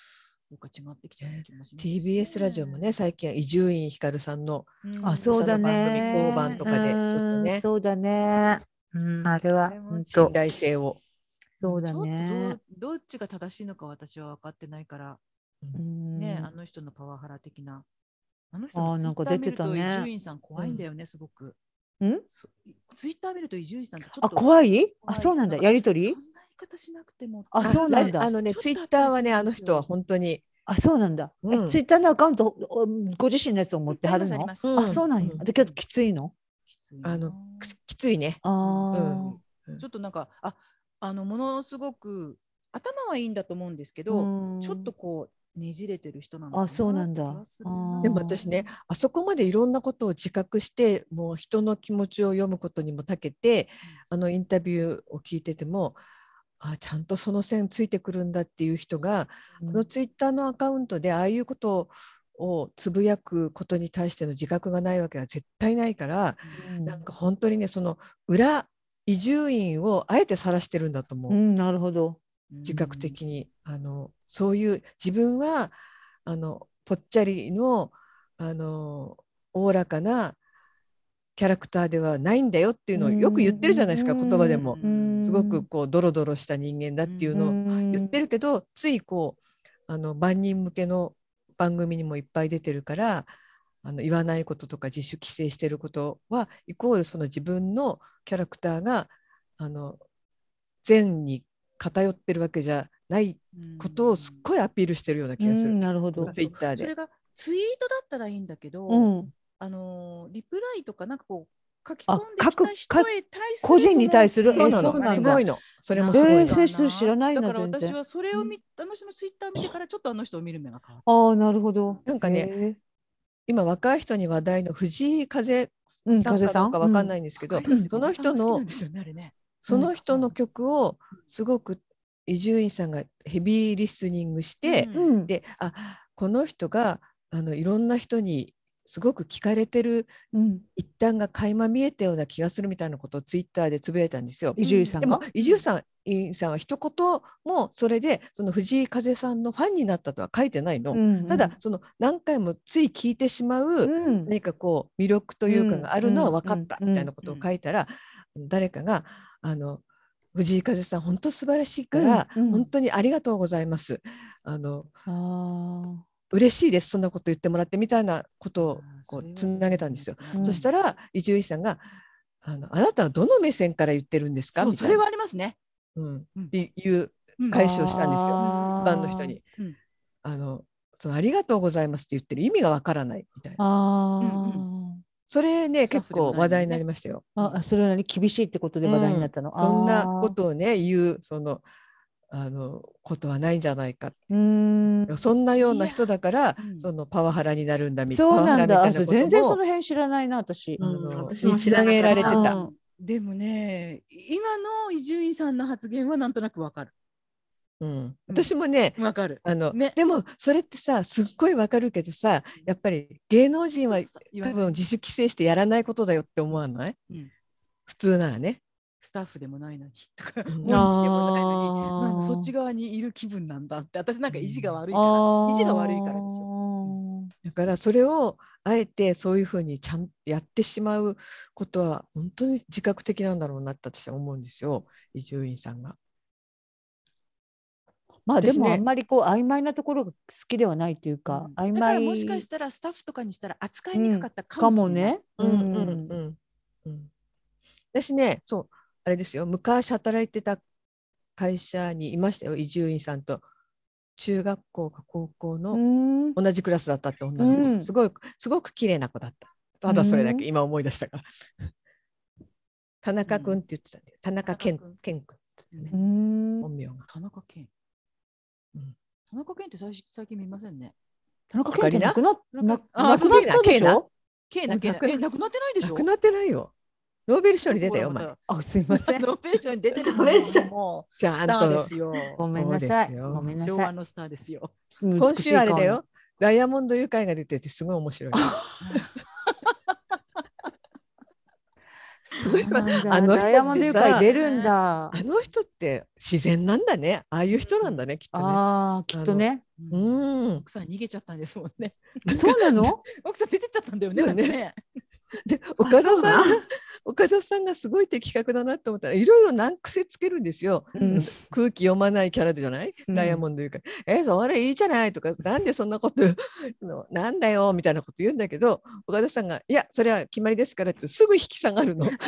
どっか違ってきちゃう気もします、 ね、ティービーエス ラジオもね最近は伊集院光さんの、 うん、あそうだね番組当番とかでちょっとねそうだね、うん、あれは信頼性をそうだねちょっと ど, どっちが正しいのか私は分かってないから、うん、ねあの人のパワハラ的なあの人のツイッター見ると伊集院さん怖いんだよね、うん、すごく。 んツイッター見ると伊集院さんってちょっとあ怖い？あそうなんだやりとり？ そんな言い方しなくても。 あそうなんだ。 あのねツイッターはねあの人は本当にあそうなんだ。うん、ツイッターのアカウントご自身のやつを持ってはるの？あ, あそうなんや。だけどきついの？ きついあのきついね。 あうん、ちょっとなんかああのものすごく頭はいいんだと思うんですけど、ちょっとこう。ねじれてる人なのかな。 あ、そうなんだ。 でも私ね、あそこまでいろんなことを自覚して、もう人の気持ちを読むことにも長けて、うん、あのインタビューを聞いてても、あ、ちゃんとその線ついてくるんだっていう人が、うん、あのツイッターのアカウントでああいうことをつぶやくことに対しての自覚がないわけは絶対ないから、うん、なんか本当にね、その裏伊集院をあえて晒してるんだと思う。 うん、なるほど。 自覚的にあのそういう自分はあのぽっちゃりのあのおおらかなキャラクターではないんだよっていうのをよく言ってるじゃないですか、言葉でも。すごくこうドロドロした人間だっていうのを言ってるけど、ついこうあの万人向けの番組にもいっぱい出てるからあの言わないこととか自主規制してることはイコールその自分のキャラクターがあの善に偏ってるわけじゃないことをすっごいアピールしてるような気がする。 なるほど。 ツイッターで。それがツイートだったらいいんだけど、うん、あのリプライとかなんかこう書き込んできた人へ対する個人に対するそうなのすごいの。それもすごいの。 えー、知らないな。 だから私はそれを見、うん、あの人のツイッター見てからちょっとあの人を見る目が変わった。 ああなるほど。 なんかね今若い人に話題の藤井風さんかどうかわかんないんですけど、うん、その人のその人の曲をすごく伊集院さんがヘビーリスニングして、うん、であこの人があのいろんな人にすごく聞かれてる、うん、一端が垣間見えたような気がするみたいなことをツイッターでつぶやいたんですよ。 伊集院さんが。 でも伊集院さん、さんは一言もそれでその藤井風さんのファンになったとは書いてないの。うんうん、ただその何回もつい聞いてしまう、うん、何かこう魅力というかがあるのは分かったみたいなことを書いたら、うんうん、誰かがあの藤井風さん本当素晴らしいから、うんうん、本当にありがとうございます。あのあ嬉しいですそんなこと言ってもらってみたいなことをこうつなげたんですよ。うん、そしたら伊集院さんがあのあなたはどの目線から言ってるんですかみたいな。 それはありますね。 うん、っていう返しをしたんですよ、うん、ファンの人に、うん、あのそのありがとうございますって言ってる意味がわからないみたいな。あ、うんうん、それね結構話題になりましたよ。 あ、それは何厳しいってことで話題になったの、 うん、そんなことをね言うそのあのことはないんじゃないか。うーんそんなような人だから、うん、そのパワハラになるんだみたいな。 そうなんだ。全然その辺知らないな私。 あの私もつなげられてた。うん、 でもね今の伊集院さんの発言はなんとなくわかる。 うん、私もね、 わかる。 あの、ね、でもそれってさすっごいわかるけどさやっぱり芸能人は多分自主規制してやらないことだよって思わない、うん、普通ならね。 スタッフでもないのにとか、うん、モンキでもないのになんかそっち側にいる気分なんだって私なんか意地が悪いから意地が悪いからですよ。 だからそれをあえてそういうふうにちゃんとやってしまうことは本当に自覚的なんだろうなって私は思うんですよ伊集院さんが。 まあでもあんまりこう曖昧なところが好きではないというか、 うん、曖昧だからもしかしたらスタッフとかにしたら扱いにくかったかもしれない。 うん、かもね。うんうんうんうん、私ねそうあれですよ昔働いてた会社にいましたよ伊集院さんと中学校か高校の同じクラスだったって女の子、うん、すごいすごく綺麗な子だった。ただそれだけ今思い出したから田中君って言ってたんだよ。田中健君、ね、本名が田中健、うん、田中健って最最近見ませんね。 田中健ってなくなったでしょ。 ケイナケイナケイナえなくなってないでしょ。 なくなってないよ。ノーベル賞に出たよ、お前。 あ、すいません。 ノーベル賞に出てるのもうスターですよ。 ごめんなさい。ごめんなさい。 昭和のスターですよ。 今週あれだよ。ダイヤモンドユカイが出ててすごい面白い。 あの人ダイヤモンドユカイ出るんだ。 あの人って自然なんだね。ああいう人なんだね、きっとね。 ああ、きっとね。 うん、奥さん逃げちゃったんですもんね。 そうなの？ 奥さん出てっちゃったんだよね。ねで岡田さんが岡田さんがすごい的確だなと思ったらいろいろ難癖つけるんですよ、うん、空気読まないキャラじゃない、うん、ダイヤモンド言うから「えそれいいじゃない」とか「なんでそんなことなんだよ」みたいなこと言うんだけど岡田さんが「いやそれは決まりですから」ってすぐ引き下がるの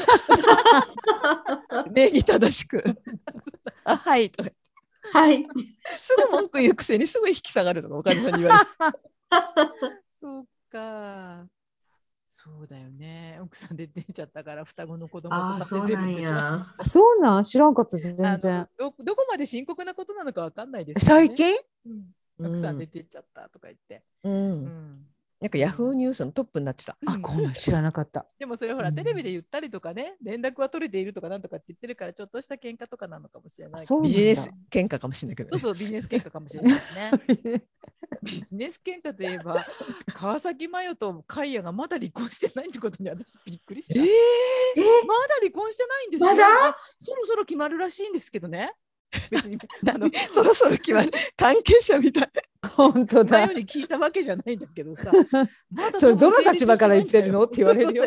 礼儀正しく「あはい」とかはい、 すぐ文句言うくせにすぐ引き下がるのが岡田さんに言われてそうかそうだよね。奥さんで出ちゃったから双子の子供育ててるんでしょ。 あ、そうなん知らんかった全然。 どどこまで深刻なことなのかわかんないです、ね。 最近、 うん、奥さんで出ちゃったとか言って。 うん。うん、なんかヤフーニュースのトップになってた。 あ、こんなん知らなかった。 でもそれほら、うん、テレビで言ったりとかね、連絡は取れているとかなんとかって言ってるからちょっとした喧嘩とかなのかもしれない。 ビジネス喧嘩かもしれないけど、ね。 そうそうビジネス喧嘩かもしれないですね。ビジネス喧嘩といえば川崎麻世とカイヤがまだ離婚してないってことに私びっくりした。えー、まだ離婚してないんですよ。 まだそろそろ決まるらしいんですけどね。別にあのそろそろ決まる関係者みたい。 本当だ。 麻世に聞いたわけじゃないんだけどさ。 まだそれどの立場から言ってるのって言われるよ。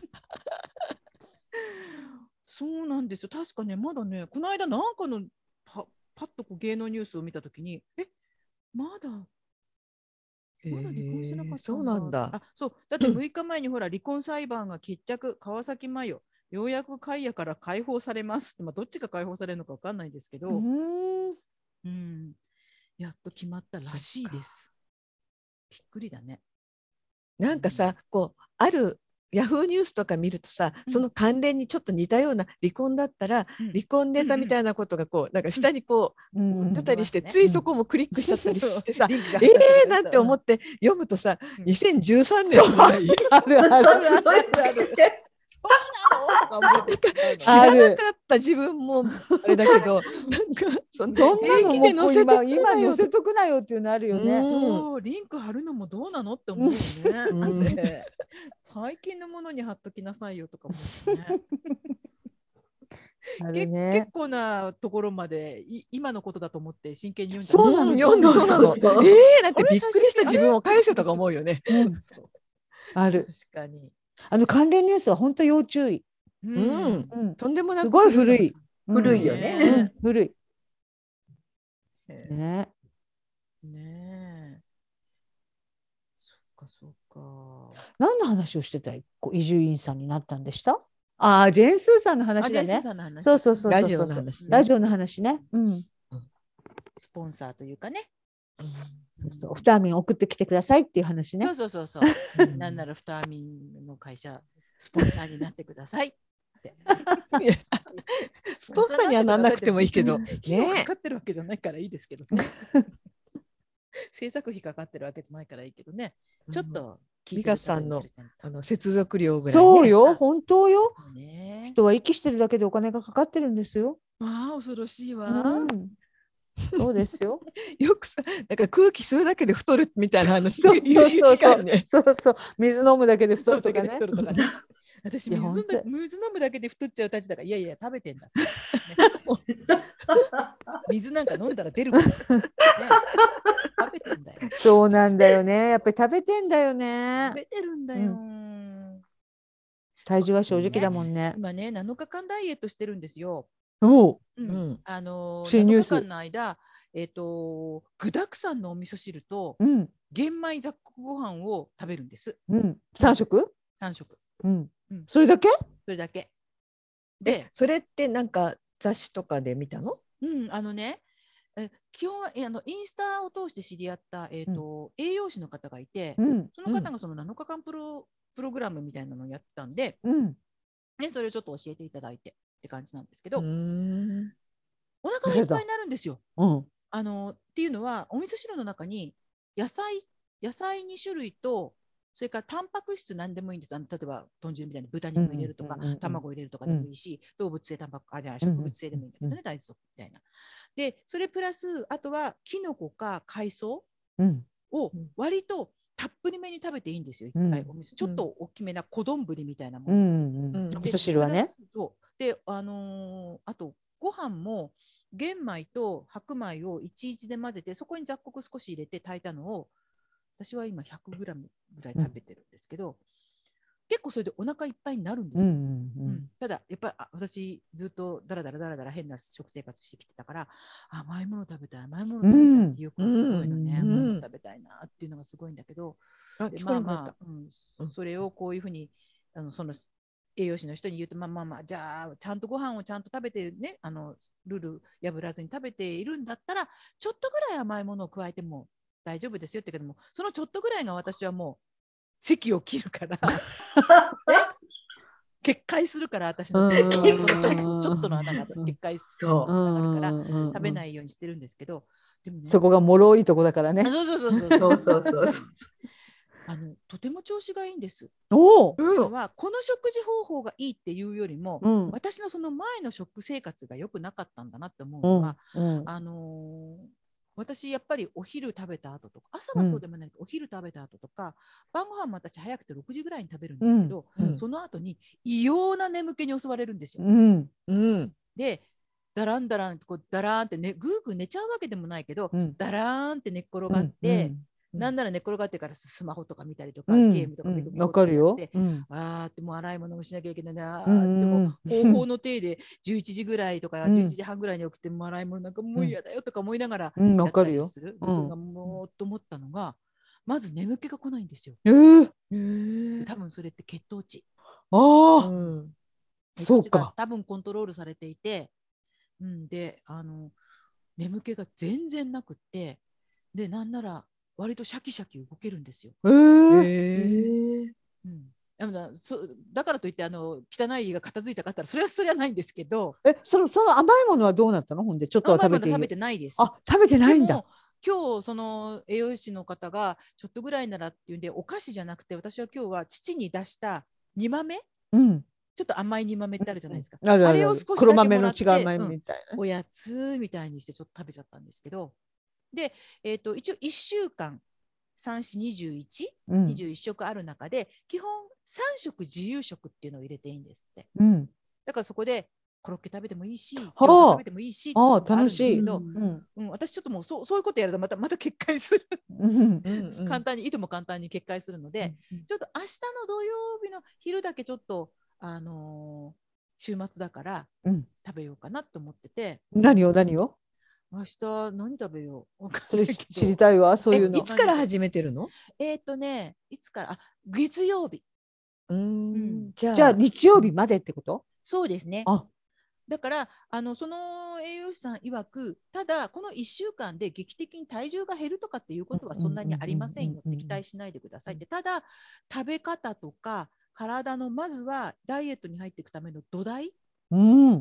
そうなんですよ。確かねまだねこの間なんかのパパッとこう芸能ニュースを見たときにえまだまだ離婚してなかったんだ。 そうなんだ。 あ、そう。だってむいかまえにほら離婚裁判が決着、川崎麻世、ようやくカイヤから解放されますって、まあ、どっちが解放されるのかわかんないんですけど、うん、うん、やっと決まったらしいです。びっくりだね。 なんかさ、こうあるヤフーニュースとか見るとさ、うん、その関連にちょっと似たような離婚だったら、うん、離婚ネタみたいなことがこうなんか下にこう、うん、出たりして、うん、ついそこもクリックしちゃったりしてさ、うん、えーなんて思って読むとさ、うん、にせんじゅうさんねんとかあるあるあるあるあるそうなのとか思って知らなかった自分もあれだけどなんかそんなのもう今今載せとくなよっていうのあるよね。 うん、そうリンク貼るのもどうなのって思うよね。うんね最近のものに貼っときなさいよとか思うね。あれね結構なところまでい今のことだと思って真剣に読んじゃう。 そうなの読んだそうなの。えー、なんてびっくりした自分を返せとか思うよね。 うん、ある。 確かに。 あの関連ニュースは本当要注意。 うん、うん、とんでもなくすごい古い。 古いよね。 うん、古い。ね。 ねえ。そっかそっか。 何の話をしてた伊集院さんになったんでした？ああ、ジェーン・スーさんの話だね。そうそうそうそう。 ラジオの話、 ね。ラジオの話ね。うん。 スポンサーというかね。 そうそう。フターミン送ってきてくださいっていう話ね。 そうそうそうそう。なんならフターミンの会社スポンサーになってくださいって。 スポンサーにはならなくてもいいけど、 ね、かかってるわけじゃないからいいですけどね。制作費かかってるわけじゃないからいいけどね。ちょっと美香さんのあの接続料ぐらい、ね。 そうよ、本当よ。ね、人は息してるだけでお金がかかってるんですよ。 ああ、恐ろしいわ。 うん、そうですよ。 よくさ、なんか空気吸うだけで太るみたいな話。 そうそうそうそう、ね、そうそう、水飲むだけで太るとかね。 私水飲む、水飲むだけで太っちゃうたちだから、いやいや食べてんだ。ね、水なんか飲んだら出るから、ね。食べてんだよ。 そうなんだよね。やっぱり食べてんだよね。 食べてるんだよ。うん、 体重は正直だもんね。 今ね、なのかかんダイエットしてるんですよ。 おうん、あのー、 なのかかんの間、えっと、具沢山のお味噌汁と、うん、玄米雑穀ご飯を食べるんです。 うん、さん食？ さん食。 うんうん、それだけ？ それだけ。 で、それってなんか雑誌とかで見たの？ うん、あのね、え基本はあのインスタを通して知り合った、えーとうん、栄養士の方がいて、うん、その方がそのなのかかんプロ、プログラムみたいなのをやってたんで、うん、ね、それをちょっと教えていただいてって感じなんですけど、うーんお腹がいっぱいになるんですよ。うん、あのっていうのはお味噌汁の中に野菜野菜に種類とそれからタンパク質何でもいいんです。あの例えば豚汁みたいに豚肉入れるとか、うんうんうん、卵入れるとかでもいいし、うん、動物性タンパクあじゃあ植物性でもいいんだけどね、うんうん、大豆とみたいな。でそれプラスあとはキノコか海藻を割とたっぷりめに食べていいんですよ。いっぱいお味噌、うん、ちょっと大きめな小丼みたいなもの、 うんうんうん、お味噌汁はね。 そうで、あのー、あとご飯も玄米と白米をいちいちで混ぜて、そこに雑穀少し入れて炊いたのを、私は今ひゃくグラムぐらい食べてるんですけど、うん、結構それでお腹いっぱいになるんですよ。うんうんうんうん、ただやっぱり私ずっとだらだらだらだら変な食生活してきてたから、甘いもの食べたい甘いもの食べたいっていうかすごいのね、うんうん、甘いもの食べたいなっていうのがすごいんだけど、あまあまあ、うん、それをこういうふうにあのその栄養士の人に言うと、まあまあまあ、じゃあちゃんとご飯をちゃんと食べてるね、あのルール破らずに食べているんだったらちょっとぐらい甘いものを加えても大丈夫ですよって言うけども、そのちょっとぐらいが私はもう席を切るからね、決壊するから、私の手はそのちょっとちょっとの穴が決壊するのがあるから食べないようにしてるんですけど、 でもね、そこが脆いとこだからね。 そうそうそうそうそうそうあのとても調子がいいんです。 おーはこの食事方法がいいっていうよりも、うん、私のその前の食生活が良くなかったんだなって思うのは、うんうん、あのー私やっぱりお昼食べた後とか、朝はそうでもないけど、うん、お昼食べた後とか晩ご飯も私早くてろくじぐらいに食べるんですけど、うんうん、その後に異様な眠気に襲われるんですよ。うんうん、でだらんだらんこうだらーんって、ね、ぐーぐー寝ちゃうわけでもないけど、うん、だらーんって寝っ転がって、うんうん、なんなら寝っ転がってからスマホとか見たりとか、うん、ゲームとか見て、 うん、わかるよ、 うん、あーってもう洗い物もしなきゃいけないな、うん、でも方法の手でじゅういちじぐらいとか、うん、じゅういちじはんぐらいに起きても洗い物なんかもう嫌だよとか思いながらやったりする、うん、それがもうと思ったのが、まず眠気が来ないんですよ、えー、多分それって血糖値、 あ、うん、 血糖値が多分コントロールされていて、うん、であの眠気が全然なくって、でなんなら割とシャキシャキ動けるんですよ。えーえーうん、だ, そだからといってあの汚い家が片付いたかったらそれはそれはないんですけど、 え そ, のその甘いものはどうなったの？ほんでちょっとは食べていい？ 甘いもの食べてないです。 あ、食べてないんだ。 でも今日その栄養士の方がちょっとぐらいならっていうんで、お菓子じゃなくて私は今日は父に出した煮豆、うん、ちょっと甘い煮豆ってあるじゃないですか、うんうん、あるあるある、あれを少しだけもらって黒豆の違う豆みたいな、うん、おやつみたいにしてちょっと食べちゃったんですけど、で、えーと、一応いっしゅうかんさん、よん、にじゅういち、うん、にじゅういっ食ある中で基本さん食自由食っていうのを入れていいんですって、うん、だからそこでコロッケ食べてもいいし、餃子食べてもいいしってあるんですけど、うんうん、私ちょっともうそう、そういうことやるとまたまた決壊する簡単にいとも簡単に決壊するので、うんうん、ちょっと明日の土曜日の昼だけちょっとあのー、週末だから食べようかなと思ってて、 うん、何を何を明日何食べよう、 それ知りたいわ、そういうの。 いつから始めてるの？ えっとね、いつから、あ、月曜日。 うーん、うん、じゃあ、じゃあ日曜日までってこと？ そうですね。あ、だからあのその栄養士さん曰く、ただこのいっしゅうかんで劇的に体重が減るとかっていうことはそんなにありませんよって期待しないでくださいって、ただ食べ方とか体のまずはダイエットに入っていくための土台、うん、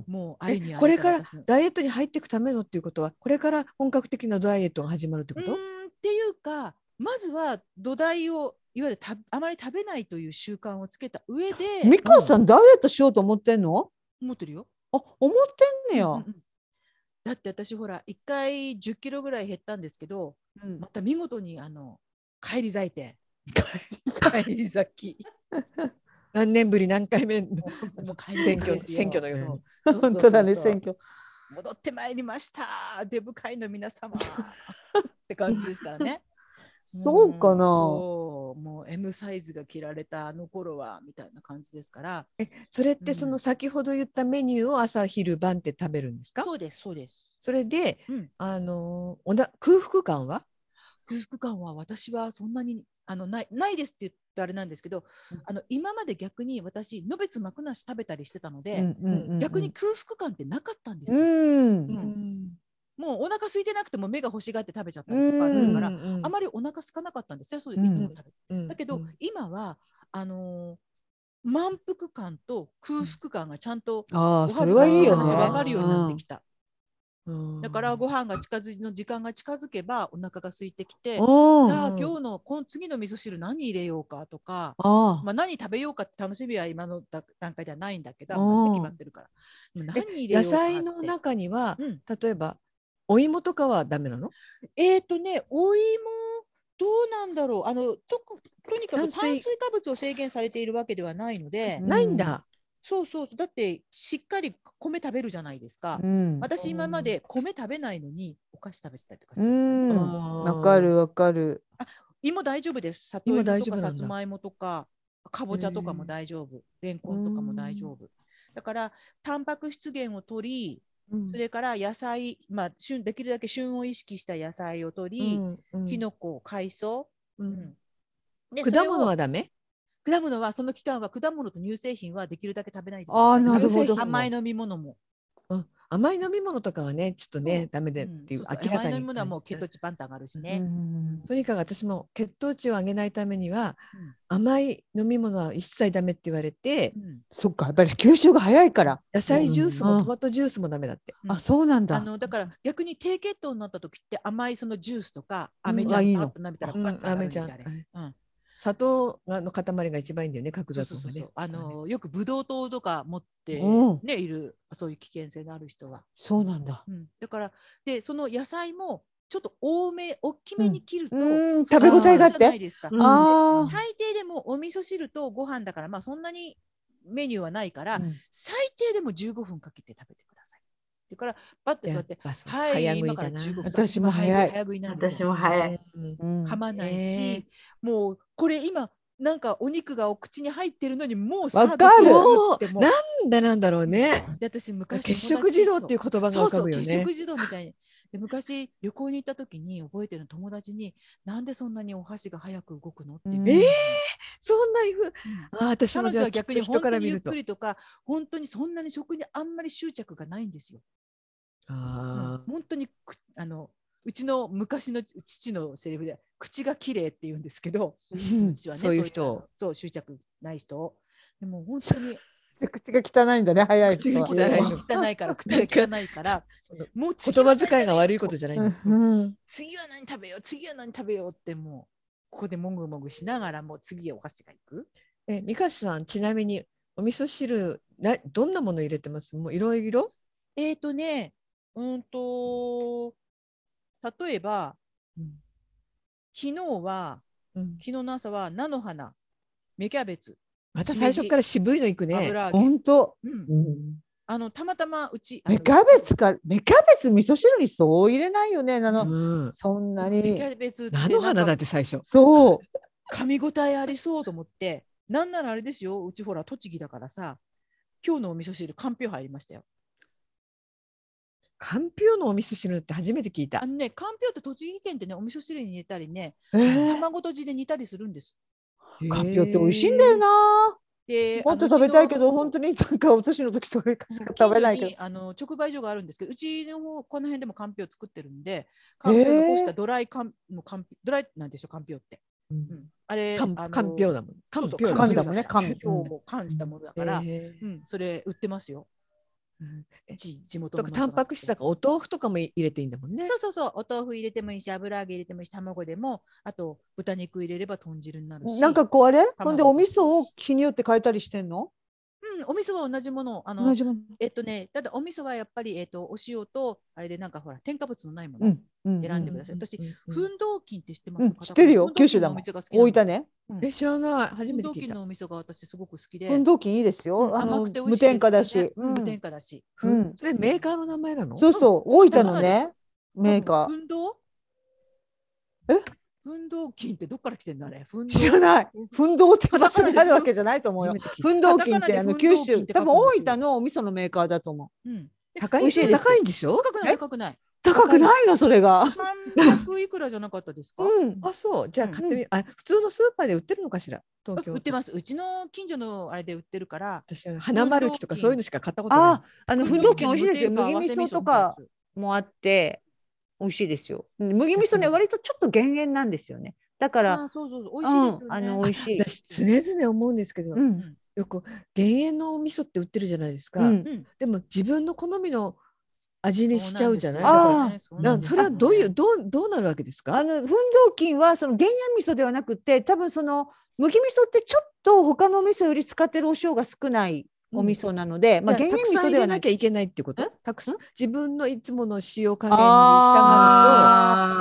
もうあれにこれからダイエットに入っていくためのっていうことは、これから本格的なダイエットが始まるってこと？ うんっていうか、まずは土台をいわゆるたあまり食べないという習慣をつけた上で。 美香さん、うん、ダイエットしようと思ってんの？ 思ってるよ。 あ、思ってんねや、うんうんうん、 だって私ほらいっかいじゅっキロぐらい減ったんですけど、うん、また見事にあの返り咲いて返り咲き何年ぶり何回目の選挙、選挙のように。 本当だね、選挙。 戻ってまいりました、デブ会の皆様って感じですからね。 そうかな、うん、 そうもう エム サイズが着られたあの頃はみたいな感じですから。 え、それってその先ほど言ったメニューを朝昼晩って食べるんですか？ そうですそうです。 それで、うん、あのおな空腹感は空腹感は私はそんなにあのないないですって言ってあれなんですけど、うん、あの今まで逆に私のべつ幕なし食べたりしてたので、うんうんうんうん、逆に空腹感ってなかったんですよ。うんうんもうお腹空いてなくても目が欲しがって食べちゃったりとかするから、あまりお腹空かなかったんですよ。そうでいつも食べて、うんうん、だけど、うん、今はあのー、満腹感と空腹感がちゃんとお恥ずかしい話分かるようになってきた。だからご飯が近づの時間が近づけばお腹が空いてきて、さあ今日のこの次の味噌汁何入れようかとか、まあ、何食べようかって楽しみは今の段階ではないんだけど、あんまり決まってるから。 何入れようかって。野菜の中には、うん、例えばお芋とかはダメなの？ えっとね、お芋どうなんだろう。あの と, とにかく炭水化物を制限されているわけではないので、 ないんだ。 そうそう、だってしっかり米食べるじゃないですか。うん、私今まで米食べないのにお菓子食べてたりとかしてる。 わかるわかる。 あ、芋大丈夫です。里芋とかさつまいもとかかぼちゃとかも大丈夫。レンコンとかも大丈夫。だからタンパク質源を取り、うん、それから野菜、まあ、旬できるだけ旬を意識した野菜を取り、うんうん、きのこ、海藻、うん、 で果物はダメ？ 果物はその期間は果物と乳製品はできるだけ食べないでください。あ、なるほど。 甘い飲み物も、 うん、甘い飲み物とかはねちょっとねダメでっていう、うん、 そうそう、明らかに甘い飲み物はもう血糖値パンと上がるしね。 うん、とにかく私も血糖値を上げないためには、うん、甘い飲み物は一切ダメって言われて、 うん、そっか、やっぱり吸収が早いから野菜ジュースも、うん、トマトジュースもダメだって、 うん、あ、そうなんだ。 あのだから逆に低血糖になった時って甘いそのジュースとか飴ちゃんパッと舐めたらパッと上がるんですよ、あれ。 砂糖の塊が一番いいんだよね、角砂糖がね。そうそうそう、 あのよくブドウ糖とか持って、ね、いるそういう危険性のある人は。 そうなんだ。 うん、だからでその野菜もちょっと多め大きめに切ると、 うん、食べ応えがあって、 ないですか。うん、あ、最低でもお味噌汁とご飯だから、まあそんなにメニューはないから、うん、最低でもじゅうごふんかけて食べてください。だからバッて座って、はい、今からじゅうごふん。 私も早い。 早食いなんですよ。私も早い。 噛まないし、もうこれ今なんかお肉がお口に入ってるのにもうさ、わかる。なんでなんだろうね。 で私昔血色児童っていう言葉が浮かぶよね。 そうそう、血色児童みたいに。で昔旅行に行った時に覚えてる友達に、なんでそんなにお箸が早く動くのって言って、 えー、そんなふう、うん、あ、私もじゃあ逆に本当にゆっくりとか本当にそんなに食にあんまり執着がないんですよ。あ、うん、本当にあのうちの昔の父のセリフで口が綺麗って言うんですけど、 うん、父はね、そういう人、 そう執着ない人でも本当に口が汚いんだね、早い人は。 口が汚いから口が汚いからもう言葉遣いが悪いことじゃない、 うん、次は何食べよう次は何食べようってもうここでもぐもぐしながらもう次へお箸がいく。 え、三橋さん、ちなみにお味噌汁などんなもの入れてます？もういろいろ。 えっとね、うんと例えば、うん、昨日は、うん、昨日の朝は菜の花、芽キャベツ。 また最初から渋いのいくね。 本当。 うん、あのたまたまうち芽キャベツか芽キャベツ味噌汁にそう入れないよね。あの、うん、そんなに。 芽キャベツって菜の花だって最初。 そう。 噛み応えありそうと思って、なんならあれですよ。うちほら栃木だからさ、今日のお味噌汁かんぴょう入りましたよ。 かんぴょうのお味噌汁って初めて聞いた。 あのね、かんぴょうって栃木県ってね、お味噌汁に入れたりね、えー、卵とじで煮たりするんです。 かんぴょうって美味しいんだよな。で、もっと食べたいけど、本当になんかお寿司の時とかしか食べないけど。 あの直売所があるんですけど、うちの方この辺でもかんぴょう作ってるんで、かんぴょうの干したドライかんのかんぴドライなんでしょかんぴょうって。うん、あれかんぴょうだもん。 かんぴょうだもんね。かんぴょうも缶したものだから、うん、それ売ってますよ。うん、地元のタンパク質だからお豆腐とかも入れていいんだもんね。 そうそうそう、お豆腐入れてもいいし、油揚げ入れてもいいし、卵でも、あと豚肉入れれば豚汁になるし。 なんかこうあれ、ほんでお味噌を日によって変えたりしてんの？ うん、お味噌は同じもの、あの、えっとね、ただお味噌はやっぱりえっとお塩とあれでなんかほら添加物のないもの選んでください。私、奮闘金って知ってます？ 知ってるよ、九州だもん。大分ね。 え、知らない、初めて聞いた。奮闘金のお味噌が私すごく好きで。 奮闘金いいですよ。甘くて美味しい。無添加だし。 無添加だし。 それメーカーの名前なの？ そうそう、大分のね、メーカー。 奮闘？ え？ 奮闘金ってどっから来てんだね。 知らない。奮闘って場所にあるわけじゃないと思うよ。奮闘金ってあの九州、多分大分のお味噌のメーカーだと思う。 高い高いんでしょ？ 高くない高くない。 高くないのそれが。 さんびゃくいくらじゃなかったですか？ うん。あ、そう。じゃあ買ってみ。あ、普通のスーパーで売ってるのかしら？東京。 売ってます。うちの近所のあれで売ってるから。 私は花丸木とかそういうのしか買ったことない。 あ、あの奮闘金美味しいですよ。麦味噌とかもあって美味しいですよ。麦味噌ね、割とちょっと減塩なんですよね。だから、 そうそうそう、美味しいですよね。 あの美味しい。 私常々思うんですけど、よく減塩のお味噌って売ってるじゃないですか。でも自分の好みの味にしちゃうじゃない。だからそれはどういうどうどうなるわけですか？ あの奮闘金はその減塩味噌ではなくて、多分その麦味噌ってちょっと他の味噌より使ってるお塩が少ないお味噌なので、 うん、まあ減塩味噌ではなきゃいけないってこと？たくさん自分のいつもの塩加減に従うと、 それは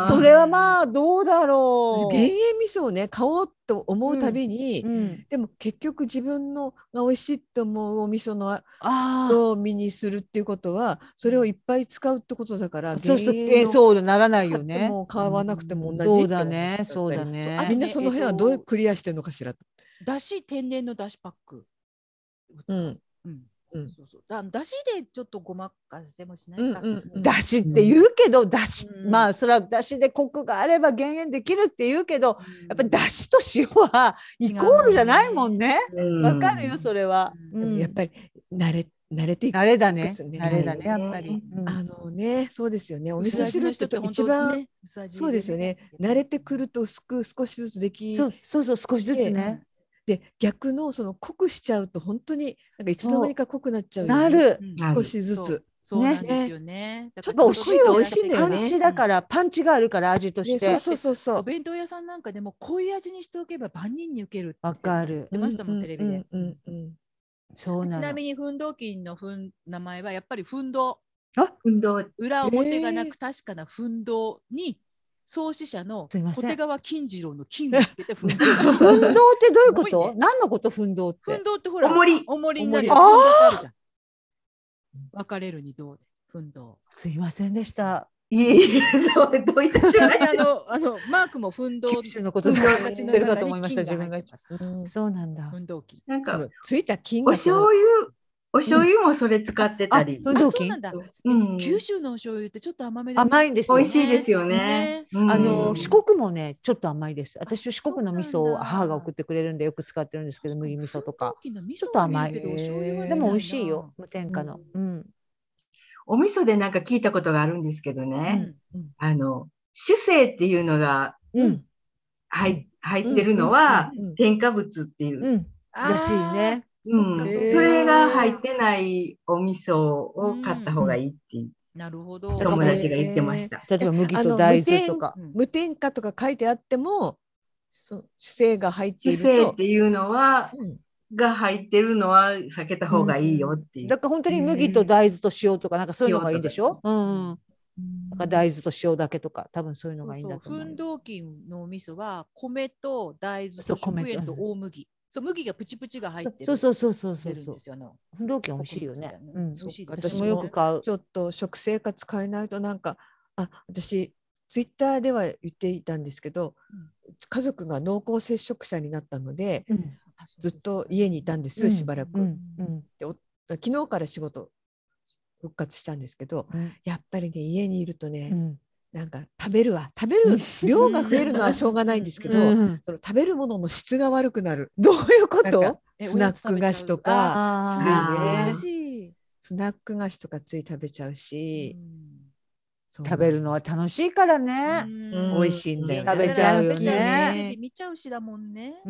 はまあどうだろう。 減塩味噌をね買おうと思うたびに、うんうん、でも結局自分のが美味しいと思うお味噌の人を身にするっていうことはそれをいっぱい使うってことだから、 そうするとえそうならないよね。 もう買わなくても同じ、 うん、そうだねそうだね。 みんなその辺はどうクリアしてるのかしらと。 だし天然のだしパック。うんうんうん、そうそうだだしでちょっとごまかせもしないか。 だしって言うけど、だし、うん、まあそれはだしでコクがあれば減塩できるって言うけど、うん、やっぱりだしと塩はイコールじゃないもんね。わ、ね、かるよそれは。 うん、やっぱり慣れ慣れていく、 ね、慣れだね。慣れだねやっぱり。 うん、あのねそうですよね。お味噌汁って一番、ね、そうですよね。慣れてくると薄く少しずつでき。 そうそうそう少しずつね。 で逆のその濃くしちゃうと本当になんかいつの間にか濃くなっちゃうよね。なる少しずつ。 そうなんですよね。 ちょっと美味しい美味しいんだよね。パンチだからパンチがあるから味として。 そうそうそう。 お弁当屋さんなんかでも濃い味にしておけば万人に受ける。 わかる。 出ましたもんテレビで。 そうなの。 ちなみに奮闘金のふ名前はやっぱり奮闘。 あ、奮闘。 裏表がなく確かな奮闘に。創始者の小手川金次郎の金をつけて奮闘。 奮闘ってどういうこと？何のこと？奮闘って。 奮闘ってほら、 おもり、 おもりになるやつあるじゃん。分かれるにどうで奮闘。 すいませんでした。 いえいえ、そうどういたしまして。 あのあのマークも奮闘のことで形の中に金が入ってます。そうなんだ。 奮闘金。 なんかついた金がお醤油。お醤油もそれ使ってたり。 奮闘金。 九州のお醤油ってちょっと甘めで甘いんですよ。 美味しいですよね。 あの四国もねちょっと甘いです。私四国の味噌を母が送ってくれるんでよく使ってるんですけど麦味噌とかちょっと甘い。でも美味しいよ無添加の。 お味噌でなんか聞いたことがあるんですけどね。あの酒精っていうのが入ってるのは添加物っていうらしいね。 うん、それが入ってないお味噌を買った方がいいっていうなるほど友達が言ってました。 例えば麦と大豆とか無添加とか書いてあっても酒精が入っていると酒精っていうのは、うん、が入ってるのは避けた方がいいよっていう、うん、 だから本当に麦と大豆と塩とかなんかそういうのがいいんでしょ。うん。なんか大豆と塩だけとか多分そういうのがいいんだと思う。 奮闘金のお味噌は米と大豆と食塩と大麦。そう麦がプチプチが入ってる。 そうそうそうそうそうそう。奮闘金美味しいよね。うん、 私もよく買う。ちょっと食生活変えないとなんかあ私ツイッターでは言っていたんですけど、うん、家族が濃厚接触者になったので、うん、ずっと家にいたんです、うん、しばらく、うんうん、で昨日から仕事復活したんですけど、うん、やっぱりね家にいるとね、うんなんか食べるわ食べる量が増えるのはしょうがないんですけど、うん、その食べるものの質が悪くなる。 どういうこと？ スナック菓子とかついねスナック菓子とかつい食べちゃうし、 うん、食べるのは楽しいからね、うん、美味しいんだよね。食べちゃうよね。 見ちゃうしだもんね。 うん、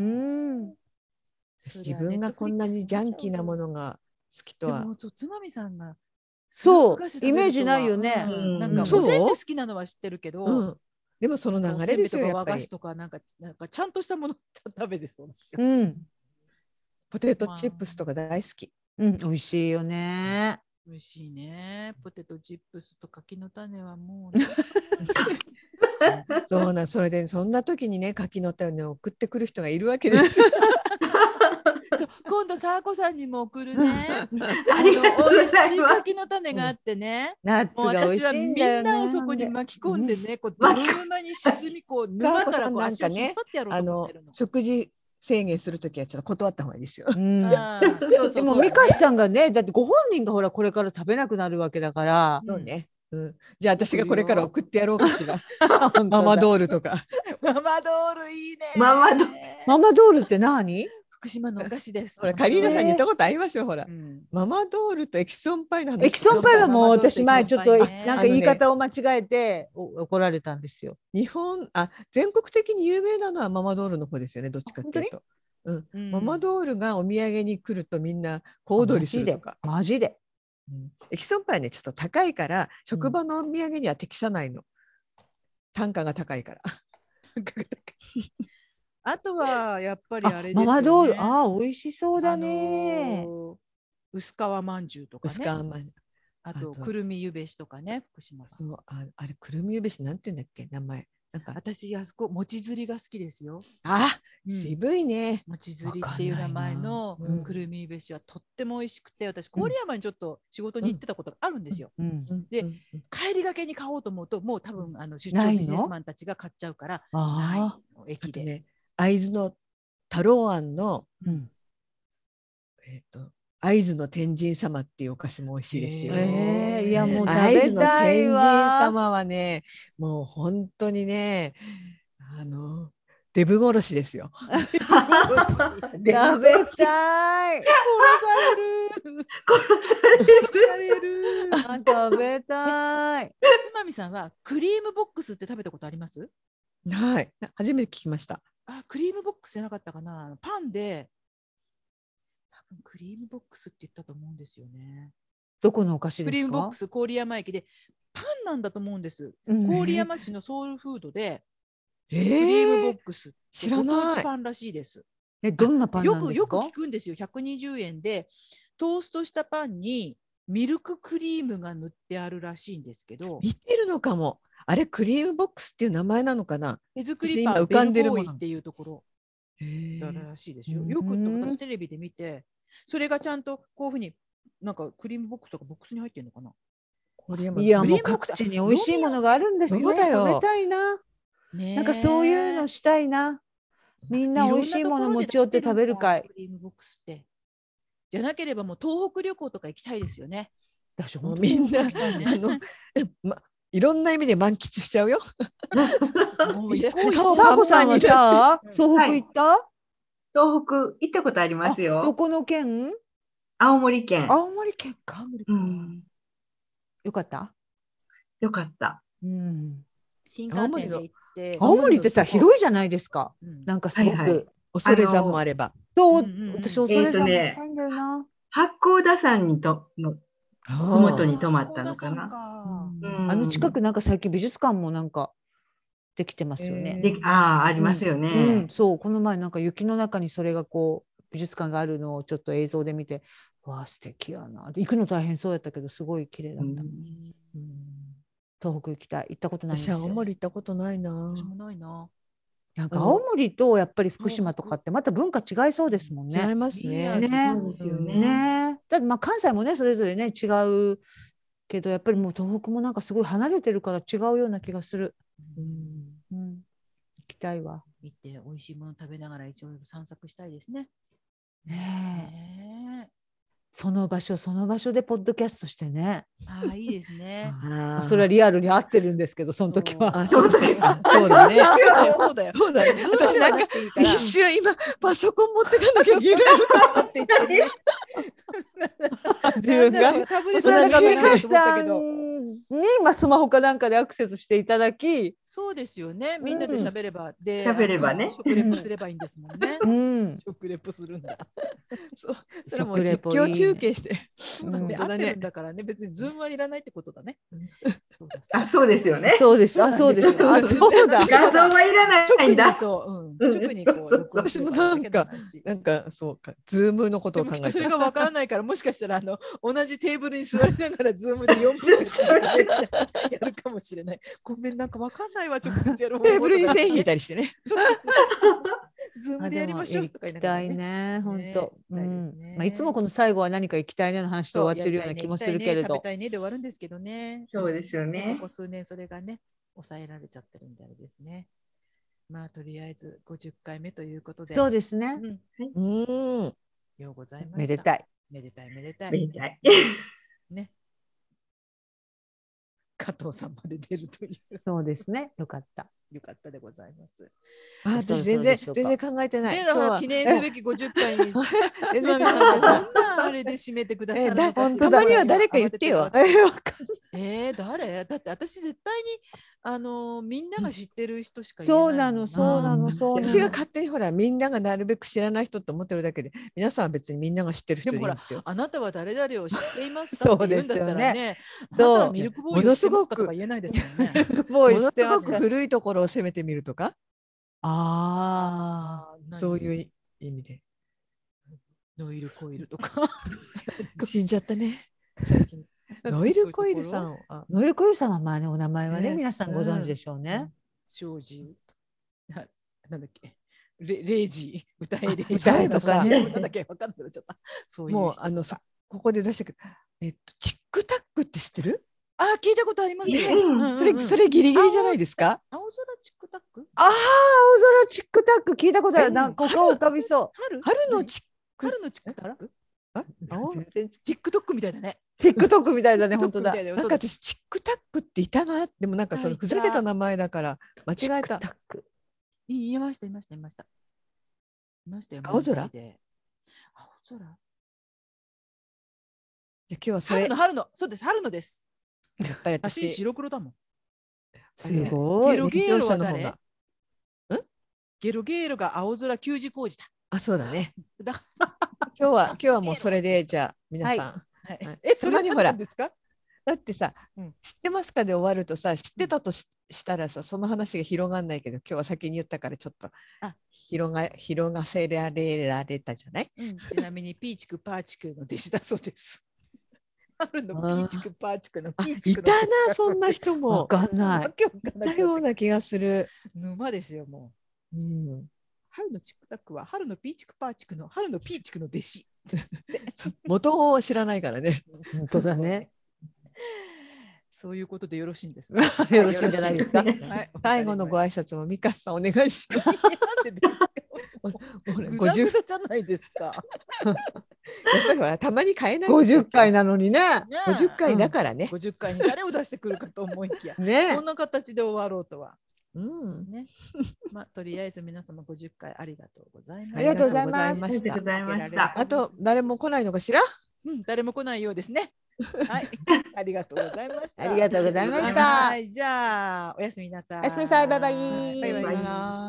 自分がこんなにジャンキーなものが好きとは。 でもつまみさんがそうイメージないよね。 うん、なんかおせんべい好きなのは知ってるけど、うん、 でもその流れですよ。 和菓子とかなんかなんかちゃんとしたもの食べてそうな気がする。うん、ポテトチップスとか大好き。 うん、美味しいよね。 美味しいね。ポテトチップスと柿の種はもう、ね、 そうなそれでそんな時にね柿の種を送ってくる人がいるわけですよ。 今度さあこさんにも送るね。あの美味しい柿の種があってね。 もう私はみんなをそこに巻き込んでね、こう泥沼に沈みこう沼からこう足を引っ張ってやろうと思ってるの。 食事制限するときはちょっと断った方がいいですよ。 でもミカシさんがねだってご本人がほらこれから食べなくなるわけだから。 そうね。うん、じゃあ私がこれから送ってやろうかしら。ママドールとか。 ママドールいいね。 ママドママドールって何？ 福島のお菓子です。 ほらカリーナさんに言ったことありますよほら、うん、ママドールとエキソンパイなんです。 エキソンパイはもう私前ちょっとなんか言い方を間違えて怒られたんですよ。 日本あ全国的に有名なのはママドールの方ですよねどっちかっていうと。うん、うん、ママドールがお土産に来るとみんな小躍りするとか。 マジで。 うん、エキソンパイはねちょっと高いから職場のお土産には適さないの、うん、単価が高いからあとはやっぱりあれですよね。 ママドールああ美味しそうだね、あのー、 薄皮まんじゅうとかね、 薄皮まんじゅうあとくるみゆべしとかね福島は。 そう あ, あれくるみゆべしなんていうんだっけ名前なんか私あそこもち釣りが好きですよ。 あ、うん、渋いね。 もち釣りっていう名前のくるみ飯はとっても美味しくて、私郡山にちょっと仕事に行ってたことがあるんですよ。うんうん、で、うん、帰りがけに買おうと思うともう多分あの出張ビジネスマンたちが買っちゃうからないの駅で。 ね、会津の太郎庵の、うん、えっと会津の天神様っていうお菓子も美味しいですよ。 えー、いやもう食べたいわ。会津の天神様はね、もう本当にね、あのデブ殺しですよ。 デブ殺し。食べたい。 殺される。殺される。 食べたい。 つまみさんはクリームボックスって食べたことあります？ はい、初めて聞きました。 あ、クリームボックスじゃなかったかな。パンで。クリームボックスって言ったと思うんですよね。 どこのお菓子ですか？ クリームボックス郡山駅でパンなんだと思うんです。うん、郡山市のソウルフードで、えー、クリームボックスってご当地パンらしいです。 え、どんなパンなんですか？ よくよく聞くんですよ。ひゃくにじゅうえんでトーストしたパンにミルククリームが塗ってあるらしいんですけど。 似てるのかも。あれクリームボックスっていう名前なのかな。 手作りパンベルボーイっていうところだらしいですよ。よく私テレビで見て。それがちゃんとこういうふうになんかクリームボックスとかボックスに入ってるのかな。 いやもう各地に美味しいものがあるんですね。食べたいな。なんかそういうのしたいな。みんな美味しいもの持ち寄って食べる会。 クリームボックスってじゃなければもう東北旅行とか行きたいですよね。 私もみんなあの、ま、いろんな意味で満喫しちゃうよ。 もう行こうよ。さあこさんはさ、東北行った？はい、 東北行ったことありますよ。 どこの県？ 青森県。 青森県か。うん、よかった。 よかった。 うん、新幹線で行って。 青森ってさ広いじゃないですか。うん、なんかすごく、はいはい、 恐山もあれば。 そう、私恐山も行きたいんだよな。 八甲田山にとの麓に泊まったのかな。 あの近くなんか最近美術館もなんか。できてますよね。 でああ、ありますよね、 うんうん。そう、この前なんか雪の中にそれがこう美術館があるのをちょっと映像で見て、わあ素敵やな。行くの大変そうやったけどすごい綺麗だった。うんうん、東北行きたい。行ったことないんですよ。 私青森行ったことないな。 私もないな。 なんか青森とやっぱり福島とかってまた文化違いそうですもんね。 違いますね。 ね。 そうですよね。 ね。だってまあ関西もねそれぞれね違うけどやっぱりもう東北もなんかすごい離れてるから違うような気がする。うんうん、行きたいわ。 行って美味しいもの食べながら一応散策したいですね。 ねえ。その場所その場所でポッドキャストしてね。 ああいいですね。 あそれはリアルに合ってるんですけどその時は。 そうだよ。そうだね。 そうだよ。 そうだよ。私なんか一瞬今パソコン持ってかなきゃいけないって言ってね。 自分がタブレットなんか美香さんに今スマホかなんかでアクセスしていただき、 そうですよね。みんなで喋れば、うん、で喋ればね。 食レポすればいいんですもんね。うん、食レポするんだ。 そう。それも実況中継して。 そうだね。合ってるんだからね。別にズームはいらないってことだね。 あ、そうですよね。 そうです。あ、そうです。あ、そうだ。 画像はいらないんだ。 そう。直にこう。 私もなんかなんかそうか。ズームのことを考えて。 それがわからないからもしかしたらあの同じテーブルに座りながらズームでよんぷんやるかもしれない。ごめんなんかわかんないわ直接やる。 テーブルに線引いたりしてね。 ズームでやりましょうとか言いながらね。行きたいね本当。まあいつもこの最後は何か行きたいねの話で終わってるような気もするけれど。 食べたいねで終わるんですけどね。 そうですよね。 ここ数年それがね抑えられちゃってるんであれですね。まあとりあえずごじゅっかいめということで。 そうですね。 うん。 ようございました。 めでたい。 めでたいめでたい。 めでたい。 ね。加藤さんまで出るという。 そうですね。よかった。 よかったでございます。 あ、私全然全然考えてない。 記念すべきごじゅっかいに。全然どんなあれで締めてくださるのかしら。 たまには誰か言ってよ。 えー、誰？だって私絶対にあのみんなが知ってる人しか言えない。そうなのそうなのそうなの。 私が勝手にほらみんながなるべく知らない人と思ってるだけで、皆さんは別にみんなが知ってる人でいいんですよ。 あなたは誰々を知っていますかって言うんだったらね。そう。あなたはミルクボーイを知ってますかとか言えないですよね。 ものすごく古いところを攻めてみるとか。 ああ、そういう意味で。 ノイルコイルとか。 死んじゃったね。最近。ノイルコイルさんは。 ノイルコイルさんはまあねお名前はね皆さんご存知でしょうね。 庄司な、なんだっけ、レレイジ歌えレイジ歌えとかね、 なんだっけわかんないちゃった。そういうもうあのそここで出したけど、えっとチックタックって知ってる？ あ、聞いたことありますよ。 それそれギリギリじゃないですか？ 青空チックタック？ ああ、青空チックタック聞いたことある。なんか顔浮かびそう。 春春のチック春のチックタック？ あ、 TikTok みたいだね。 TikTok みたいだね、本当だ。 なんか私チックタックっていたな。でもなんかそのふざけた名前だから間違えた。 言いました、言いました、言いました。いましたよ。 青空？青空。 じゃあ今日はそれ。 春の春の、そうです、春のです。 やっぱり私白黒だもん。 すごい。 ゲロゲーロは誰？ ん？ ゲロゲーロが青空球児工事だ。 あ、そうだね。だ今日は今日はもうそれでじゃあ皆さん。 はい。はい、え、それは何ですか？ だってさ、うん、知ってますかで終わるとさ、知ってたと し,、うん、したらさ、その話が広がんないけど、今日は先に言ったからちょっと広が広がせられられたじゃない？ うん、ちなみにピーチクパーチクの弟子だそうです。春のピーチクパーチクのピーチクのいたな、そんな人も。 わかんない。 いたような気がする。 沼ですよ、もう。うん、 春のチックタックは春のピーチクパーチクの春のピーチクの弟子です。 元を知らないからね。 本当だね。 そういうことでよろしいんですか？ よろしいんじゃないですか。はい、 最後のご挨拶もミカさんお願いします。 なんでですか？グダグダじゃないですか。 やっぱりほらたまに変えない。 ごじゅっかいなのにね。 ごじゅっかいだからね。 ごじゅっかいに誰を出してくるかと思いきや、 ね、 こんな形で終わろうとは。 うんね、まあとりあえず皆様ごじゅっかいありがとうございました。 ありがとうございました。 ありがとうございました。 あと誰も来ないのかしら？ うん、誰も来ないようですね。はい、ありがとうございました。 ありがとうございました。 はい、じゃあおやすみなさい。 おやすみなさい。バイバイ。 バイバイ。